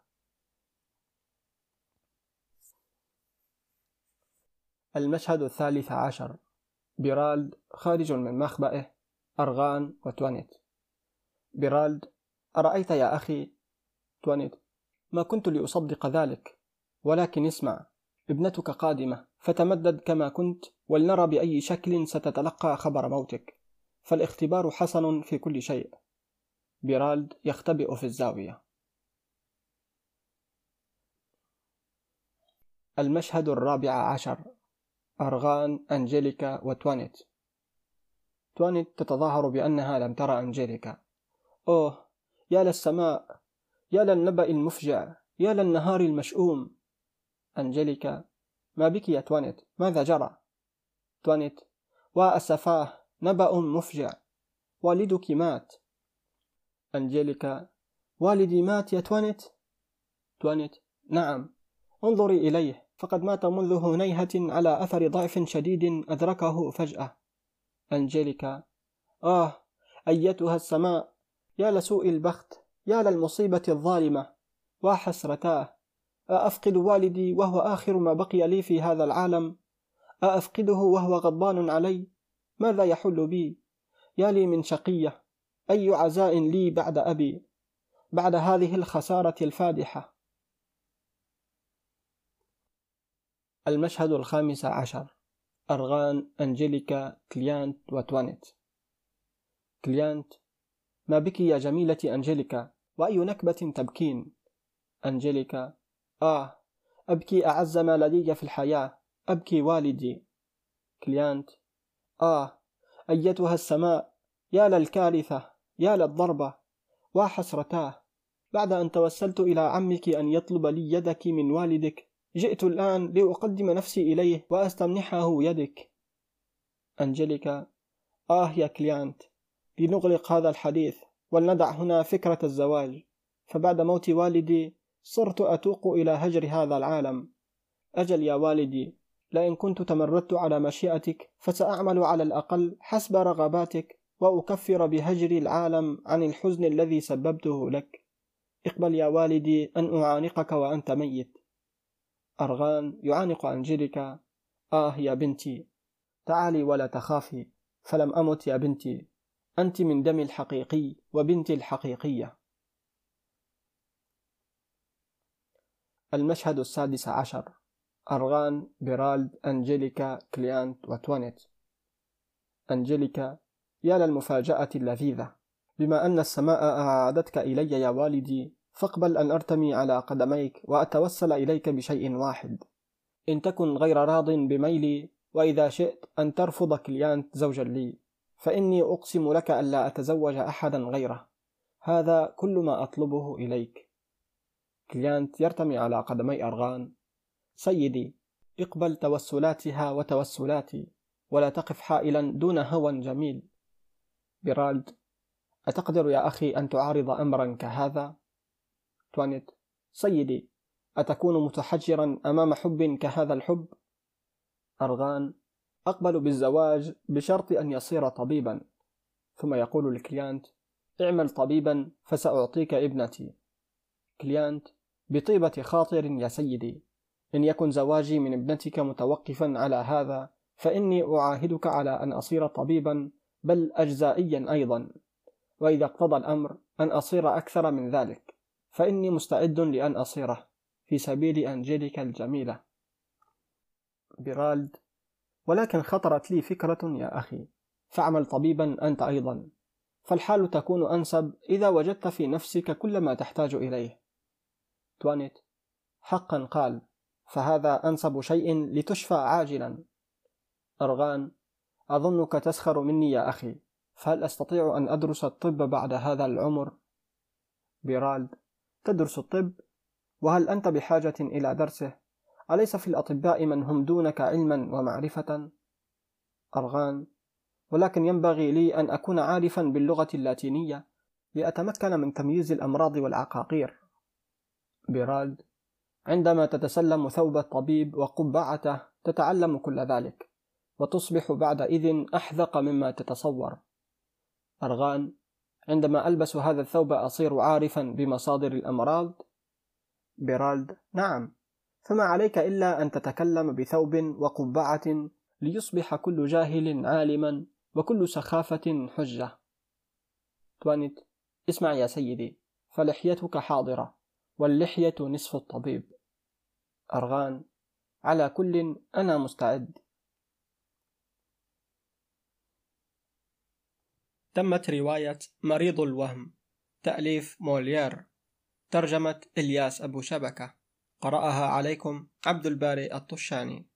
المشهد 13. بيرالد خارج من مخبئه، أرغان وتوانيت. بيرالد: أرأيت يا أخي؟ توانيت: ما كنت لأصدق ذلك، ولكن اسمع، ابنتك قادمة، فتمدد كما كنت ولنرى بأي شكل ستتلقى خبر موتك، فالاختبار حسن في كل شيء. بيرالد يختبئ في الزاوية. المشهد 14. أرغان، أنجيليكا وتوانيت. توانيت تتظاهر بأنها لم ترى أنجيليكا. أوه يا للسماء، يا للنبأ المفجع، يا للنهار المشؤوم. أنجيليكا: ما بك يا توانيت؟ ماذا جرى؟ توانيت: وأسفاه، نبأ مفجع، والدك مات. أنجيليكا: والدي مات يا توانيت؟ توانيت: نعم، انظري إليه، فقد مات منذ هنيهة على أثر ضعف شديد أدركه فجأة. أنجيليكا: أيتها السماء، يا لسوء البخت، يا للمصيبة الظالمة، وحسرتاه، أأفقد والدي وهو آخر ما بقي لي في هذا العالم؟ أأفقده وهو غضبان علي؟ ماذا يحل بي؟ يا لي من شقية، أي عزاء لي بعد أبي، بعد هذه الخسارة الفادحة. المشهد 15. أرغان، أنجيليكا، كليانت وتوانيت. كليانت: ما بك يا جميلة أنجيليكا، وأي نكبة تبكين؟ أنجيليكا: أبكي أعز ما لدي في الحياة، أبكي والدي. كليانت: أيتها السماء، يا للكارثة، يا للضربة، وحسرتاه، بعد أن توسلت إلى عمك أن يطلب لي يدك من والدك، جئت الآن لأقدم نفسي إليه وأستمنحه يدك. أنجيليكا: يا كليانت، لنغلق هذا الحديث ولندع هنا فكرة الزواج، فبعد موت والدي صرت أتوق إلى هجر هذا العالم. أجل يا والدي، لئن كنت تمردت على مشيئتك فسأعمل على الأقل حسب رغباتك، وأكفر بهجر العالم عن الحزن الذي سببته لك. اقبل يا والدي أن أعانقك وأنت ميت. أرغان يعانق أنجيليكا: يا بنتي، تعالي ولا تخافي، فلم أمت يا بنتي، أنت من دمي الحقيقي وبنتي الحقيقية. المشهد 16. أرغان، بيرالد، أنجيليكا، كليانت وتوانيت. أنجيليكا: يا للمفاجأة اللذيذة، بما أن السماء أعادتك إلي يا والدي، فاقبل أن أرتمي على قدميك وأتوسل إليك بشيء واحد. إن تكن غير راض بميلي، وإذا شئت أن ترفض كليانت زوجا لي، فإني أقسم لك ألا أتزوج أحدا غيره، هذا كل ما أطلبه إليك. كليانت يرتمي على قدمي أرغان: سيدي، اقبل توسلاتها وتوسلاتي، ولا تقف حائلا دون هوى جميل. بيرالد: أتقدر يا أخي أن تعارض أمرا كهذا؟ توانيت: سيدي، أتكون متحجرا أمام حب كهذا الحب؟ أرغان: أقبل بالزواج بشرط أن يصير طبيبا. ثم يقول لكليانت: اعمل طبيبا فسأعطيك ابنتي. كليانت: بطيبة خاطر يا سيدي، إن يكن زواجي من ابنتك متوقفا على هذا، فإني أعاهدك على أن أصير طبيبا، بل أجزائيا أيضا، وإذا اقتضى الأمر أن أصير أكثر من ذلك، فإني مستعد لأن أصيره، في سبيل أنجيليكا الجميلة. بيرالد: ولكن خطرت لي فكرة يا أخي، فاعمل طبيبا أنت أيضا، فالحال تكون أنسب إذا وجدت في نفسك كل ما تحتاج إليه. توانيت: حقا قال، فهذا أنسب شيء لتشفى عاجلا. أرغان: أظنك تسخر مني يا أخي، فهل أستطيع أن أدرس الطب بعد هذا العمر؟ بيرالد: تدرس الطب؟ وهل أنت بحاجة إلى درسه؟ أليس في الأطباء من هم دونك علما ومعرفة؟ أرغان: ولكن ينبغي لي أن أكون عارفا باللغة اللاتينية لأتمكن من تمييز الأمراض والعقاقير. بيرالد: عندما تتسلم ثوب الطبيب وقبعته تتعلم كل ذلك، وتصبح بعدئذ أحذق مما تتصور. أرغان: عندما ألبس هذا الثوب أصير عارفا بمصادر الأمراض؟ بيرالد: نعم، فما عليك إلا أن تتكلم بثوب وقبعة ليصبح كل جاهل عالما وكل سخافة حجة. توانيت: اسمع يا سيدي، فلحيتك حاضرة، واللحية نصف الطبيب. أرغان: على كل أنا مستعد. تمت رواية مريض الوهم، تأليف موليير، ترجمة إلياس أبو شبكة، قرأها عليكم عبد الباري الطشاني.